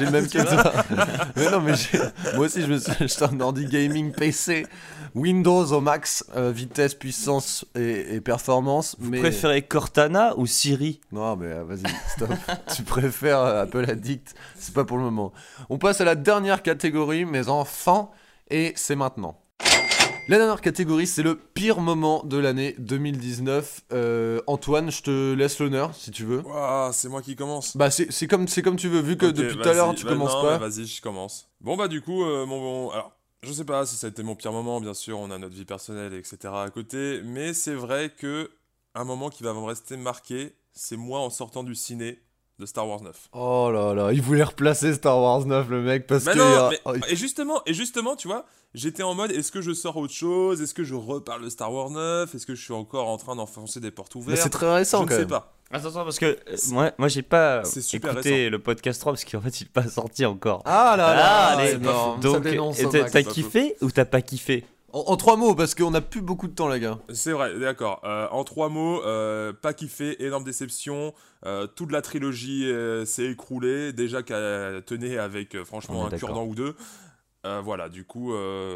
mais non mais moi aussi je me suis acheté un ordi gaming PC, Windows au max, vitesse, puissance et performance. Vous mais... préférez Cortana ou Siri? Non mais vas-y, stop. Tu préfères Apple Addict, c'est pas pour le moment. On passe à la dernière catégorie, mes enfants, et c'est maintenant. La dernière catégorie, c'est le pire moment de l'année 2019. Antoine, je te laisse l'honneur, si tu veux. Ouah, c'est moi qui commence. Bah c'est comme tu veux, vu que Ok, depuis tout à l'heure tu commences non, pas. mais vas-y, je commence. Bon bah du coup, alors, je sais pas si ça a été mon pire moment, bien sûr, on a notre vie personnelle, etc. à côté, mais c'est vrai que un moment qui va me rester marqué, c'est moi en sortant du ciné de Star Wars 9. Oh là là, il voulait replacer Star Wars 9, le mec, parce Bah que... non, et justement, tu vois, j'étais en mode, est-ce que je sors autre chose? Est-ce que je reparle de Star Wars 9? Est-ce que je suis encore en train d'enfoncer des portes Mais ouvertes? c'est très récent Je quand ne sais même. pas. Attends, parce que moi j'ai pas C'est super écouté le podcast 3 parce qu'en fait il n'est pas sorti encore. Ah là là, allez, c'est énorme. Ça Donc, dénonce, et hein, t'as Max. kiffé ou t'as pas kiffé? En 3 mots, parce qu'on a plus beaucoup de temps, les gars. C'est vrai, d'accord. En 3 mots, pas kiffé, énorme déception. Toute la trilogie s'est écroulée. Déjà qu'elle tenait avec franchement On est un d'accord. cure-dent ou deux. Voilà, du coup,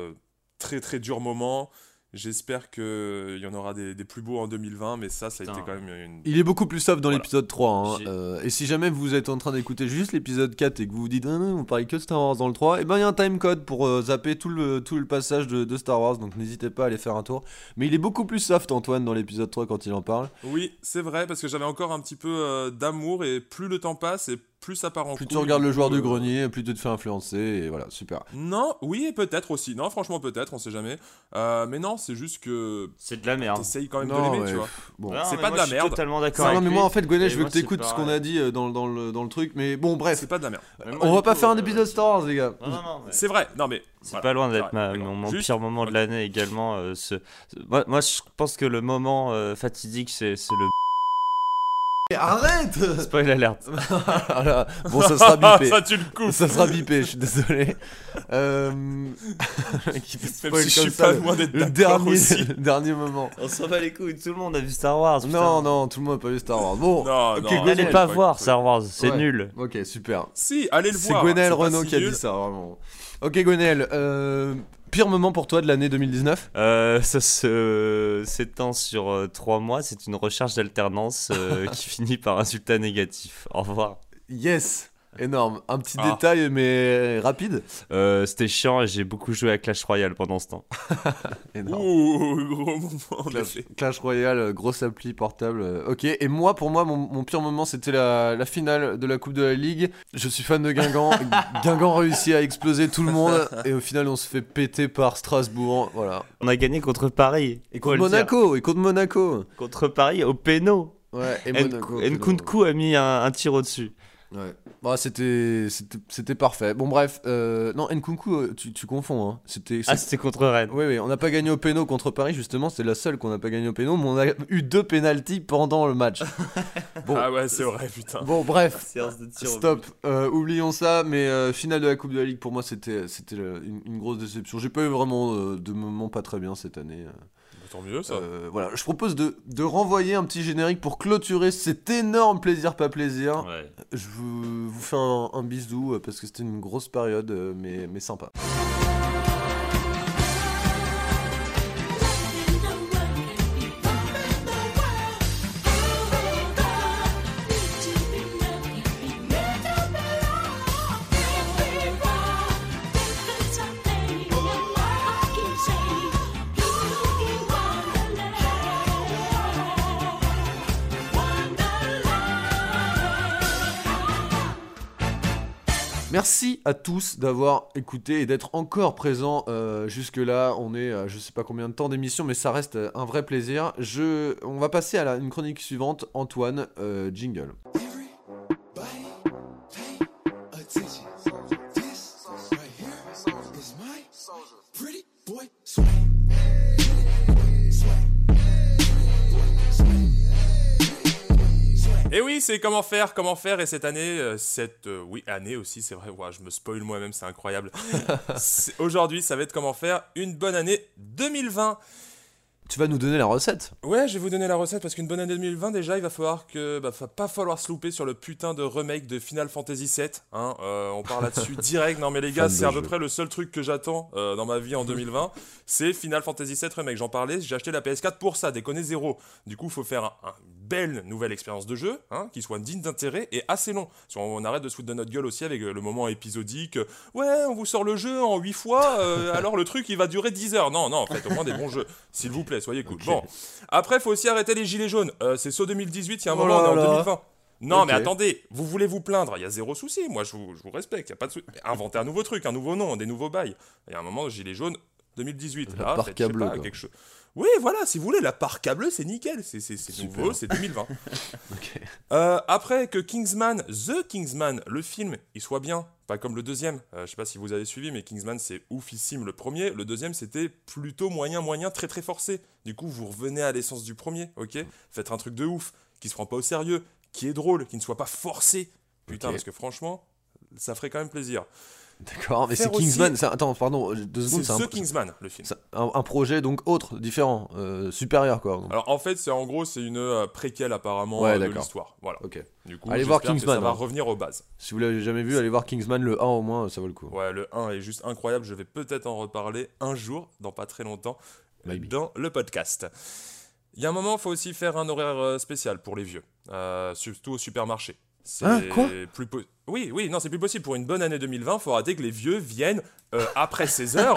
très très dur moment. J'espère qu'il y en aura des plus beaux en 2020, mais ça a été Putain. quand même une... Il est beaucoup plus soft dans Voilà. l'épisode 3. Hein. J'ai- Et si jamais vous êtes en train d'écouter juste l'épisode 4 et que vous vous dites, ah non, on parlait que de Star Wars dans le 3, et ben il y a un timecode pour zapper tout le passage de Star Wars, donc n'hésitez pas à aller faire un tour. Mais il est beaucoup plus soft, Antoine, dans l'épisode 3 quand il en parle. Oui, c'est vrai, parce que j'avais encore un petit peu d'amour, et plus le temps passe, et plus ça part en Plus couille, tu regardes du le coup, joueur du grenier, plus tu te fais influencer, et voilà, super. Non, oui, et peut-être aussi. Non, franchement, peut-être, on sait jamais. Mais non, c'est juste que C'est de la merde. t'essayes quand même Non, de l'aimer, ouais, tu vois. Bon. Non, c'est mais pas moi, de la je suis merde. totalement d'accord Non, avec mais lui. moi en fait, Gwenaël, Et je veux moi, que t'écoutes c'est ce qu'on a dit dans le truc, mais bon, bref. C'est pas de la merde. Mais moi, On du va pas coup, faire un épisode Star Wars, les gars. Non, mais C'est vrai, non mais... c'est voilà. pas loin d'être C'est vrai, mon Juste- pire moment de l'année également. Moi, je pense que le moment fatidique, c'est le Arrête. spoil alert. Voilà. Bon, ça sera bipé. Ça, tu le coupes. Ça sera bipé, je suis désolé. Qui Même spoil si je comme suis ça, pas le- loin d'être le d'accord dernier, aussi. le dernier moment. On s'en bat les couilles, tout le monde a vu Star Wars. putain. Non, tout le monde a pas vu Star Wars. Bon, Non, ok, non. Gwenaël. N'allez pas voir Star Wars, c'est Ouais. nul. Ok, super. Si, allez le C'est voir. Gwenaël c'est pas Renaud si qui a nul. dit ça, vraiment. Ok, Gwenaël, pire moment pour toi de l'année 2019 Ça s'étend sur 3 mois. C'est une recherche d'alternance qui finit par un résultat négatif. Au revoir. Yes, énorme. Un petit Ah. détail, mais rapide. C'était chiant et j'ai beaucoup joué à Clash Royale pendant ce temps. Énorme. Ouh, gros moment, en Clash, effet. Clash Royale, grosse appli portable. Ok, et moi, pour moi, mon pire moment, c'était la finale de la Coupe de la Ligue. Je suis fan de Guingamp. Guingamp réussit à exploser tout le monde. Et au final, on se fait péter par Strasbourg. Voilà. On a gagné contre Paris. Et Faut contre le dire. Monaco. Et contre Monaco. Contre Paris au péno. Ouais, et Monaco. Nkunku a mis un tir au-dessus. Ouais. Bah, c'était parfait. Bon, bref. Non, Nkunku, tu confonds. Hein. C'était contre Rennes. Oui, oui, on n'a pas gagné au péno contre Paris, justement. C'est la seule qu'on n'a pas gagné au péno, mais on a eu 2 pénaltys pendant le match. Bon, Ah ouais, c'est vrai, putain. bon, bref. Séance de tir au Stop, oublions ça, mais finale de la Coupe de la Ligue, pour moi, c'était une grosse déception. J'ai pas eu vraiment de moments pas très bien cette année. Tant mieux, ça. Voilà, je propose de renvoyer un petit générique pour clôturer cet énorme plaisir, pas plaisir. Ouais. Je vous fais un bisou parce que c'était une grosse période, mais sympa. Merci à tous d'avoir écouté et d'être encore présents jusque-là. On est à je sais pas combien de temps d'émission, mais ça reste un vrai plaisir. On va passer à une chronique suivante. Antoine, jingle. Et oui, c'est comment faire, et cette année, année aussi, c'est vrai, ouais, je me spoil moi-même, c'est incroyable. Aujourd'hui, ça va être comment faire une bonne année 2020. Tu vas nous donner la recette. Ouais, je vais vous donner la recette parce qu'une bonne année 2020, déjà, il va falloir va pas falloir se louper sur le putain de remake de Final Fantasy VII. Hein, on part là-dessus direct. Non mais les gars, c'est à peu près le seul truc que j'attends dans ma vie en 2020, c'est Final Fantasy VII remake. J'en parlais, j'ai acheté la PS4 pour ça, déconner zéro. Du coup, il faut faire une belle nouvelle expérience de jeu, hein, qui soit digne d'intérêt et assez long. Si on arrête de se foutre de notre gueule aussi avec le moment épisodique. Ouais, on vous sort le jeu en 8 fois, alors le truc il va durer 10 heures. Non, faites au moins des bons jeux, s'il vous plaît. Soyez cool. Okay. Bon, après, faut aussi arrêter les gilets jaunes. C'est saut 2018, il y a un moment, on est en 2020. Non, okay. Mais attendez, vous voulez vous plaindre, il y a zéro souci. Moi, je vous respecte, il n'y a pas de souci. Inventez un nouveau truc, un nouveau nom, des nouveaux bails. Il y a un moment, gilets jaunes 2018. La parka bleue. Quelque chose. Oui, voilà, si vous voulez, la parka bleue, c'est nickel. C'est nouveau, c'est 2020. Okay. Après que The Kingsman, le film, il soit bien. Pas comme le deuxième, je sais pas si vous avez suivi, mais Kingsman c'est oufissime le premier, le deuxième c'était plutôt moyen, très très forcé. Du coup vous revenez à l'essence du premier, ok ? Faites un truc de ouf, qui se prend pas au sérieux, qui est drôle, qui ne soit pas forcé. Putain, okay. Parce que franchement, ça ferait quand même plaisir. D'accord, mais c'est Kingsman, aussi... attends, pardon, 2 secondes. C'est The Kingsman, le film. Un projet donc autre, différent, supérieur quoi. Donc. Alors en fait, c'est une préquelle apparemment de l'histoire. Voilà. Ok. Du coup, allez voir Kingsman. Ça va revenir aux bases. Si vous l'avez jamais vu, allez voir Kingsman, le 1 au moins, ça vaut le coup. Ouais, le 1 est juste incroyable, je vais peut-être en reparler un jour, dans pas très longtemps, dans le podcast. Il y a un moment, il faut aussi faire un horaire spécial pour les vieux, surtout au supermarché. C'est quoi Oui, non, c'est plus possible. Pour une bonne année 2020, il faut arrêter que les vieux viennent après 16h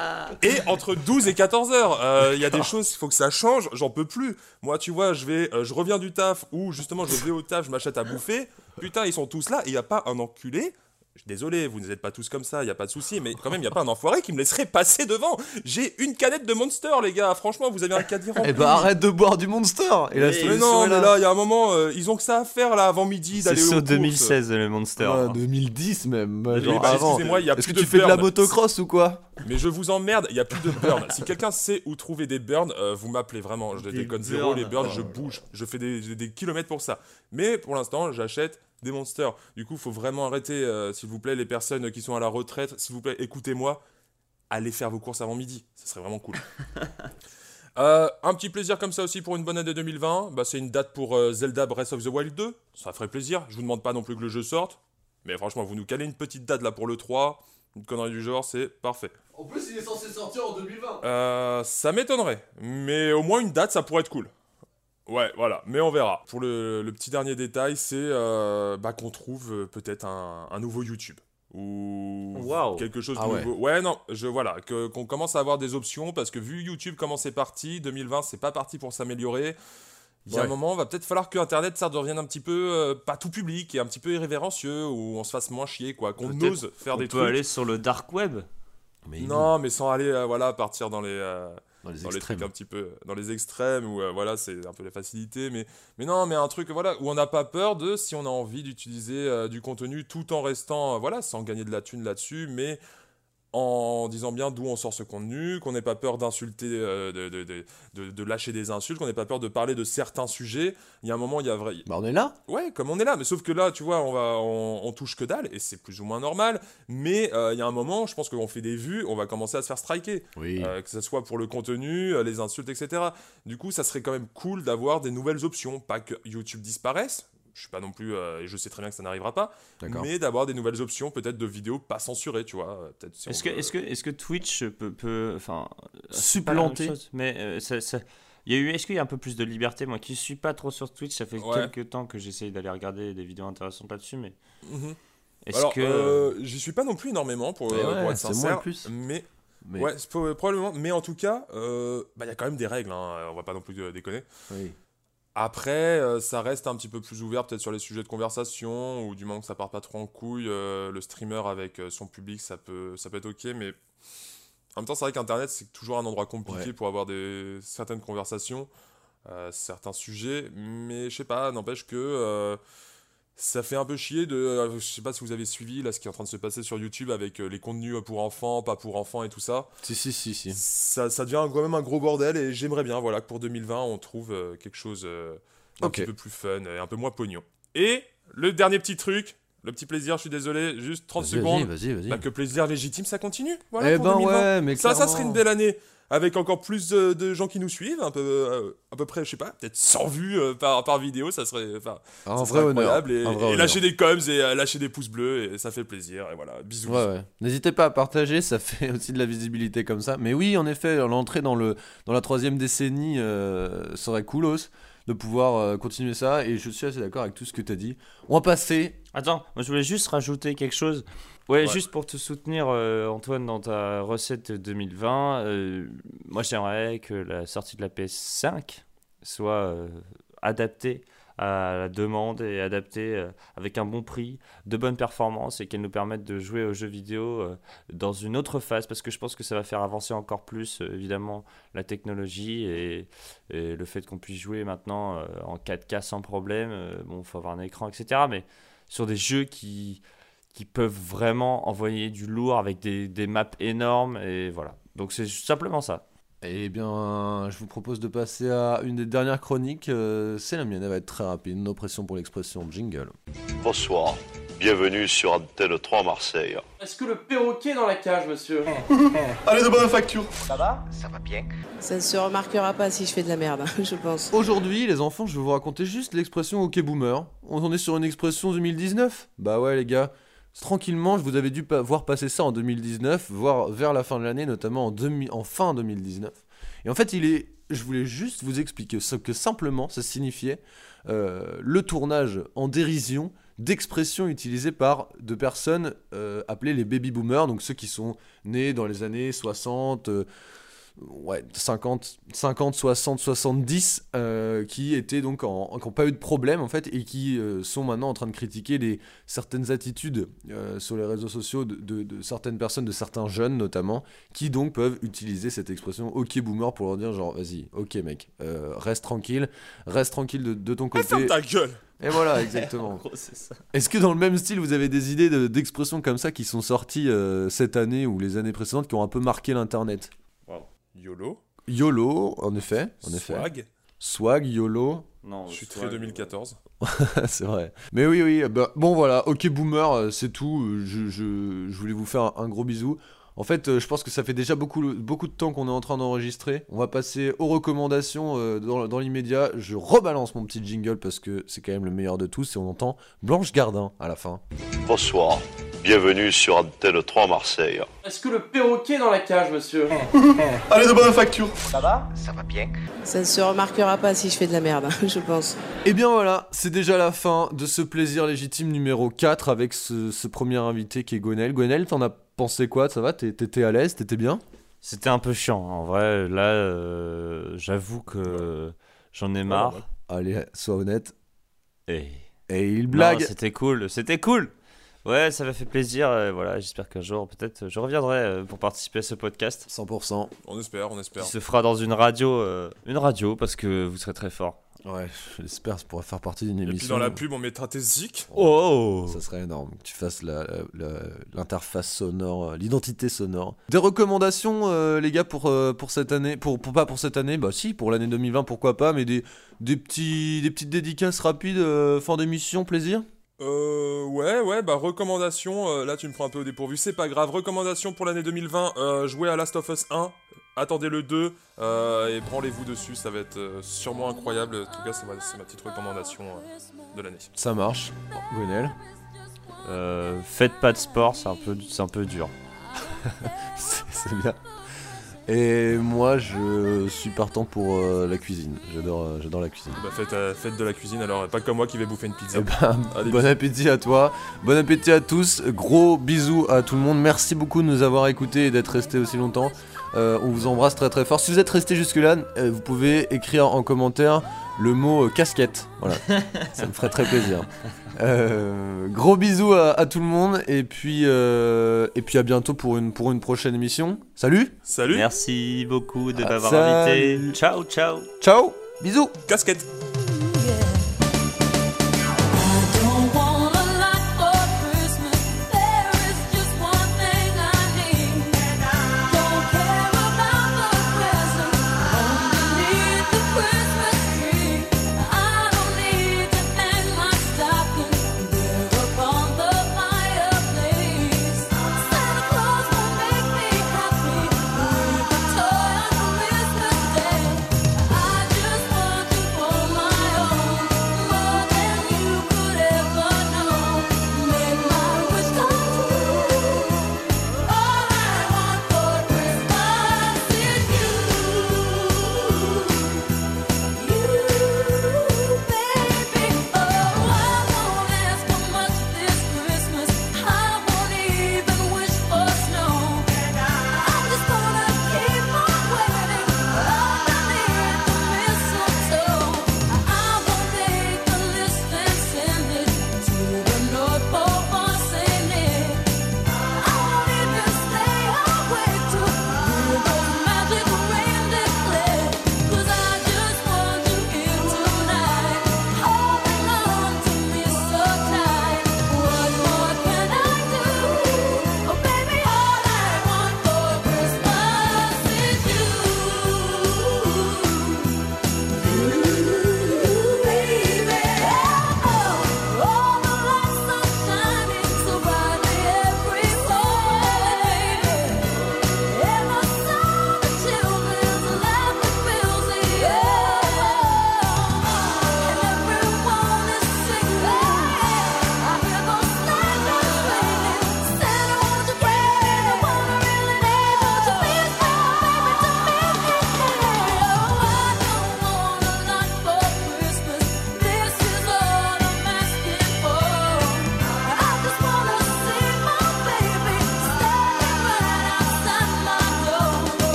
et entre 12 et 14h. Il y a des choses, il faut que ça change, j'en peux plus. Moi, tu vois, je reviens du taf ou justement je vais au taf, je m'achète à bouffer. Putain, ils sont tous là et il n'y a pas un enculé. Désolé, vous n'êtes pas tous comme ça, il n'y a pas de souci, mais quand même, il n'y a pas un enfoiré qui me laisserait passer devant. J'ai une canette de Monster, les gars, franchement, vous avez un caddie rempli. Eh bah arrête de boire du Monster. Et la mais non, mais là, il y a un moment, ils ont que ça à faire, là, avant midi, d'aller au courses. C'est 2016, le Monster. Ouais, 2010 même, genre bah, avant. Excusez-moi, il y a Est-ce plus que de tu fais de la burn. motocross ou quoi? Mais je vous emmerde, il n'y a plus de burn. Si quelqu'un sait où trouver des burns, vous m'appelez vraiment. Je déconne zéro, les burns, je bouge. Je fais des kilomètres pour ça. Mais pour l'instant, j'achète des monsters. Du coup, il faut vraiment arrêter, s'il vous plaît, les personnes qui sont à la retraite, s'il vous plaît, écoutez-moi, allez faire vos courses avant midi, ça serait vraiment cool. Un petit plaisir comme ça aussi pour une bonne année 2020, c'est une date pour Zelda Breath of the Wild 2, ça ferait plaisir, je vous demande pas non plus que le jeu sorte, mais franchement, vous nous calez une petite date là pour le 3, une connerie du genre, c'est parfait. En plus, il est censé sortir en 2020. Ça m'étonnerait, mais au moins une date, ça pourrait être cool. Ouais, voilà, mais on verra. Pour le petit dernier détail, c'est qu'on trouve peut-être un nouveau YouTube. Ou quelque chose de nouveau. Ouais, non, qu'on commence à avoir des options, parce que vu YouTube comment c'est parti, 2020, c'est pas parti pour s'améliorer. Il y a un moment, va peut-être falloir que Internet, ça devienne un petit peu, pas tout public, et un petit peu irrévérencieux, où on se fasse moins chier, quoi, qu'on ose faire des trucs. On peut aller sur le dark web. Non, mais sans aller, partir dans les... Dans les dans les extrêmes. trucs un petit peu dans les extrêmes où voilà, c'est un peu la facilité, mais non, mais un truc voilà où on n'a pas peur de, si on a envie d'utiliser du contenu tout en restant voilà, sans gagner de la thune là-dessus, mais en disant bien d'où on sort ce contenu, qu'on n'ait pas peur d'insulter, de lâcher des insultes, qu'on n'ait pas peur de parler de certains sujets. Il y a un moment, il y a vrai... Bah, on est là. Ouais, comme on est là, mais sauf que là, tu vois, on touche que dalle, et c'est plus ou moins normal, mais il y a un moment, je pense qu'on fait des vues, on va commencer à se faire striker, Oui. que ce soit pour le contenu, les insultes, etc. Du coup, ça serait quand même cool d'avoir des nouvelles options, pas que YouTube disparaisse, je suis pas non plus, et je sais très bien que ça n'arrivera pas, D'accord. mais d'avoir des nouvelles options, peut-être de vidéos pas censurées, tu vois. Peut-être si Est-ce on que, veut- est-ce que Twitch peut enfin, c'est pas la même Supplanter. chose, mais il y a eu, est-ce qu'il y a un peu plus de liberté? Moi qui suis pas trop sur Twitch, ça fait Ouais. quelques temps que j'essaye d'aller regarder des vidéos intéressantes là-dessus, mais Mhm. est-ce Alors, que j'y suis pas non plus énormément pour Mais ouais, être c'est moins sincère, le plus. mais Mais... ouais, probablement. Mais en tout cas, bah il y a quand même des règles, hein, on va pas non plus déconner. Oui. Après, ça reste un petit peu plus ouvert peut-être sur les sujets de conversation, ou du moment que ça part pas trop en couille, le streamer avec son public, ça peut être ok, mais en même temps, c'est vrai qu'Internet, c'est toujours un endroit compliqué Ouais. pour avoir certaines conversations, certains sujets, mais je sais pas, n'empêche que ça fait un peu chier je sais pas si vous avez suivi là ce qui est en train de se passer sur YouTube avec les contenus pour enfants, pas pour enfants et tout ça. Si. Ça devient quand même un gros bordel, et j'aimerais bien voilà, que pour 2020 on trouve quelque chose d'un Ok. petit peu plus fun et un peu moins pognon. Et le dernier petit truc, le petit plaisir, je suis désolé, juste 30 secondes, Vas-y. bah, que plaisir légitime ça continue. Voilà, Eh pour ben 2020. ouais, mais Ça clairement. serait une belle année. Avec encore plus de gens qui nous suivent, à peu près, je sais pas, peut-être 100 vues par vidéo, ça serait, Un ça vrai serait honneur. incroyable. Un vrai Et honneur. lâcher des coms et lâcher des pouces bleus, et ça fait plaisir. Et voilà, bisous. Ouais. N'hésitez pas à partager, ça fait aussi de la visibilité comme ça. Mais oui, en effet, l'entrée dans la 3e décennie serait coolos de pouvoir continuer ça. Et je suis assez d'accord avec tout ce que tu as dit. On va passer. Attends, moi je voulais juste rajouter quelque chose. Ouais, Ouais. juste pour te soutenir, Antoine, dans ta recette 2020. Moi, j'aimerais que la sortie de la PS5 soit adaptée à la demande et adaptée avec un bon prix, de bonnes performances, et qu'elle nous permette de jouer aux jeux vidéo dans une autre phase, parce que je pense que ça va faire avancer encore plus, évidemment, la technologie et le fait qu'on puisse jouer maintenant en 4K sans problème. Bon, il faut avoir un écran, etc. Mais sur des jeux qui peuvent vraiment envoyer du lourd avec des maps énormes, et voilà. Donc c'est simplement ça. Eh bien, je vous propose de passer à une des dernières chroniques. C'est la mienne, elle va être très rapide. No pression pour l'expression. Jingle. Bonsoir, bienvenue sur Antenne 3 Marseille. Est-ce que le perroquet est dans la cage, monsieur? Allez, de bonne facture. Ça ne se remarquera pas si je fais de la merde, je pense. Aujourd'hui, les enfants, je vais vous raconter juste l'expression OK Boomer. On en est sur une expression 2019. Bah ouais, les gars. Tranquillement, je vous avais dû voir passer ça en 2019, voire vers la fin de l'année, notamment en fin 2019. Et en fait, je voulais juste vous expliquer ce que simplement ça signifiait le tournage en dérision d'expressions utilisées par de personnes appelées les baby boomers, donc ceux qui sont nés dans les années 60, 50, 60, 70, qui étaient donc qui n'ont pas eu de problème en fait, et qui sont maintenant en train de critiquer certaines attitudes sur les réseaux sociaux de certaines personnes, de certains jeunes notamment, qui donc peuvent utiliser cette expression OK boomer pour leur dire genre vas-y, ok mec, reste tranquille de ton côté. Ferme ta gueule. Et voilà, exactement. En gros, c'est ça. Est-ce que dans le même style, vous avez des idées d'expressions comme ça qui sont sorties cette année ou les années précédentes qui ont un peu marqué l'internet? YOLO. YOLO, en effet. Swag. Swag, YOLO, Non, Je suis très 2014. c'est vrai. Mais oui, bah, bon voilà, OK Boomer, c'est tout. Je voulais vous faire un gros bisou. En fait, je pense que ça fait déjà beaucoup de temps qu'on est en train d'enregistrer. On va passer aux recommandations dans l'immédiat. Je rebalance mon petit jingle parce que c'est quand même le meilleur de tous, et on entend Blanche Gardin à la fin. Bonsoir, bienvenue sur Antenne 3 Marseille. Est-ce que le perroquet est dans la cage, monsieur? Allez, de bonne facture. Ça ne se remarquera pas si je fais de la merde, je pense. Et bien voilà, c'est déjà la fin de ce plaisir légitime numéro 4 avec ce premier invité qui est Gwenaël. Gwenaël, t'en as pensé quoi? Ça va? T'étais à l'aise? T'étais bien? C'était un peu chiant, en vrai. Là, j'avoue que j'en ai marre. Allez, sois honnête. Et... Et il Non, blague. c'était cool. Ouais, ça m'a fait plaisir. Voilà, j'espère qu'un jour, peut-être, je reviendrai pour participer à ce podcast. 100%. On espère. Qui se fera dans une radio, parce que vous serez très fort. Ouais, j'espère, ça pourra faire partie d'une émission. Et puis dans la pub, on mettra tes zik. Oh, ça serait énorme que tu fasses l'interface sonore, l'identité sonore. Des recommandations, les gars, pour cette année, pas pour cette année, bah si, pour l'année 2020, pourquoi pas, mais des petites dédicaces rapides, fin d'émission, plaisir. Ouais, bah recommandation, là tu me prends un peu au dépourvu, c'est pas grave, recommandation pour l'année 2020, jouez à Last of Us 1, attendez le 2, et branlez-vous dessus, ça va être sûrement incroyable, en tout cas c'est ma petite recommandation de l'année. Ça marche. Gwenel. Faites pas de sport, c'est un peu dur. c'est bien. Et moi, je suis partant pour la cuisine. J'adore la cuisine. Bah faites de la cuisine alors, pas comme moi qui vais bouffer une pizza. Bon appétit à toi, bon appétit à tous. Gros bisous à tout le monde. Merci beaucoup de nous avoir écoutés et d'être restés aussi longtemps. On vous embrasse très très fort. Si vous êtes restés jusque-là, vous pouvez écrire en commentaire le mot casquette. Voilà, ça me ferait très plaisir. Gros bisous à tout le monde et puis à bientôt pour une prochaine émission. Salut. Merci beaucoup de m'avoir invité. Ciao. Ciao. Bisous. Casquette.